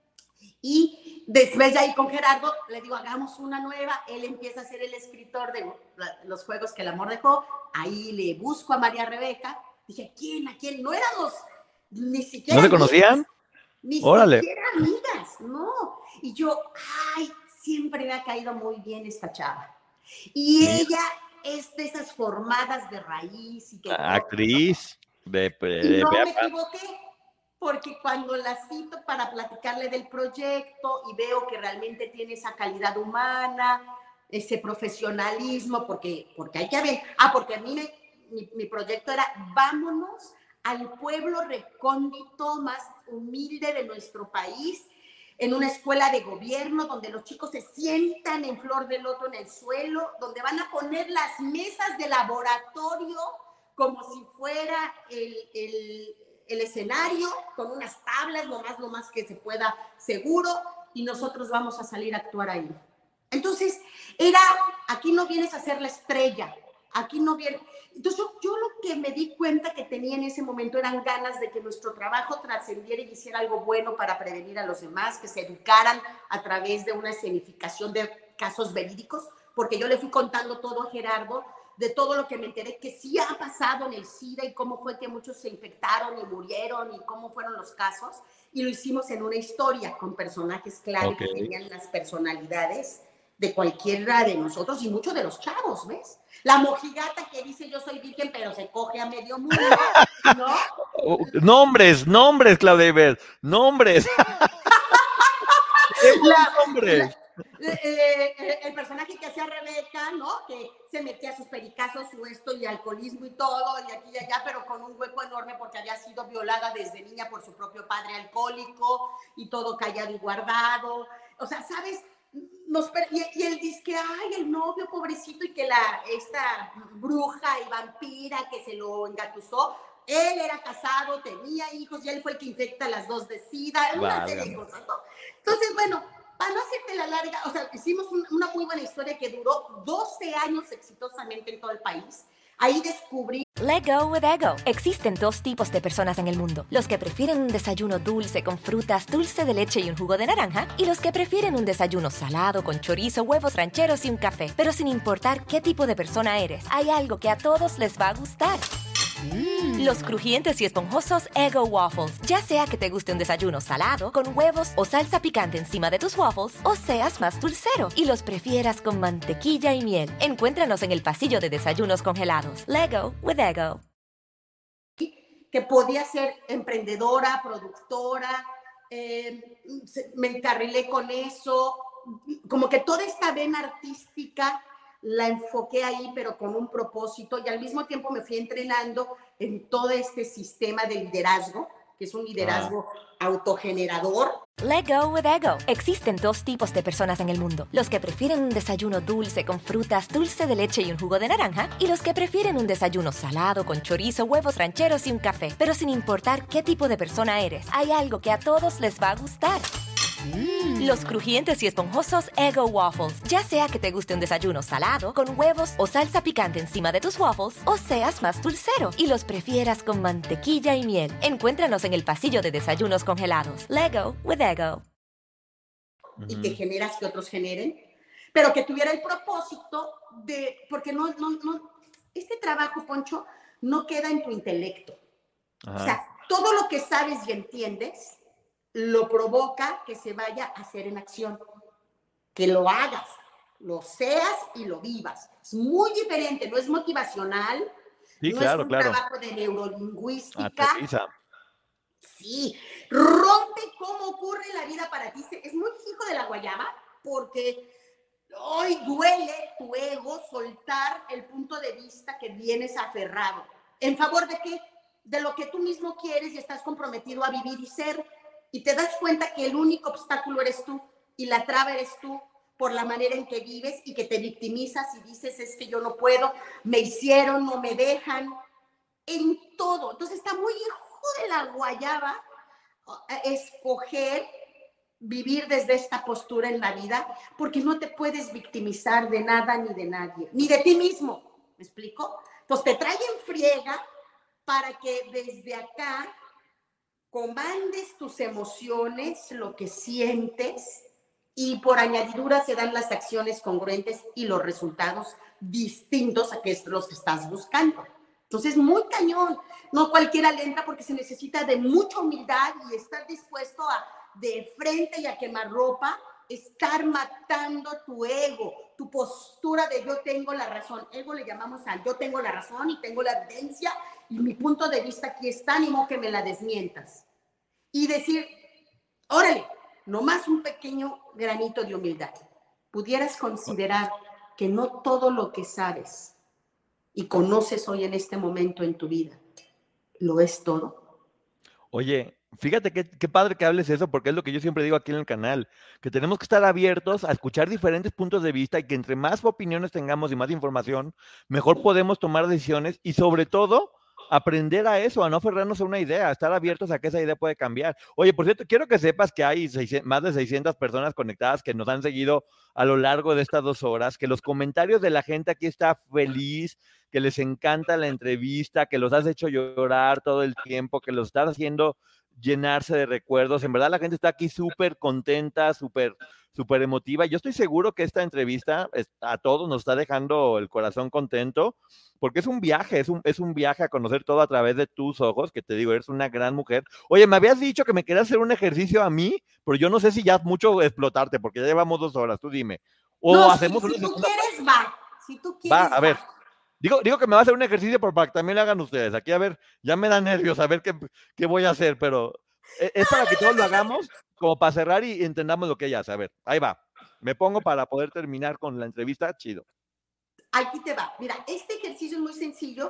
Y después de ahí con Gerardo le digo, hagamos una nueva. Él empieza a ser el escritor de Los juegos que el amor dejó. Ahí le busco a María Rebeca. Dije, ¿a quién? No éramos ni siquiera. ¿No se conocían? Ni Órale. siquiera amigas, no. Y yo, siempre me ha caído muy bien esta chava. Y ella es de esas formadas de raíz. Y que actriz. Y no me equivoqué, porque cuando la cito para platicarle del proyecto y veo que realmente tiene esa calidad humana, ese profesionalismo, porque hay que ver. Porque a mí mi proyecto era vámonos al pueblo recóndito más humilde de nuestro país, en una escuela de gobierno donde los chicos se sientan en flor de loto en el suelo, donde van a poner las mesas de laboratorio como si fuera el escenario, con unas tablas, lo más que se pueda seguro, y nosotros vamos a salir a actuar ahí. Entonces, aquí no vienes a ser la estrella, aquí no viene. Entonces yo lo que me di cuenta que tenía en ese momento eran ganas de que nuestro trabajo trascendiera y hiciera algo bueno para prevenir a los demás, que se educaran a través de una escenificación de casos verídicos, porque yo le fui contando todo a Gerardo, de todo lo que me enteré que sí ha pasado en el SIDA y cómo fue que muchos se infectaron y murieron y cómo fueron los casos, y lo hicimos en una historia con personajes claros que tenían las personalidades de cualquiera de nosotros y muchos de los chavos, ¿ves? La mojigata que dice yo soy virgen pero se coge a medio mundo, ¿no? Nombres, Claudia Ibert, nombres. Nombres. El personaje que hacía Rebeca, ¿no? Que se metía sus pericazos, su y alcoholismo y todo, y aquí y allá, pero con un hueco enorme porque había sido violada desde niña por su propio padre alcohólico y todo callado y guardado. O sea, ¿sabes? Y él dice que, el novio pobrecito y que esta bruja y vampira que se lo engatusó, él era casado, tenía hijos y él fue el que infecta a las dos de SIDA, una serie de cosas, ¿no? Entonces, bueno, para no hacerte la larga, o sea, hicimos una muy buena historia que duró 12 años exitosamente en todo el país. Ahí descubrí. Let go with ego. Existen dos tipos de personas en el mundo. Los que prefieren un desayuno dulce con frutas, dulce de leche y un jugo de naranja. Y los que prefieren un desayuno salado con chorizo, huevos rancheros y un café. Pero sin importar qué tipo de persona eres, hay algo que a todos les va a gustar. Los crujientes y esponjosos Eggo Waffles. Ya sea que te guste un desayuno salado, con huevos o salsa picante encima de tus waffles, o seas más dulcero y los prefieras con mantequilla y miel. Encuéntranos en el pasillo de desayunos congelados. Let go with Eggo. Que podía ser emprendedora, productora, me encarrilé con eso, como que toda esta vena artística la enfoqué ahí, pero con un propósito, y al mismo tiempo me fui entrenando en todo este sistema de liderazgo, que es un liderazgo autogenerador. Let go with ego. Existen dos tipos de personas en el mundo: los que prefieren un desayuno dulce con frutas, dulce de leche y un jugo de naranja, y los que prefieren un desayuno salado con chorizo, huevos rancheros y un café. Pero sin importar qué tipo de persona eres, hay algo que a todos les va a gustar. Los crujientes y esponjosos Eggo Waffles. Ya sea que te guste un desayuno salado, con huevos o salsa picante encima de tus waffles, o seas más dulcero y los prefieras con mantequilla y miel. Encuéntranos en el pasillo de desayunos congelados. Lego with Eggo. Y que generas que otros generen, pero que tuviera el propósito de, porque no, este trabajo, Poncho, no queda en tu intelecto. O sea, todo lo que sabes y entiendes lo provoca que se vaya a hacer en acción, que lo hagas, lo seas y lo vivas. Es muy diferente, no es motivacional, sí, no claro, es un trabajo de neurolingüística. Aterriza. Sí, rompe cómo ocurre la vida para ti. Es muy hijo de la guayaba, porque hoy duele tu ego soltar el punto de vista que vienes aferrado. ¿En favor de qué? De lo que tú mismo quieres y estás comprometido a vivir y ser. Y te das cuenta que el único obstáculo eres tú y la traba eres tú por la manera en que vives, y que te victimizas y dices: es que yo no puedo, me hicieron, no me dejan, en todo. Entonces está muy hijo de la guayaba escoger vivir desde esta postura en la vida, porque no te puedes victimizar de nada ni de nadie, ni de ti mismo. ¿Me explico? Entonces te traen en friega para que desde acá comandes tus emociones, lo que sientes, y por añadidura se dan las acciones congruentes y los resultados distintos a los que estás buscando. Entonces, muy cañón. No cualquiera le entra, porque se necesita de mucha humildad y estar dispuesto a, de frente y a quemarropa, estar matando tu ego, tu postura de yo tengo la razón. Ego le llamamos a yo tengo la razón y tengo la evidencia y mi punto de vista aquí está, ni modo que me la desmientas. Y decir: órale, nomás un pequeño granito de humildad. Pudieras considerar que no todo lo que sabes y conoces hoy en este momento en tu vida lo es todo. Oye, fíjate qué padre que hables eso, porque es lo que yo siempre digo aquí en el canal, que tenemos que estar abiertos a escuchar diferentes puntos de vista, y que entre más opiniones tengamos y más información, mejor podemos tomar decisiones, y sobre todo aprender a eso, a no aferrarnos a una idea, a estar abiertos a que esa idea puede cambiar. Oye, por cierto, quiero que sepas que hay más de 600 personas conectadas que nos han seguido a lo largo de estas 2 horas, que los comentarios de la gente aquí está feliz, que les encanta la entrevista, que los has hecho llorar todo el tiempo, que los estás haciendo llenarse de recuerdos. En verdad la gente está aquí súper contenta, súper emotiva. Yo estoy seguro que esta entrevista a todos nos está dejando el corazón contento, porque es un viaje, es un viaje a conocer todo a través de tus ojos, que te digo, eres una gran mujer. Oye, me habías dicho que me querías hacer un ejercicio a mí, pero yo no sé si ya es mucho explotarte, porque ya llevamos 2 horas, tú dime. O no, hacemos si tú quieres, va. Si tú quieres, va. A ver. Digo que me va a hacer un ejercicio para que también lo hagan ustedes. Aquí, a ver, ya me da nervios a ver qué voy a hacer, pero es para que todos lo hagamos, como para cerrar y entendamos lo que ella hace. A ver, ahí va. Me pongo para poder terminar con la entrevista, chido. Aquí te va. Mira, este ejercicio es muy sencillo.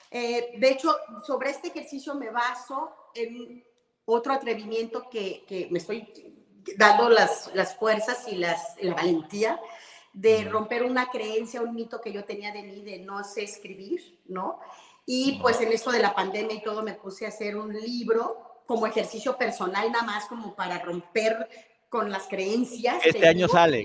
De hecho, sobre este ejercicio me baso en otro atrevimiento que me estoy dando las fuerzas y la valentía de romper una creencia, un mito que yo tenía de mí de no sé escribir, ¿no? Y pues en esto de la pandemia y todo me puse a hacer un libro como ejercicio personal, nada más como para romper con las creencias. Este año sale.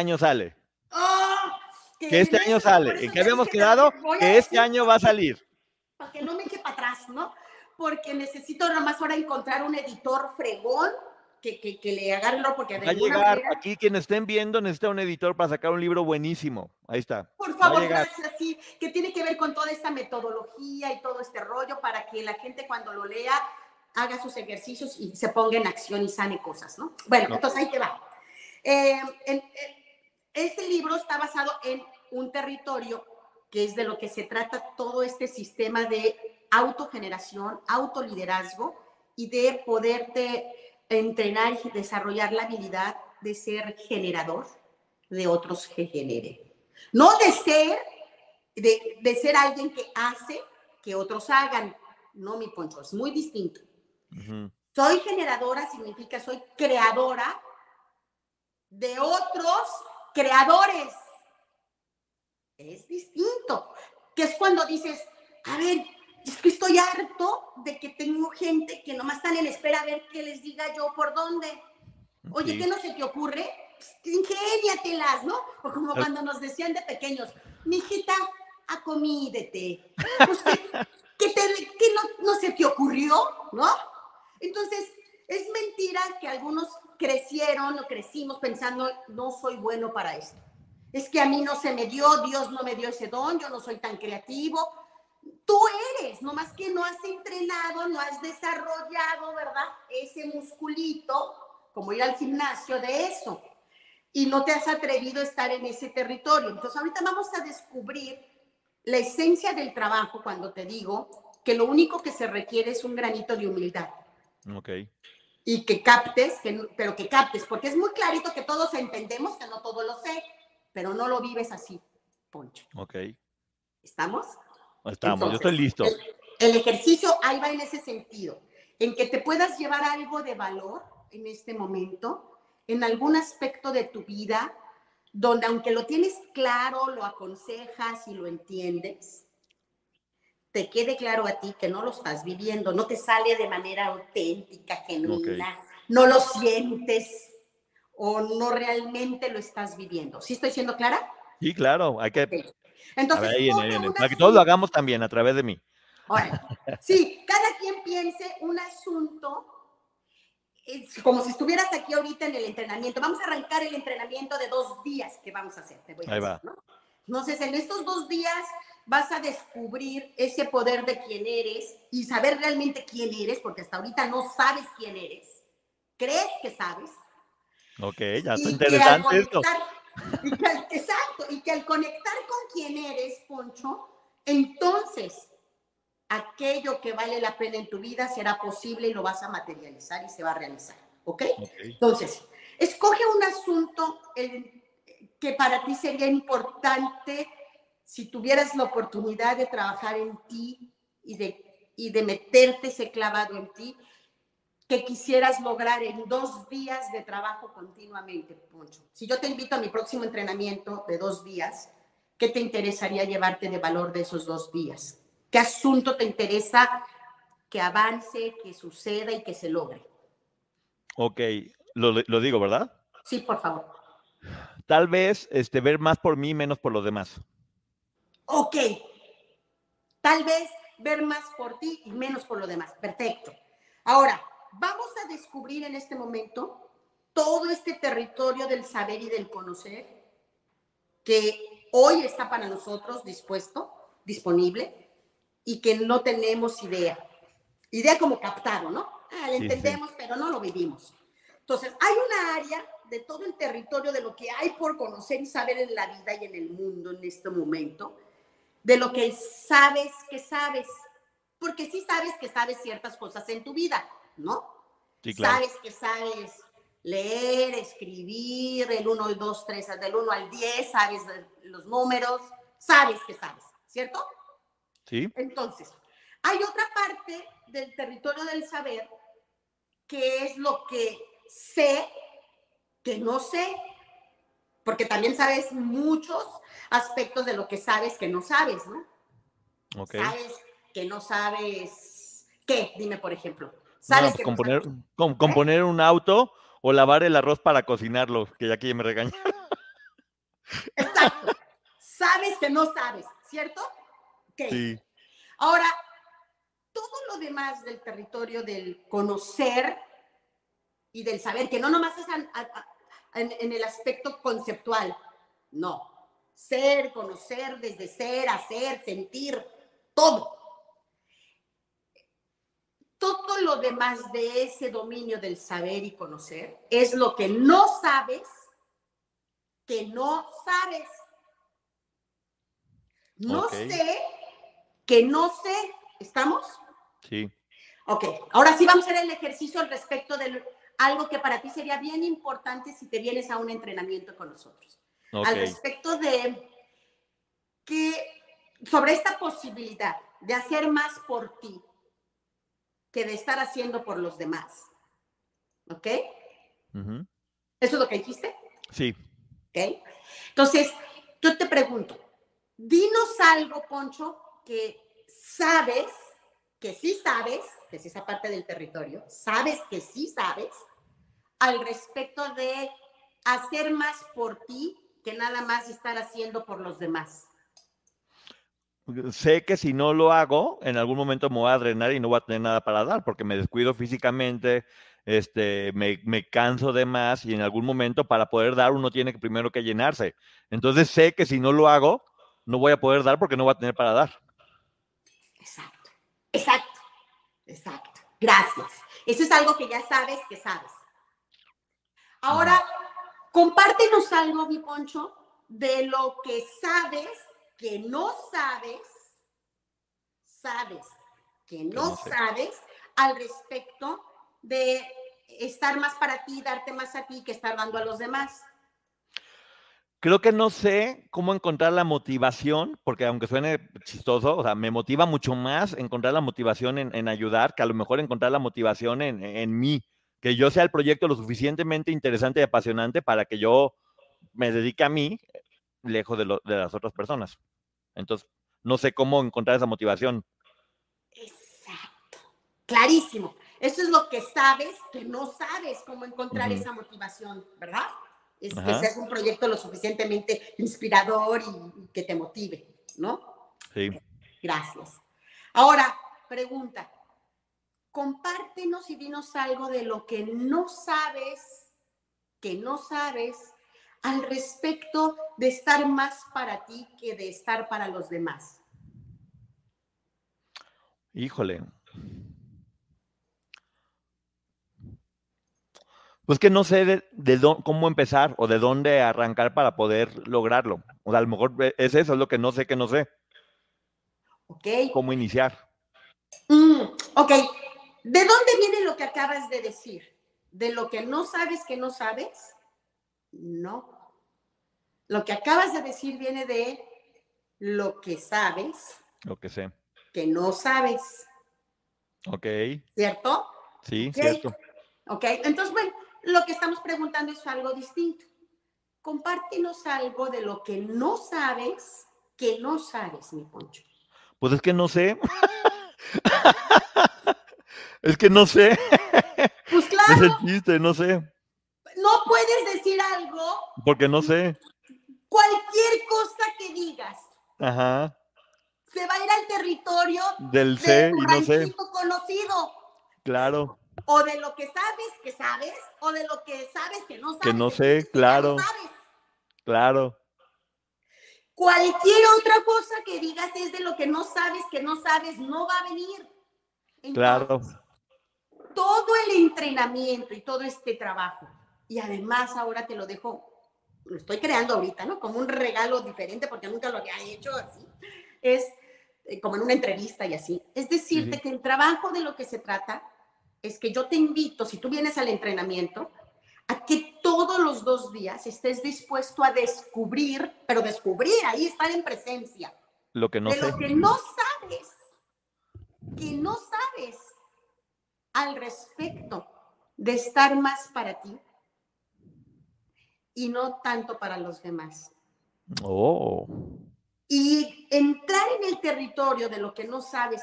¡Oh! Que este año sale. ¿En qué habíamos quedado? Que este año va a salir. Para que no me eche para atrás, ¿no? Porque necesito nada más ahora encontrar un editor fregón que le agarre, porque va a llegar, aquí quienes estén viendo necesita un editor para sacar un libro buenísimo. Ahí está. Por favor, gracias, sí, que tiene que ver con toda esta metodología y todo este rollo para que la gente cuando lo lea haga sus ejercicios y se ponga en acción y sane cosas, ¿no? Bueno, entonces ahí te va. Este libro está basado en un territorio que es de lo que se trata todo este sistema de autogeneración, autoliderazgo y de poderte entrenar y desarrollar la habilidad de ser generador de otros que generen. No de ser alguien que hace que otros hagan. No, mi Poncho, es muy distinto. Soy generadora significa soy creadora de otros creadores. Es distinto. Que es cuando dices, a ver, es que estoy harto de que tengo gente que nomás están en espera a ver qué les diga yo por dónde. Oye, Sí. ¿qué no se te ocurre? Pues, ingéniatelas, ¿no? O como cuando nos decían de pequeños, mijita, acomídete. Pues que no se te ocurrió, ¿no? Entonces, es mentira que algunos crecieron o crecimos pensando, no soy bueno para esto. Es que a mí no se me dio, Dios no me dio ese don, yo no soy tan creativo. Tú eres, nomás que no has entrenado, no has desarrollado, ¿verdad? Ese musculito, como ir al gimnasio de eso. Y no te has atrevido a estar en ese territorio. Entonces, ahorita vamos a descubrir la esencia del trabajo cuando te digo que lo único que se requiere es un granito de humildad. Ok. Y que captes, pero que captes, porque es muy clarito que todos entendemos que no todo lo sé, pero no lo vives así, Poncho. Ok. ¿Estamos? Estamos, Entonces, yo estoy listo. El ejercicio ahí va en ese sentido, en que te puedas llevar algo de valor en este momento, en algún aspecto de tu vida, donde aunque lo tienes claro, lo aconsejas y lo entiendes, te quede claro a ti que no lo estás viviendo, no te sale de manera auténtica, genuina, no lo sientes o no realmente lo estás viviendo. ¿Sí estoy siendo clara? Sí, claro, hay que... Okay. Entonces, A ver, ahí coge viene. un Para que todos lo asunto. hagamos también a través de mí. Ahora, sí, cada quien piense un asunto como si estuvieras aquí ahorita en el entrenamiento. Vamos a arrancar el entrenamiento de 2 días que vamos a hacer, te voy a Ahí decir, va. ¿no? Entonces, en estos 2 días vas a descubrir ese poder de quién eres y saber realmente quién eres, porque hasta ahorita no sabes quién eres. Crees que sabes. Ok, ya está Y que al interesante esto. conectar, exacto, y que al conectar con quién eres, Poncho, entonces aquello que vale la pena en tu vida será posible y lo vas a materializar y se va a realizar, ¿ok? Entonces, escoge un asunto que para ti sería importante si tuvieras la oportunidad de trabajar en ti y de meterte ese clavado en ti, que quisieras lograr en 2 días de trabajo continuamente, Poncho. Si yo te invito a mi próximo entrenamiento de 2 días, ¿qué te interesaría llevarte de valor de esos 2 días? ¿Qué asunto te interesa que avance, que suceda y que se logre? Ok, lo digo, ¿verdad? Sí, por favor. Tal vez ver más por mí, menos por los demás. Ok. Tal vez ver más por ti y menos por lo demás. Perfecto. Ahora, vamos a descubrir en este momento todo este territorio del saber y del conocer que hoy está para nosotros dispuesto, disponible, y que no tenemos idea. Idea como captado, ¿no? Lo entendemos, sí, pero no lo vivimos. Entonces, hay una área de todo el territorio de lo que hay por conocer y saber en la vida y en el mundo en este momento, de lo que sabes, porque sí sabes que sabes ciertas cosas en tu vida, ¿no? Sí, claro. Sabes que sabes leer, escribir, el 1, 2, 3, del 1 al 10, sabes los números, sabes que sabes, ¿cierto? Sí. Entonces, hay otra parte del territorio del saber que es lo que sé que no sé, porque también sabes muchos aspectos de lo que sabes que no sabes, ¿no? Okay. Sabes que no sabes qué, dime por ejemplo. Sabes no, que componer un auto o lavar el arroz para cocinarlo, que ya aquí me regañaron. Exacto. Sabes que no sabes, ¿cierto? Okay. Sí. Ahora, todo lo demás del territorio del conocer y del saber, que no nomás es en el aspecto conceptual, no. Ser, conocer, desde ser, hacer, sentir, todo. Todo lo demás de ese dominio del saber y conocer es lo que no sabes, que no sabes. No sé, que no sé. ¿Estamos? Sí. Ok, ahora sí vamos a hacer el ejercicio al respecto algo que para ti sería bien importante si te vienes a un entrenamiento con nosotros. Ok. Al respecto de sobre esta posibilidad de hacer más por ti que de estar haciendo por los demás. ¿Ok? Uh-huh. ¿Eso es lo que dijiste? Sí. ¿Ok? Entonces, yo te pregunto, dinos algo, Poncho, que sabes, que sí sabes, que es esa parte del territorio, sabes que sí sabes, al respecto de hacer más por ti que nada más estar haciendo por los demás. Sé que si no lo hago, en algún momento me voy a drenar y no voy a tener nada para dar, porque me descuido físicamente, me canso de más y en algún momento para poder dar uno tiene que primero que llenarse. Entonces sé que si no lo hago, no voy a poder dar porque no voy a tener para dar. Exacto, exacto, exacto. Gracias. Eso es algo que ya sabes que sabes. Ahora, compártenos algo, mi Poncho, de lo que sabes que no sabes, que no sabes al respecto de estar más para ti, darte más a ti que estar dando a los demás. Creo que no sé cómo encontrar la motivación, porque aunque suene chistoso, o sea, me motiva mucho más encontrar la motivación en ayudar que a lo mejor encontrar la motivación en mí, que yo sea el proyecto lo suficientemente interesante y apasionante para que yo me dedique a mí, lejos de las otras personas. Entonces, no sé cómo encontrar esa motivación. Exacto. Clarísimo. Eso es lo que sabes, que no sabes cómo encontrar esa motivación, ¿verdad? Es que seas un proyecto lo suficientemente inspirador y que te motive, ¿no? Sí. Gracias. Ahora, pregunta. Compártenos y dinos algo de lo que no sabes al respecto de estar más para ti que de estar para los demás. Híjole. Pues que no sé cómo empezar o de dónde arrancar para poder lograrlo. O sea, a lo mejor es eso, es lo que no sé. Ok. ¿Cómo iniciar? Ok. ¿De dónde viene lo que acabas de decir? ¿De lo que no sabes que no sabes? No. Lo que acabas de decir viene de lo que sabes. Lo que sé. Que no sabes. Ok. ¿Cierto? Sí, Okay. cierto. Ok. Entonces, bueno, lo que estamos preguntando es algo distinto. Compártenos algo de lo que no sabes, mi Poncho. Pues es que no sé. Es que no sé. Pues claro. Es el chiste, no sé. No puedes decir algo. Porque no sé. Cualquier cosa que digas. Ajá. Se va a ir al territorio Del de sé tu y no sé. ranchito conocido. Claro. O de lo que sabes, o de lo que sabes que no sabes. Que no sé, claro. Que ya no sabes. Claro. Cualquier otra cosa que digas es de lo que no sabes, no va a venir. Entonces, claro. Todo el entrenamiento y todo este trabajo, y además ahora te lo dejo, lo estoy creando ahorita, ¿no? Como un regalo diferente, porque nunca lo había hecho así, es como en una entrevista y así. Es decirte que el trabajo de lo que se trata es que yo te invito, si tú vienes al entrenamiento, a que todos los 2 días estés dispuesto a descubrir, pero descubrir, ahí estar en presencia. Lo que no sé. Lo que no sabes al respecto de estar más para ti y no tanto para los demás. Oh. Y entrar en el territorio de lo que no sabes,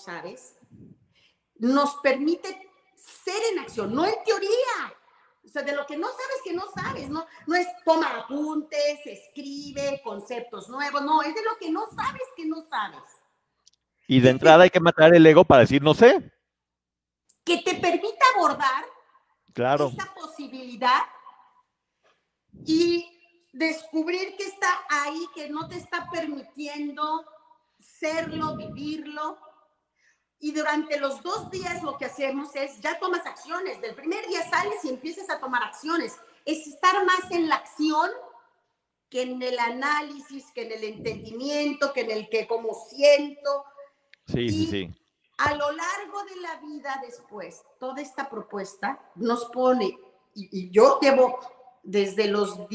nos permite ser en acción, no en teoría. O sea, de lo que no sabes, no es toma apuntes, escribe conceptos nuevos, no, es de lo que no sabes que no sabes. Y de entrada hay que matar el ego para decir no sé. Que te permita abordar esa posibilidad y descubrir que está ahí, que no te está permitiendo serlo, vivirlo. Y durante los 2 días lo que hacemos es, ya tomas acciones. Del primer día sales y empiezas a tomar acciones. Es estar más en la acción que en el análisis, que en el entendimiento, que en el que como siento. Sí. A lo largo de la vida después, toda esta propuesta nos pone, y yo llevo desde los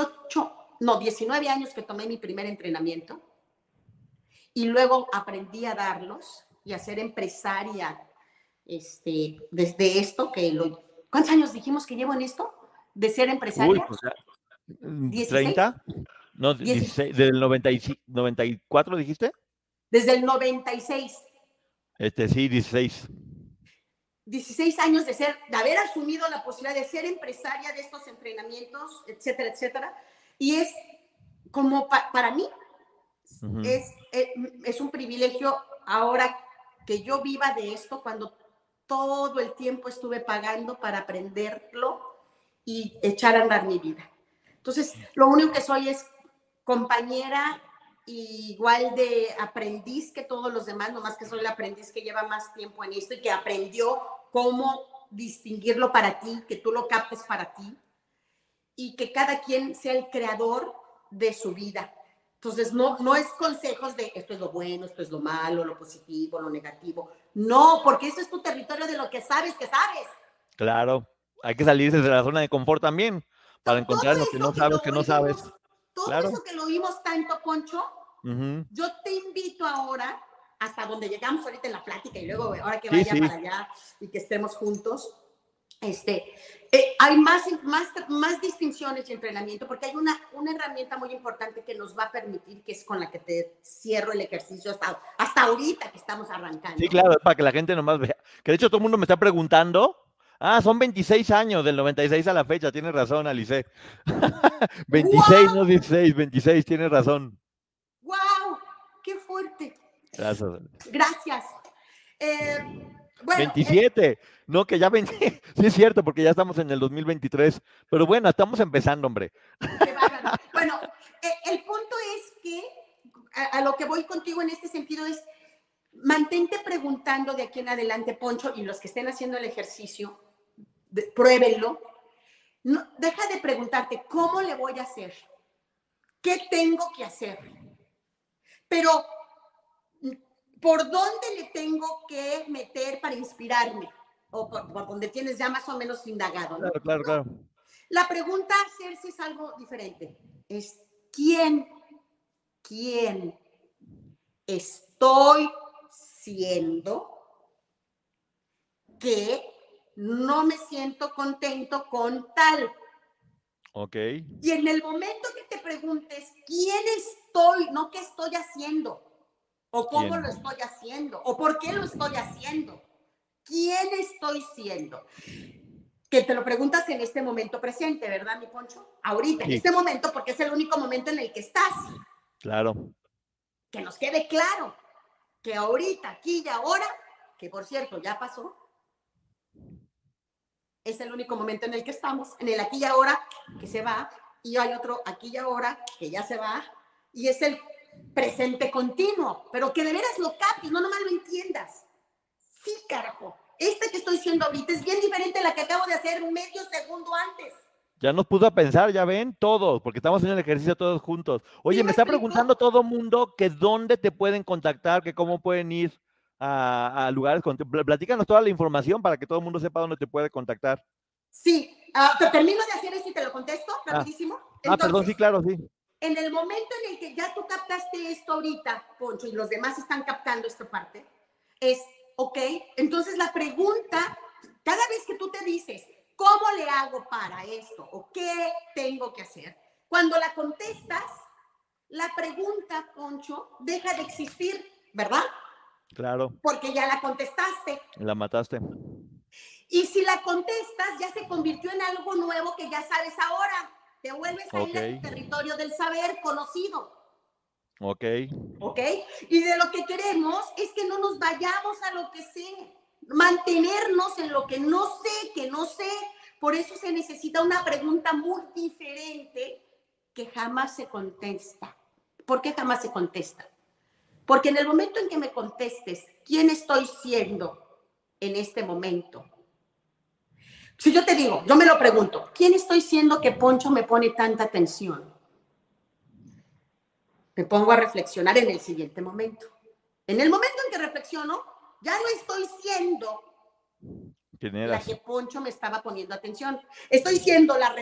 19 años que tomé mi primer entrenamiento, y luego aprendí a darlos y a ser empresaria desde esto, ¿cuántos años dijimos que llevo en esto? De ser empresaria. Uy, pues ya, 30, no, 16, del 94 dijiste. Desde el 96. Sí, 16. 16 años de haber asumido la posibilidad de ser empresaria de estos entrenamientos, etcétera, etcétera. Y es como para mí, es un privilegio ahora que yo viva de esto, cuando todo el tiempo estuve pagando para aprenderlo y echar a andar mi vida. Entonces, lo único que soy es compañera, igual de aprendiz que todos los demás, nomás que soy el aprendiz que lleva más tiempo en esto y que aprendió cómo distinguirlo para ti, que tú lo captes para ti y que cada quien sea el creador de su vida. Entonces, no es consejos de esto es lo bueno, esto es lo malo, lo positivo, lo negativo. No, porque eso es tu territorio de lo que sabes que sabes. Claro, hay que salirse de la zona de confort también para encontrar lo que no sabes, que no sabes. Todo eso que lo oímos tanto, Poncho, yo te invito ahora, hasta donde llegamos ahorita en la plática y luego ahora que vaya para allá y que estemos juntos, hay más distinciones y entrenamiento, porque hay una herramienta muy importante que nos va a permitir, que es con la que te cierro el ejercicio hasta ahorita que estamos arrancando. Sí, claro, para que la gente nomás vea. Que de hecho todo el mundo me está preguntando. Son 26 años, del 96 a la fecha, tienes razón, Alice. 26, no 16, 26, tienes razón. ¡Wow! ¡Qué fuerte! Gracias. Bueno, 27, no, que ya 20, sí es cierto, porque ya estamos en el 2023, pero bueno, estamos empezando, hombre. Bueno, el punto es que a lo que voy contigo en este sentido es, mantente preguntando de aquí en adelante, Poncho, y los que estén haciendo el ejercicio, pruébenlo. No, deja de preguntarte, ¿cómo le voy a hacer? ¿Qué tengo que hacer? Pero, ¿por dónde le tengo que meter para inspirarme? O por donde tienes ya más o menos indagado, ¿no? Claro. La pregunta a hacerse es algo diferente. Es, ¿quién estoy siendo que no me siento contento con tal? Ok. Y en el momento que te preguntes quién estoy, no qué estoy haciendo, o cómo lo estoy haciendo, o por qué lo estoy haciendo, quién estoy siendo, que te lo preguntas en este momento presente, ¿verdad, mi Poncho? Ahorita, en este momento, porque es el único momento en el que estás. Claro. Que nos quede claro que ahorita, aquí y ahora, que por cierto ya pasó, es el único momento en el que estamos, en el aquí y ahora que se va, y hay otro aquí y ahora que ya se va, y es el presente continuo, pero que de veras lo captes, no nomás lo entiendas. Sí, carajo, esta que estoy diciendo ahorita es bien diferente a la que acabo de hacer un medio segundo antes. Ya nos puso a pensar, ya ven, todos, porque estamos haciendo el ejercicio todos juntos. Oye, me está preguntando todo mundo que dónde te pueden contactar, que cómo pueden ir a lugares. Platícanos toda la información para que todo el mundo sepa dónde te puede contactar. Sí, te termino de hacer esto y te lo contesto rapidísimo. Entonces, perdón, sí, claro, sí. En el momento en el que ya tú captaste esto ahorita, Poncho, y los demás están captando esta parte, es, ok, entonces la pregunta, cada vez que tú te dices, ¿cómo le hago para esto? ¿O qué tengo que hacer? Cuando la contestas, la pregunta, Poncho, deja de existir, ¿verdad? Claro. Porque ya la contestaste. La mataste. Y si la contestas, ya se convirtió en algo nuevo que ya sabes ahora. Te vuelves a ir al territorio del saber conocido. Ok. Y de lo que queremos es que no nos vayamos a lo que sé. Mantenernos en lo que no sé. Por eso se necesita una pregunta muy diferente que jamás se contesta. ¿Por qué jamás se contesta? Porque en el momento en que me contestes, ¿quién estoy siendo en este momento? Si yo te digo, yo me lo pregunto, ¿quién estoy siendo que Poncho me pone tanta atención? Me pongo a reflexionar en el siguiente momento. En el momento en que reflexiono, ya no estoy siendo ¿Quién la eras? que Poncho me estaba poniendo atención. Estoy siendo la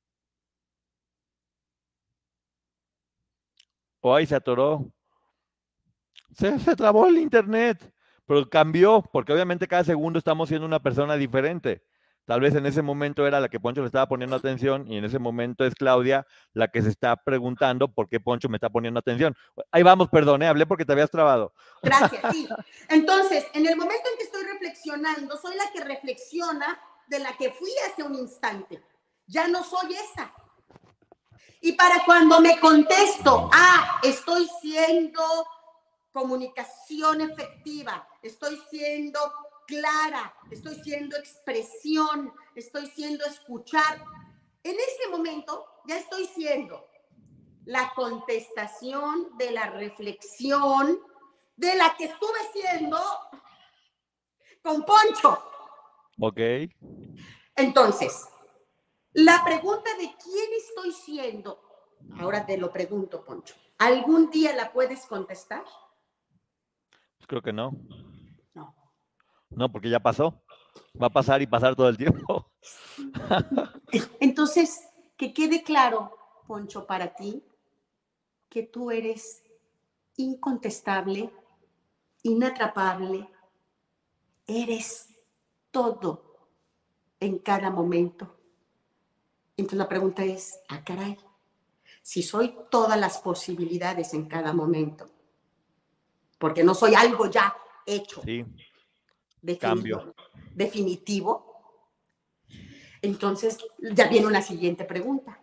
Ay, se atoró. Se trabó el internet, pero cambió, porque obviamente cada segundo estamos siendo una persona diferente. Tal vez en ese momento era la que Poncho le estaba poniendo atención y en ese momento es Claudia la que se está preguntando por qué Poncho me está poniendo atención. Ahí vamos, perdón, hablé porque te habías trabado. Gracias, sí. Entonces, en el momento en que estoy reflexionando, soy la que reflexiona de la que fui hace un instante. Ya no soy esa. Y para cuando me contesto, estoy siendo comunicación efectiva, estoy siendo clara, estoy siendo expresión, estoy siendo escuchar. En ese momento ya estoy siendo la contestación de la reflexión de la que estuve siendo con Poncho. Ok. Entonces, la pregunta de quién estoy siendo, ahora te lo pregunto, Poncho, ¿algún día la puedes contestar? Pues creo que no. No. No, porque ya pasó. Va a pasar y pasar todo el tiempo. Entonces, que quede claro, Poncho, para ti, que tú eres incontestable, inatrapable, eres todo en cada momento. Entonces la pregunta es, caray, si soy todas las posibilidades en cada momento, porque no soy algo ya hecho, Sí, definido, cambio. definitivo, entonces ya viene una siguiente pregunta.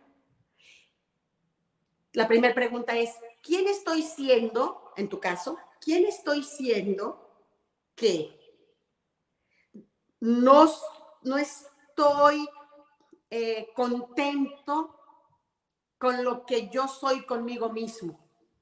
La primera pregunta es, ¿quién estoy siendo, en tu caso, quién estoy siendo que no estoy contento con lo que yo soy conmigo mismo?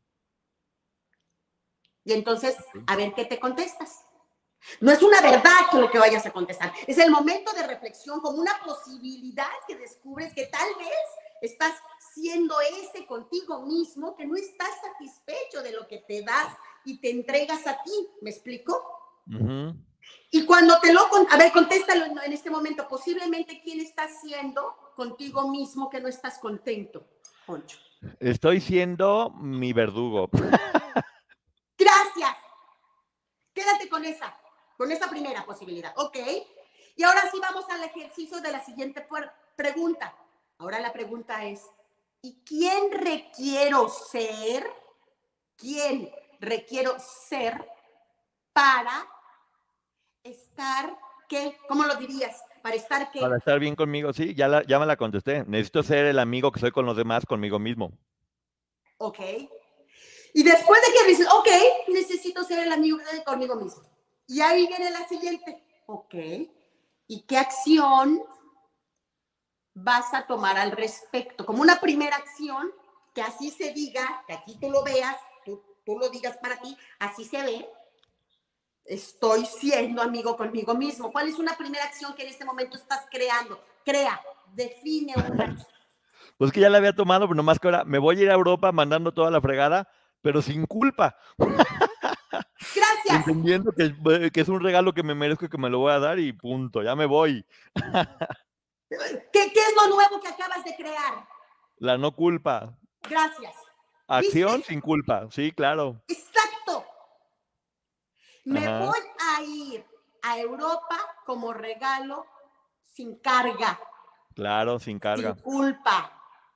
Y entonces, a ver qué te contestas. No es una verdad con lo que vayas a contestar. Es el momento de reflexión como una posibilidad que descubres que tal vez estás siendo ese contigo mismo que no estás satisfecho de lo que te das y te entregas a ti. ¿Me explico? Uh-huh. Y cuando te lo... A ver, contéstalo en este momento. Posiblemente, ¿quién estás siendo contigo mismo que no estás contento, Poncho? Estoy siendo mi verdugo. Gracias. Quédate con esa primera posibilidad, ¿ok? Y ahora sí vamos al ejercicio de la siguiente pregunta. Ahora la pregunta es, ¿y quién requiero ser? ¿Quién requiero ser para estar qué? ¿Cómo lo dirías? ¿Para estar qué? Para estar bien conmigo, sí, ya me la contesté. Necesito ser el amigo que soy con los demás, conmigo mismo. Ok. Y después de que dices, ok, necesito ser el amigo conmigo mismo. Y ahí viene la siguiente. Ok. ¿Y qué acción vas a tomar al respecto? Como una primera acción, que así se diga, que aquí tú lo veas, tú lo digas para ti, así se ve. Estoy siendo amigo conmigo mismo. ¿Cuál es una primera acción que en este momento estás creando? Define una acción. Pues que ya la había tomado, pero nomás que ahora me voy a ir a Europa mandando toda la fregada, pero sin culpa. Gracias. Entendiendo que es un regalo que me merezco y que me lo voy a dar y punto, ya me voy. ¿Qué es lo nuevo que acabas de crear? La no culpa. Gracias. Acción ¿Viste? sin culpa, sí, claro. Exacto. Me Ajá. voy a ir a Europa como regalo sin carga. Claro, sin carga. Sin culpa.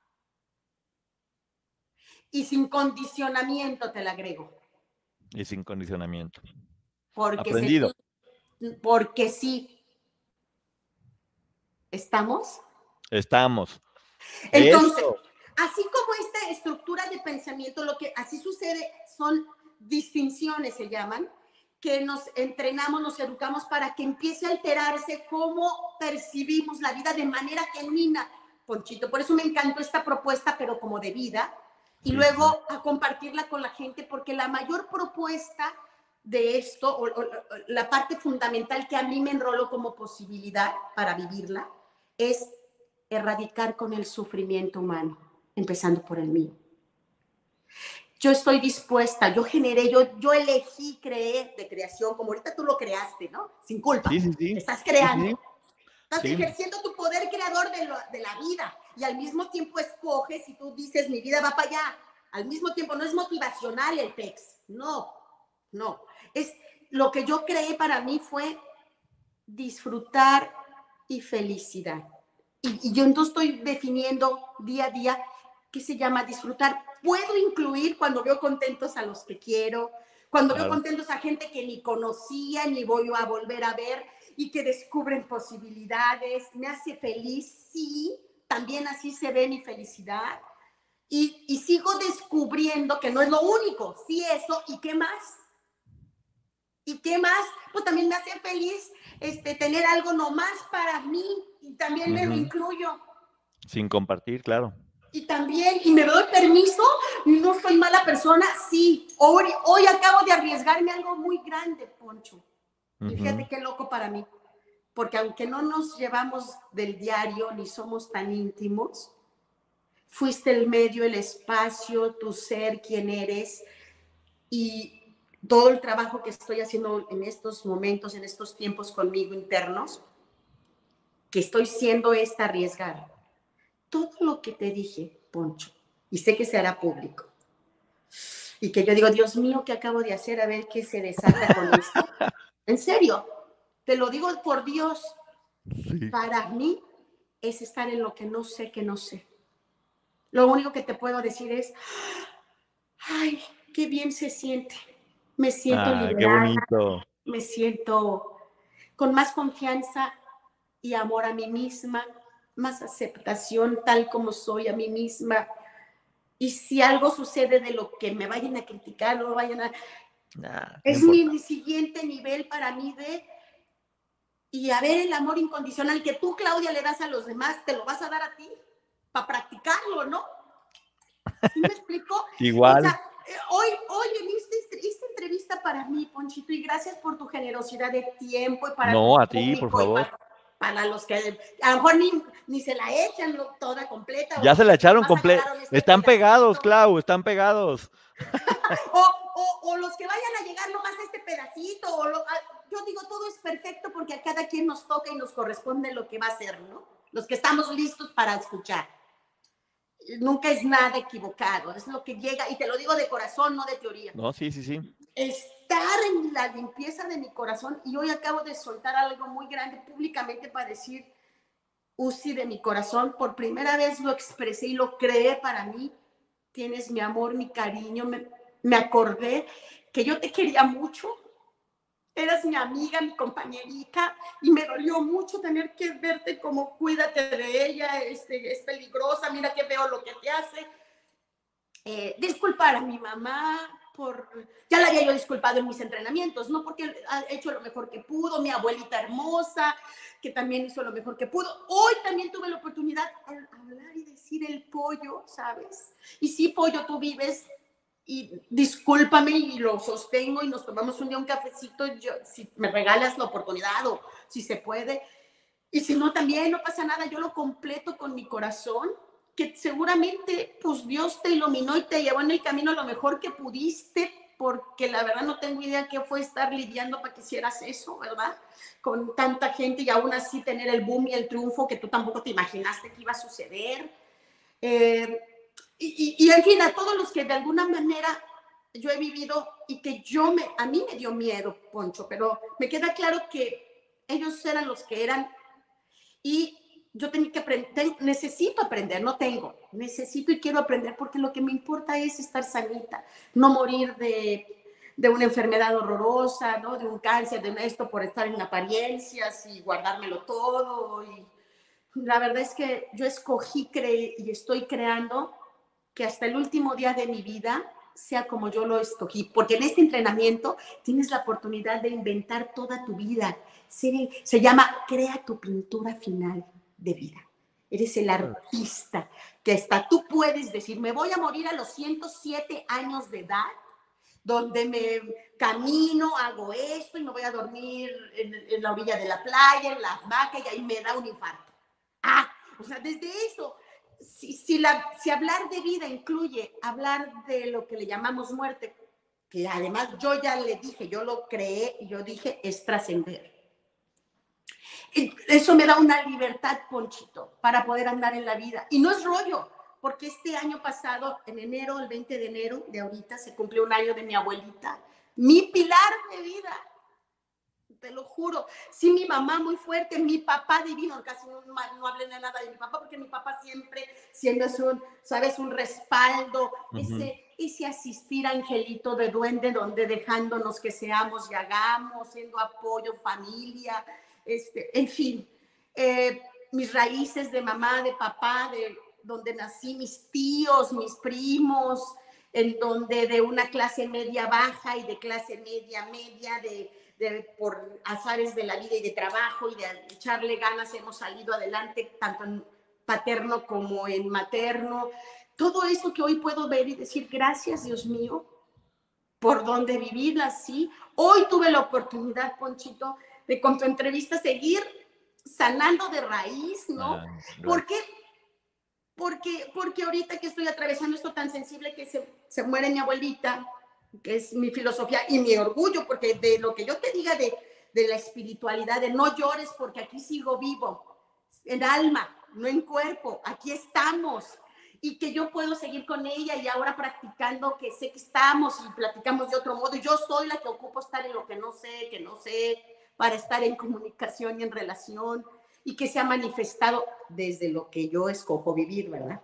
Y sin condicionamiento, te la agrego. Y sin condicionamiento. Porque Aprendido. porque sí. ¿Estamos? Estamos. Entonces, Eso. así como esta estructura de pensamiento, lo que así sucede son distinciones, se llaman, que nos entrenamos, nos educamos para que empiece a alterarse cómo percibimos la vida de manera genuina, Ponchito. Por eso me encantó esta propuesta, pero como de vida, y Sí, luego a compartirla con la gente, porque la mayor propuesta de esto, o la parte fundamental que a mí me enroló como posibilidad para vivirla, es erradicar con el sufrimiento humano, empezando por el mío. yo estoy dispuesta, yo elegí, creé de creación, como ahorita tú lo creaste, ¿no? Sin culpa. Sí. Estás creando. Sí. Estás ejerciendo tu poder creador de la vida y al mismo tiempo escoges y tú dices, mi vida va para allá. Al mismo tiempo, no es motivacional el PEX. No. Es lo que yo creé para mí fue disfrutar y felicidad. Y yo entonces estoy definiendo día a día qué se llama disfrutar. Puedo incluir cuando veo contentos a los que quiero, cuando veo contentos a gente que ni conocía, ni voy a volver a ver y que descubren posibilidades. Me hace feliz, sí, también así se ve mi felicidad. Y sigo descubriendo que no es lo único, sí eso, ¿y qué más? ¿Y qué más? Pues también me hace feliz tener algo nomás para mí y también me lo incluyo. Sin compartir, claro. Y también, y me doy permiso, no soy mala persona, sí. Hoy acabo de arriesgarme algo muy grande, Poncho. Y fíjate qué loco para mí. Porque aunque no nos llevamos del diario ni somos tan íntimos, fuiste el medio, el espacio, tu ser, quién eres y todo el trabajo que estoy haciendo en estos momentos, en estos tiempos conmigo internos, que estoy siendo arriesgada. Todo lo que te dije, Poncho, y sé que se hará público, y que yo digo, Dios mío, ¿qué acabo de hacer? A ver qué se desata con esto. En serio, te lo digo por Dios, para mí es estar en lo que no sé, que no sé. Lo único que te puedo decir es, ay, qué bien se siente. Me siento liberada, qué bonito. Me siento con más confianza y amor a mí misma, más aceptación tal como soy a mí misma. Y si algo sucede de lo que me vayan a criticar, no vayan a... es mi siguiente nivel para mí y a ver el amor incondicional que tú, Claudia, le das a los demás, te lo vas a dar a ti para practicarlo, ¿no? ¿Sí me explico? Igual. O sea, hoy en esta entrevista para mí, Ponchito, y gracias por tu generosidad de tiempo y para no, tu a ti, por favor. Para los que a lo mejor ni se la echan toda completa. Ya se la echaron completa. Están pegados, Clau, están pegados. o los que vayan a llegar nomás a este pedacito. Yo digo, todo es perfecto porque a cada quien nos toca y nos corresponde lo que va a ser, ¿no? Los que estamos listos para escuchar. Nunca es nada equivocado, es lo que llega, y te lo digo de corazón, no de teoría. No, sí. Estar en la limpieza de mi corazón, y hoy acabo de soltar algo muy grande públicamente para decir, Uzi, de mi corazón, por primera vez lo expresé y lo creé para mí. Tienes mi amor, mi cariño, me acordé que yo te quería mucho. Eras mi amiga, mi compañerita, y me dolió mucho tener que verte como cuídate de ella, es peligrosa, mira qué feo lo que te hace. Disculpar a mi mamá, ya la había yo disculpado en mis entrenamientos, ¿no? Porque ha hecho lo mejor que pudo, mi abuelita hermosa, que también hizo lo mejor que pudo. Hoy también tuve la oportunidad de hablar y decir el Pollo, ¿sabes? Y sí, Pollo, tú vives... y discúlpame y lo sostengo y nos tomamos un día un cafecito, si me regalas la oportunidad o si se puede, y si no también no pasa nada, yo lo completo con mi corazón, que seguramente pues Dios te iluminó y te llevó en el camino lo mejor que pudiste, porque la verdad no tengo idea qué fue estar lidiando para que hicieras eso, ¿verdad? Con tanta gente y aún así tener el boom y el triunfo que tú tampoco te imaginaste que iba a suceder. Y en fin, a todos los que de alguna manera yo he vivido y que a mí me dio miedo, Poncho, pero me queda claro que ellos eran los que eran y yo tenía que aprender, necesito aprender, necesito y quiero aprender porque lo que me importa es estar sanita, no morir de una enfermedad horrorosa, ¿no? De un cáncer, de esto por estar en apariencias y guardármelo todo. Y la verdad es que yo escogí y estoy creando que hasta el último día de mi vida sea como yo lo escogí, porque en este entrenamiento tienes la oportunidad de inventar toda tu vida. Se llama Crea tu pintura final de vida. Eres el artista que hasta tú puedes decir, me voy a morir a los 107 años de edad, donde me camino, hago esto y me voy a dormir en la orilla de la playa, en la hamaca, y ahí me da un infarto. O sea, desde eso, si hablar de vida incluye hablar de lo que le llamamos muerte, que además yo ya le dije, yo lo creé y yo dije, es trascender. Eso me da una libertad, Ponchito, para poder andar en la vida. Y no es rollo, porque este año pasado, en enero, el 20 de enero de ahorita, se cumplió un año de mi abuelita, mi pilar de vida. Te lo juro. Sí, mi mamá muy fuerte, mi papá divino, casi no hablé de nada de mi papá, porque mi papá siempre es un respaldo, ese asistir angelito de duende, donde dejándonos que seamos y hagamos, siendo apoyo, familia, en fin, mis raíces de mamá, de papá, de donde nací, mis tíos, mis primos, en donde de una clase media baja y de clase media, por azares de la vida y de trabajo y de echarle ganas hemos salido adelante, tanto en paterno como en materno. Todo eso que hoy puedo ver y decir, gracias, Dios mío, por donde vivir así. Hoy tuve la oportunidad, Ponchito, de con tu entrevista seguir sanando de raíz, ¿no? ¿Por qué? Porque ahorita que estoy atravesando esto tan sensible que se muere mi abuelita, que es mi filosofía y mi orgullo, porque de lo que yo te diga de la espiritualidad, de no llores porque aquí sigo vivo, en alma, no en cuerpo, aquí estamos, y que yo puedo seguir con ella y ahora practicando, que sé que estamos y platicamos de otro modo, y yo soy la que ocupo estar en lo que no sé, para estar en comunicación y en relación, y que se ha manifestado desde lo que yo escojo vivir, ¿verdad?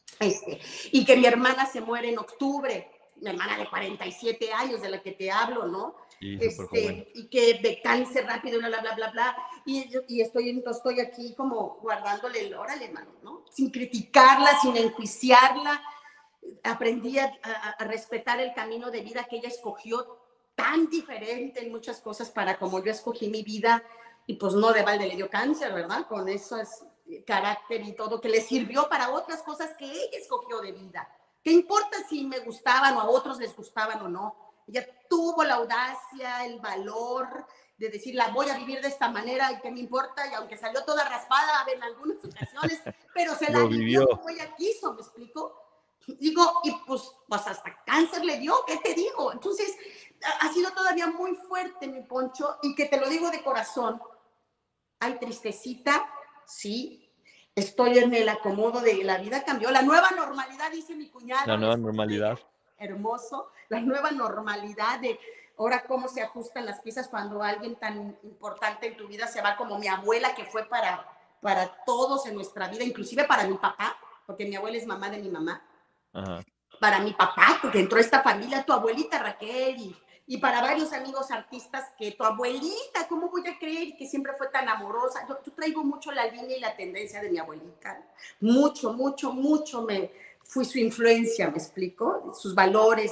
Y que mi hermana se muere en octubre, mi hermana de 47 años, de la que te hablo, ¿no? Sí, y que de cáncer rápido, bla, bla, bla, bla, y estoy aquí como guardándole el órale, mano, ¿no? Sin criticarla, sin enjuiciarla, aprendí a respetar el camino de vida que ella escogió, tan diferente en muchas cosas para como yo escogí mi vida, y pues no de balde le dio cáncer, ¿verdad? Con esos carácter y todo, que le sirvió para otras cosas que ella escogió de vida. ¿Qué importa si me gustaban o a otros les gustaban o no? Ella tuvo la audacia, el valor de decir, la voy a vivir de esta manera y qué me importa, y aunque salió toda raspada en algunas ocasiones, pero se la vivió como ella quiso, ¿me explico? Digo, y pues hasta cáncer le dio, ¿qué te digo? Entonces, ha sido todavía muy fuerte, mi Poncho, y que te lo digo de corazón. Hay tristecita, sí. Estoy en el acomodo de la vida cambió. La nueva normalidad, dice mi cuñado. La nueva normalidad. Hermoso. La nueva normalidad de ahora cómo se ajustan las piezas cuando alguien tan importante en tu vida se va, como mi abuela, que fue para todos en nuestra vida, inclusive para mi papá, porque mi abuela es mamá de mi mamá. Ajá. Para mi papá, porque entró esta familia, tu abuelita Raquel, y para varios amigos artistas, que tu abuelita, ¿cómo voy a creer que siempre fue tan amorosa? Yo traigo mucho la línea y la tendencia de mi abuelita. Mucho fui su influencia, ¿me explico? Sus valores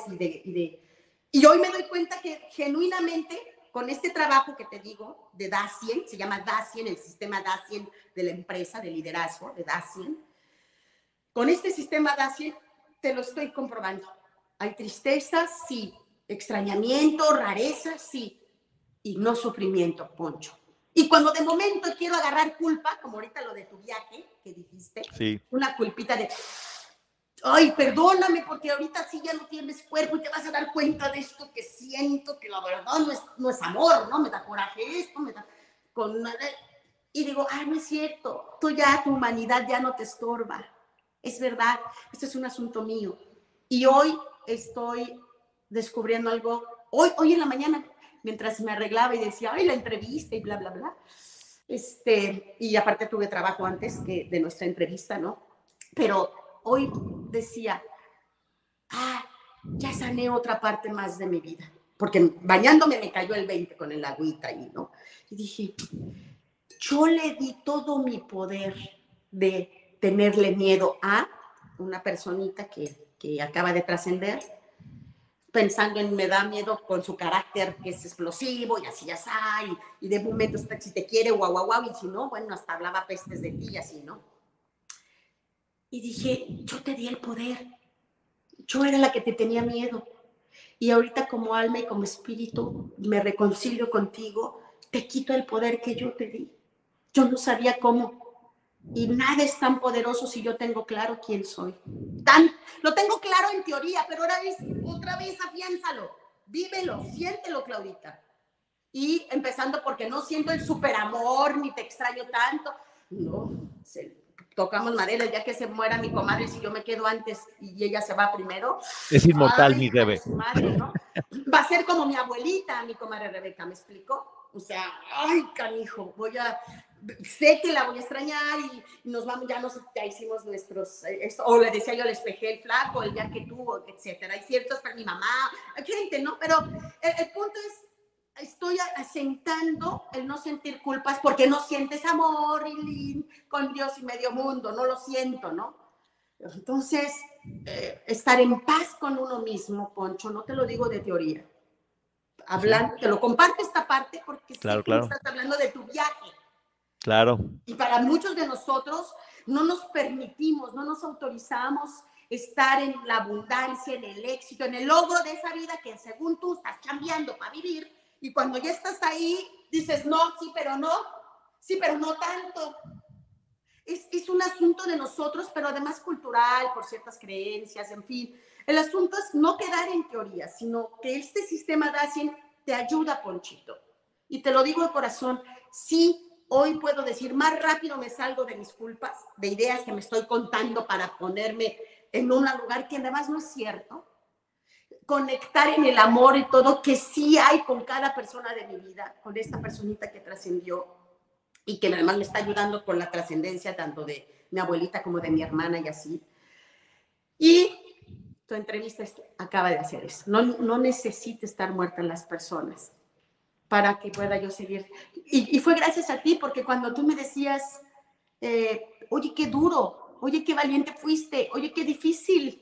y hoy me doy cuenta que genuinamente, con este trabajo que te digo, de Dacien, se llama Dacien, el sistema Dacien de la empresa, de liderazgo, de Dacien, con este sistema Dacien, te lo estoy comprobando. Hay tristeza, sí. Extrañamiento, rareza, sí. Y no sufrimiento, Poncho. Y cuando de momento quiero agarrar culpa, como ahorita lo de tu viaje, que dijiste, sí, una culpita de, ay, perdóname, porque ahorita sí ya no tienes cuerpo y te vas a dar cuenta de esto que siento, que la verdad no es amor, ¿no? Me da coraje esto, y digo, ay, no es cierto, tu humanidad ya no te estorba. Es verdad, esto es un asunto mío. Y hoy estoy descubriendo algo, hoy en la mañana, mientras me arreglaba y decía, ay, la entrevista y bla, bla, bla. Y aparte tuve trabajo antes de nuestra entrevista, ¿no? Pero hoy decía, ya sané otra parte más de mi vida. Porque bañándome me cayó el 20 con el agüita ahí, ¿no? Y dije, yo le di todo mi poder de tenerle miedo a una personita que acaba de trascender, pensando en me da miedo con su carácter que es explosivo y así, y de momentos si te quiere, guau, y si no, bueno, hasta hablaba pestes de ti y así, ¿no? Y dije, yo te di el poder, yo era la que te tenía miedo, y ahorita como alma y como espíritu me reconcilio contigo, te quito el poder que yo te di. Yo no sabía cómo, Y nada es tan poderoso si yo tengo claro quién soy. Lo tengo claro en teoría, pero otra vez afiánzalo, vívelo, siéntelo, Claudita. Y empezando porque no siento el superamor, ni te extraño tanto. No, tocamos madera, el día que se muera mi comadre, si yo me quedo antes y ella se va primero. Es inmortal, mi Rebe. Madre, ¿no? Va a ser como mi abuelita, mi comadre Rebeca, ¿me explicó? O sea, ay, canijo, sé que la voy a extrañar y nos vamos, ya hicimos nuestros, o le decía yo, le espejé el flaco, el día que tuvo, etcétera. Hay ciertos para mi mamá, gente, ¿no? Pero el punto es, estoy asentando el no sentir culpas porque no sientes amor con Dios y medio mundo, no lo siento, ¿no? Entonces, estar en paz con uno mismo, Poncho, no te lo digo de teoría. Hablando, te lo comparto esta parte porque claro, sé que estás hablando de tu viaje. Claro. Y para muchos de nosotros no nos permitimos, no nos autorizamos estar en la abundancia, en el éxito, en el logro de esa vida que según tú estás chambeando para vivir. Y cuando ya estás ahí, dices, no, sí, pero no tanto. Es un asunto de nosotros, pero además cultural, por ciertas creencias, en fin. El asunto es no quedar en teoría, sino que este sistema Dasein te ayuda, Ponchito. Y te lo digo de corazón, sí, hoy puedo decir, más rápido me salgo de mis culpas, de ideas que me estoy contando para ponerme en un lugar que además no es cierto. Conectar en el amor y todo que sí hay con cada persona de mi vida, con esta personita que trascendió y que además me está ayudando con la trascendencia tanto de mi abuelita como de mi hermana y así. Y tu entrevista acaba de hacer eso. No necesito estar muertas las personas para que pueda yo seguir. Y fue gracias a ti, porque cuando tú me decías, oye, qué duro, oye, qué valiente fuiste, oye, qué difícil.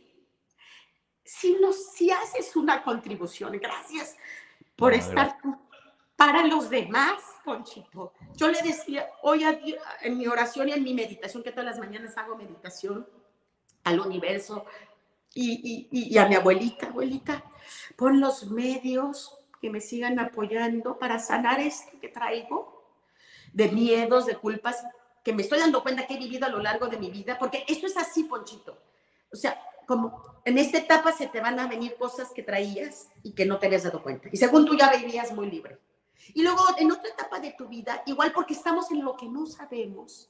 Si haces una contribución, gracias por estar para los demás, Ponchito. Yo le decía hoy en mi oración y en mi meditación, que todas las mañanas hago meditación al universo y a mi abuelita, pon los medios que me sigan apoyando para sanar esto que traigo de miedos, de culpas, que me estoy dando cuenta que he vivido a lo largo de mi vida, porque esto es así, Ponchito. O sea, como en esta etapa se te van a venir cosas que traías y que no te habías dado cuenta. Y según tú ya vivías muy libre. Y luego en otra etapa de tu vida, igual porque estamos en lo que no sabemos,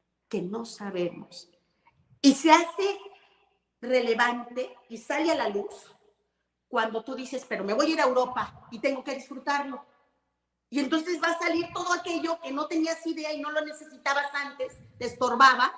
y se hace relevante y sale a la luz cuando tú dices, pero me voy a ir a Europa y tengo que disfrutarlo. Y entonces va a salir todo aquello que no tenías idea y no lo necesitabas antes, te estorbaba.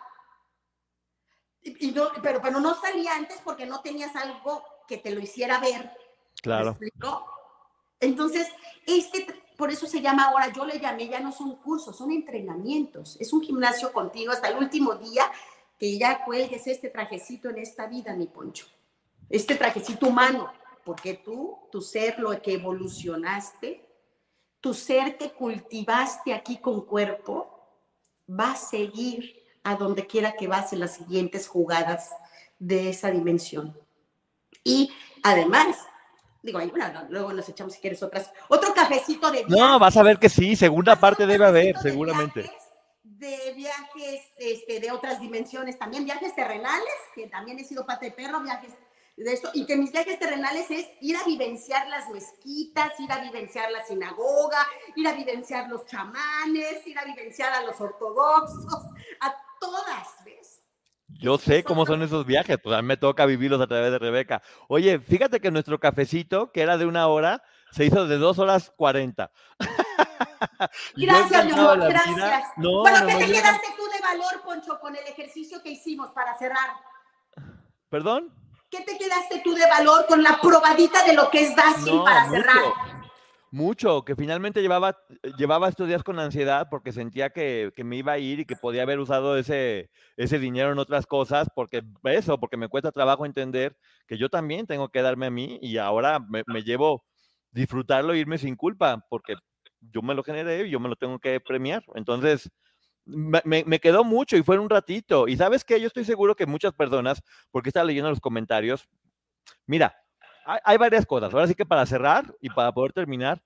Pero no salía antes porque no tenías algo que te lo hiciera ver. Claro. ¿Me explico? Entonces, por eso se llama ahora, yo le llamé, ya no son cursos, son entrenamientos. Es un gimnasio continuo hasta el último día que ya cuelgues este trajecito en esta vida, mi Poncho. Este trajecito humano, porque tu ser, lo que evolucionaste, tu ser que cultivaste aquí con cuerpo, va a seguir a donde quiera que vas en las siguientes jugadas de esa dimensión. Y además, luego nos echamos si quieres otro cafecito de viajes. No, vas a ver que sí, segunda parte debe haber, seguramente. De viajes de otras dimensiones también, viajes terrenales, que también he sido pata de perro, viajes de esto, y que mis viajes terrenales es ir a vivenciar las mezquitas, ir a vivenciar la sinagoga, ir a vivenciar los chamanes, ir a vivenciar a los ortodoxos, a todas, ¿ves? Yo sé cómo son esos viajes, pues a mí me toca vivirlos a través de Rebeca. Oye, fíjate que nuestro cafecito, que era de 1 hora, se hizo de 2 horas 40. Gracias, mi amor, gracias. Bueno, ¿qué te quedaste tú de valor, Poncho, con el ejercicio que hicimos para cerrar? ¿Perdón? ¿Qué te quedaste tú de valor con la probadita de lo que es Dasein para cerrar? Mucho, que finalmente llevaba estos días con ansiedad porque sentía que me iba a ir y que podía haber usado ese dinero en otras cosas, porque me cuesta trabajo entender que yo también tengo que darme a mí y ahora me llevo disfrutarlo e irme sin culpa, porque yo me lo generé y yo me lo tengo que premiar. Entonces, me quedó mucho y fue en un ratito. Y ¿sabes qué? Yo estoy seguro que muchas personas, porque estaba leyendo los comentarios, mira, hay varias cosas. Ahora sí que para cerrar y para poder terminar,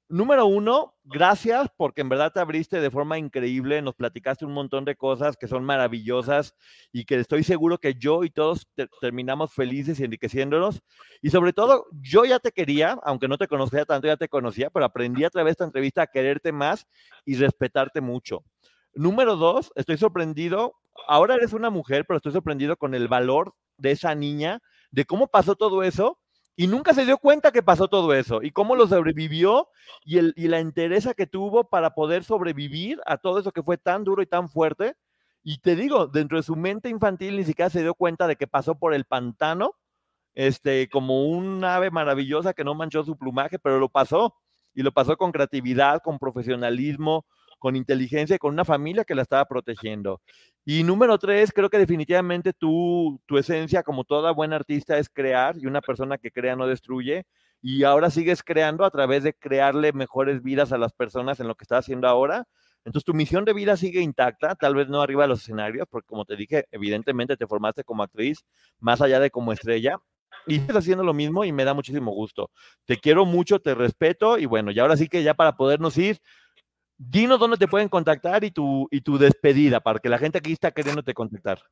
Número uno, gracias porque en verdad te abriste de forma increíble, nos platicaste un montón de cosas que son maravillosas y que estoy seguro que yo y todos terminamos felices y enriqueciéndonos. Y sobre todo, yo ya te quería, aunque no te conocía tanto, ya te conocía, pero aprendí a través de esta entrevista a quererte más y respetarte mucho. Número dos, estoy sorprendido, ahora eres una mujer, pero estoy sorprendido con el valor de esa niña, de cómo pasó todo eso y nunca se dio cuenta que pasó todo eso y cómo lo sobrevivió y la entereza que tuvo para poder sobrevivir a todo eso que fue tan duro y tan fuerte. Y te digo, dentro de su mente infantil ni siquiera se dio cuenta de que pasó por el pantano, como un ave maravillosa que no manchó su plumaje, pero lo pasó. Y lo pasó con creatividad, con profesionalismo, con inteligencia y con una familia que la estaba protegiendo. Y número tres, creo que definitivamente tu esencia como toda buena artista es crear y una persona que crea no destruye y ahora sigues creando a través de crearle mejores vidas a las personas en lo que estás haciendo ahora. Entonces tu misión de vida sigue intacta, tal vez no arriba de los escenarios, porque como te dije, evidentemente te formaste como actriz, más allá de como estrella, y estás haciendo lo mismo y me da muchísimo gusto. Te quiero mucho, te respeto, y bueno, y ahora sí que ya para podernos ir, dinos dónde te pueden contactar y tu despedida, para que la gente aquí está queriéndote contactar.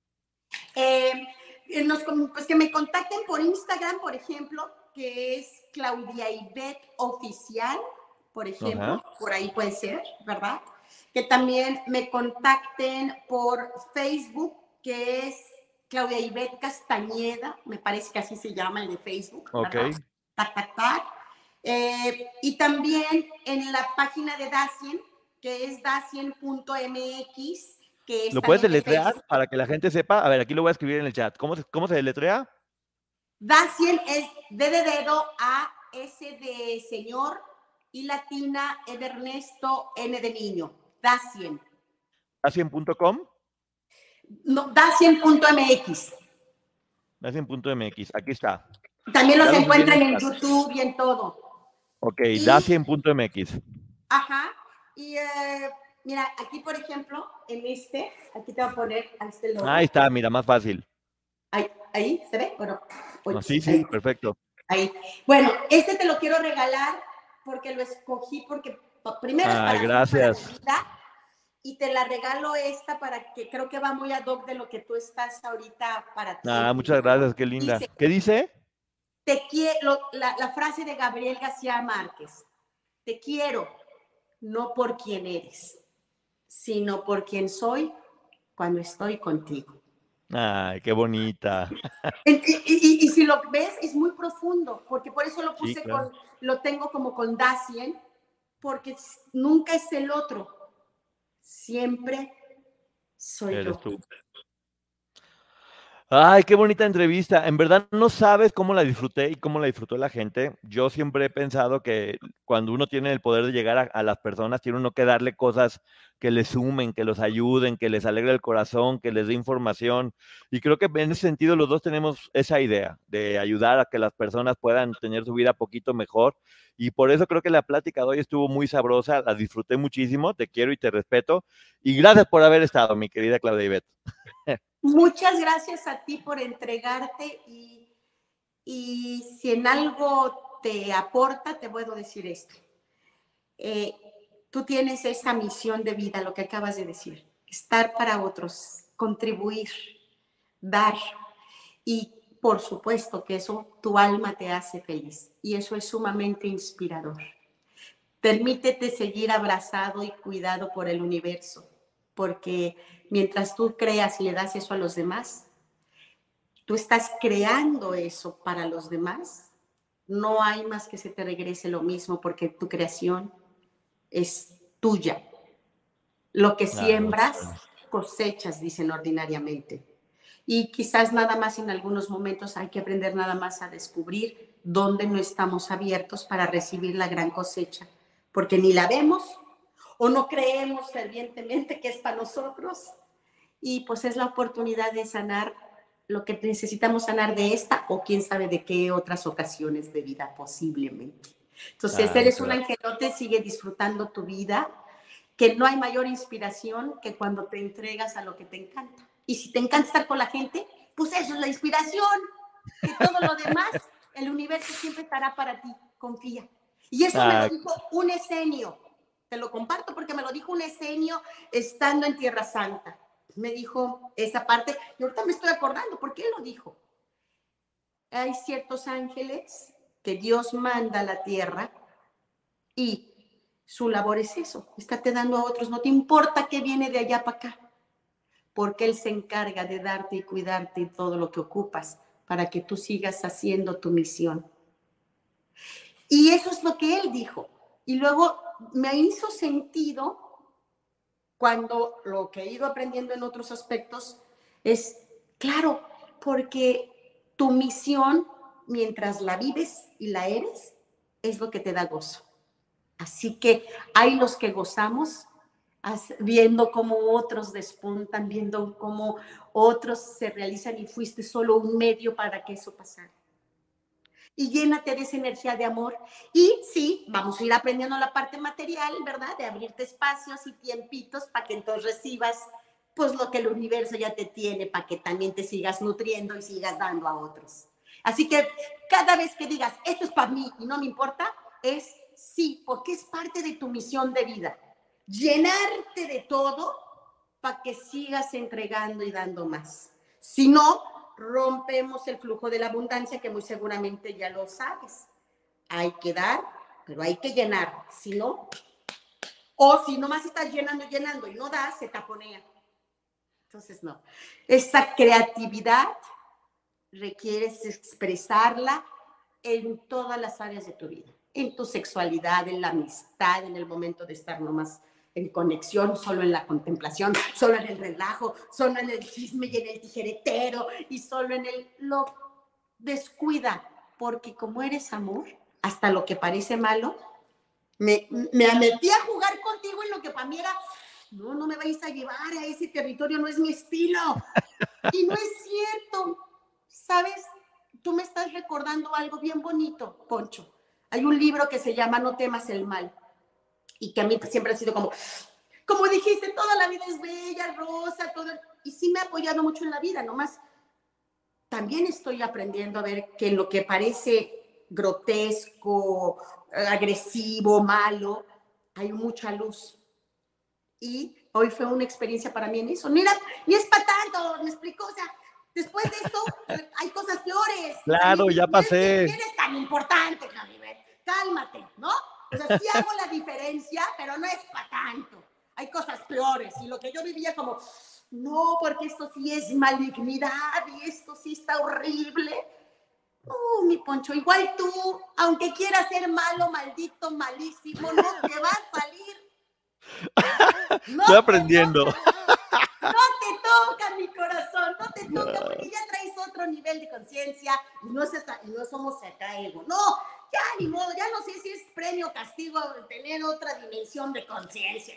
Pues que me contacten por Instagram, por ejemplo, que es Claudia Ivette Oficial, por ejemplo, por ahí puede ser, ¿verdad? Que también me contacten por Facebook, que es Claudia Ivette Castañeda, me parece que así se llama el de Facebook, ¿verdad? Ok. Tac. Y también en la página de Dacien, que es dacien.mx, que es ¿Lo puedes también de deletrear Facebook. para que la gente sepa? A ver, aquí lo voy a escribir en el chat. ¿Cómo se deletrea? Dacien es D de dedo, A, S de señor, y latina, E de Ernesto, N de niño. Dacien. ¿Dacien.com? No, Dacien.mx. Dacien.mx, aquí está. También los encuentran en chat. YouTube y en todo. Ok, Dacien.mx. Ajá. Y mira, aquí por ejemplo, aquí te voy a poner logo. Ahí está, mira, más fácil. Ahí, ¿se ve? Bueno, sí, ahí. Perfecto. Ahí. Bueno, te lo quiero regalar porque lo escogí porque primero es para gracias. ti, para y te la regalo para que creo que va muy ad hoc de lo que tú estás ahorita para ti. Muchas gracias, qué linda. Dice, ¿Qué dice? Te quiero, la frase de Gabriel García Márquez. Te quiero, no por quien eres, sino por quien soy cuando estoy contigo. Ay, qué bonita. Y si lo ves, es muy profundo, porque por eso lo puse claro. lo tengo como con Dacien, porque nunca es el otro, siempre soy Eres yo. tú. Ay, qué bonita entrevista. En verdad no sabes cómo la disfruté y cómo la disfrutó la gente. Yo siempre he pensado que cuando uno tiene el poder de llegar a las personas, tiene uno que darle cosas que les sumen, que los ayuden, que les alegre el corazón, que les dé información. Y creo que en ese sentido los dos tenemos esa idea de ayudar a que las personas puedan tener su vida poquito mejor. Y por eso creo que la plática de hoy estuvo muy sabrosa, la disfruté muchísimo, te quiero y te respeto. Y gracias por haber estado, mi querida Claudia Ivette. Muchas gracias a ti por entregarte y si en algo te aporta, te puedo decir esto. Tú tienes esa misión de vida, lo que acabas de decir, estar para otros, contribuir, dar y por supuesto que eso tu alma te hace feliz y eso es sumamente inspirador. Permítete seguir abrazado y cuidado por el universo, porque mientras tú creas y le das eso a los demás, tú estás creando eso para los demás. No hay más que se te regrese lo mismo porque tu creación es tuya. Lo que siembras, cosechas, dicen ordinariamente. Y quizás nada más en algunos momentos hay que aprender nada más a descubrir dónde no estamos abiertos para recibir la gran cosecha, porque ni la vemos o no creemos fervientemente que es para nosotros y pues es la oportunidad de sanar lo que necesitamos sanar de esta o quién sabe de qué otras ocasiones de vida posiblemente. Entonces eres un angelote, sigue disfrutando tu vida, que no hay mayor inspiración que cuando te entregas a lo que te encanta. Y si te encanta estar con la gente, pues eso es la inspiración, que todo lo demás, el universo siempre estará para ti, confía. Y eso me lo dijo un esenio. Te lo comparto porque me lo dijo un esenio estando en Tierra Santa. Me dijo esa parte y ahorita me estoy acordando por qué lo dijo. Hay ciertos ángeles que Dios manda a la tierra y su labor es eso, estate dando a otros, no te importa qué viene de allá para acá, porque Él se encarga de darte y cuidarte y todo lo que ocupas para que tú sigas haciendo tu misión. Y eso es lo que Él dijo. Y luego me hizo sentido cuando lo que he ido aprendiendo en otros aspectos es, claro, porque tu misión, mientras la vives y la eres, es lo que te da gozo. Así que hay los que gozamos viendo cómo otros despuntan, viendo cómo otros se realizan y fuiste solo un medio para que eso pasara. Y llénate de esa energía de amor. Y sí, vamos a ir aprendiendo la parte material, ¿verdad? De abrirte espacios y tiempitos para que entonces recibas pues lo que el universo ya te tiene para que también te sigas nutriendo y sigas dando a otros. Así que cada vez que digas, esto es para mí y no me importa, es sí, porque es parte de tu misión de vida. Llenarte de todo para que sigas entregando y dando más. Si no, rompemos el flujo de la abundancia, que muy seguramente ya lo sabes. Hay que dar, pero hay que llenar. Si no, o si nomás estás llenando y no das, se taponea. Entonces, no. Esa creatividad requieres expresarla en todas las áreas de tu vida. En tu sexualidad, en la amistad, en el momento de estar nomás en conexión, solo en la contemplación, solo en el relajo, solo en el chisme y en el tijeretero y solo en el... Lo descuida, porque como eres amor, hasta lo que parece malo, me metí a jugar contigo en lo que para mí era... No me vais a llevar a ese territorio, no es mi estilo. Y no es cierto. ¿Sabes? Tú me estás recordando algo bien bonito, Poncho. Hay un libro que se llama No temas el mal. Y que a mí siempre ha sido como dijiste, toda la vida es bella, rosa, todo. Y sí me ha apoyado mucho en la vida, nomás. También estoy aprendiendo a ver que en lo que parece grotesco, agresivo, malo, hay mucha luz. Y hoy fue una experiencia para mí en eso. Ni es para tanto, me explicó. O sea, después de esto hay cosas peores. Claro, ya pasé. No eres tan importante, Claribel. Cálmate, ¿no? O sea, sí hago la diferencia, pero no es para tanto. Hay cosas peores. Y lo que yo vivía como, no, porque esto sí es malignidad y esto sí está horrible. Mi Poncho, igual tú, aunque quieras ser malo, maldito, malísimo, no te va a salir. Estoy aprendiendo. No te toca, mi corazón, no te toca, porque ya traes otro nivel de conciencia y no somos acá ego. No, ya ni modo, ya no sé si es premio o castigo tener otra dimensión de conciencia.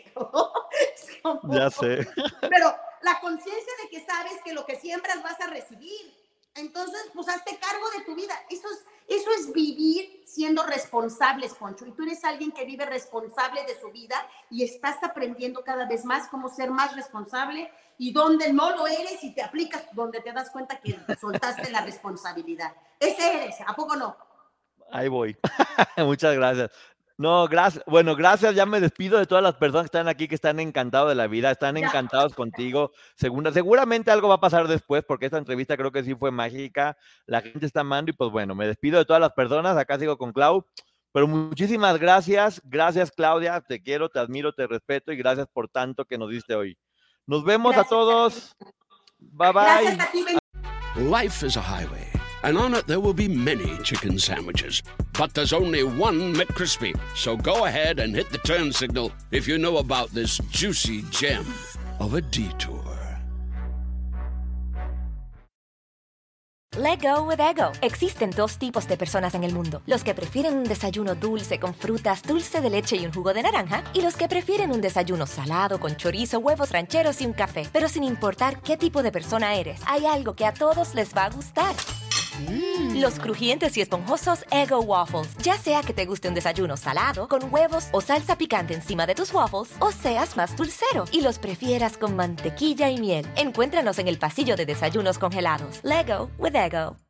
Ya sé. Pero la conciencia de que sabes que lo que siembras vas a recibir. Entonces, pues hazte cargo de tu vida. Eso es vivir siendo responsables, Poncho. Y tú eres alguien que vive responsable de su vida y estás aprendiendo cada vez más cómo ser más responsable y donde no lo eres y te aplicas, donde te das cuenta que soltaste la responsabilidad. Ese eres, ¿a poco no? Ahí voy. Muchas gracias. No, gracias. Bueno, gracias. Ya me despido de todas las personas que están aquí, que están encantados de la vida, están encantados contigo. Seguramente algo va a pasar después, porque esta entrevista creo que sí fue mágica. La gente está amando y pues bueno, me despido de todas las personas. Acá sigo con Clau. Pero muchísimas gracias. Gracias, Claudia. Te quiero, te admiro, te respeto y gracias por tanto que nos diste hoy. Nos vemos a todos. Bye, bye. Gracias a ti. Life is a highway, and on it there will be many chicken sandwiches. But there's only one McCrispy. So go ahead and hit the turn signal if you know about this juicy gem of a detour. Let go with ego. Existen dos tipos de personas en el mundo. Los que prefieren un desayuno dulce con frutas, dulce de leche y un jugo de naranja. Y los que prefieren un desayuno salado con chorizo, huevos rancheros y un café. Pero sin importar qué tipo de persona eres, hay algo que a todos les va a gustar. Los crujientes y esponjosos Eggo Waffles. Ya sea que te guste un desayuno salado, con huevos o salsa picante encima de tus waffles, o seas más dulcero y los prefieras con mantequilla y miel. Encuéntranos en el pasillo de desayunos congelados. Let go with Eggo.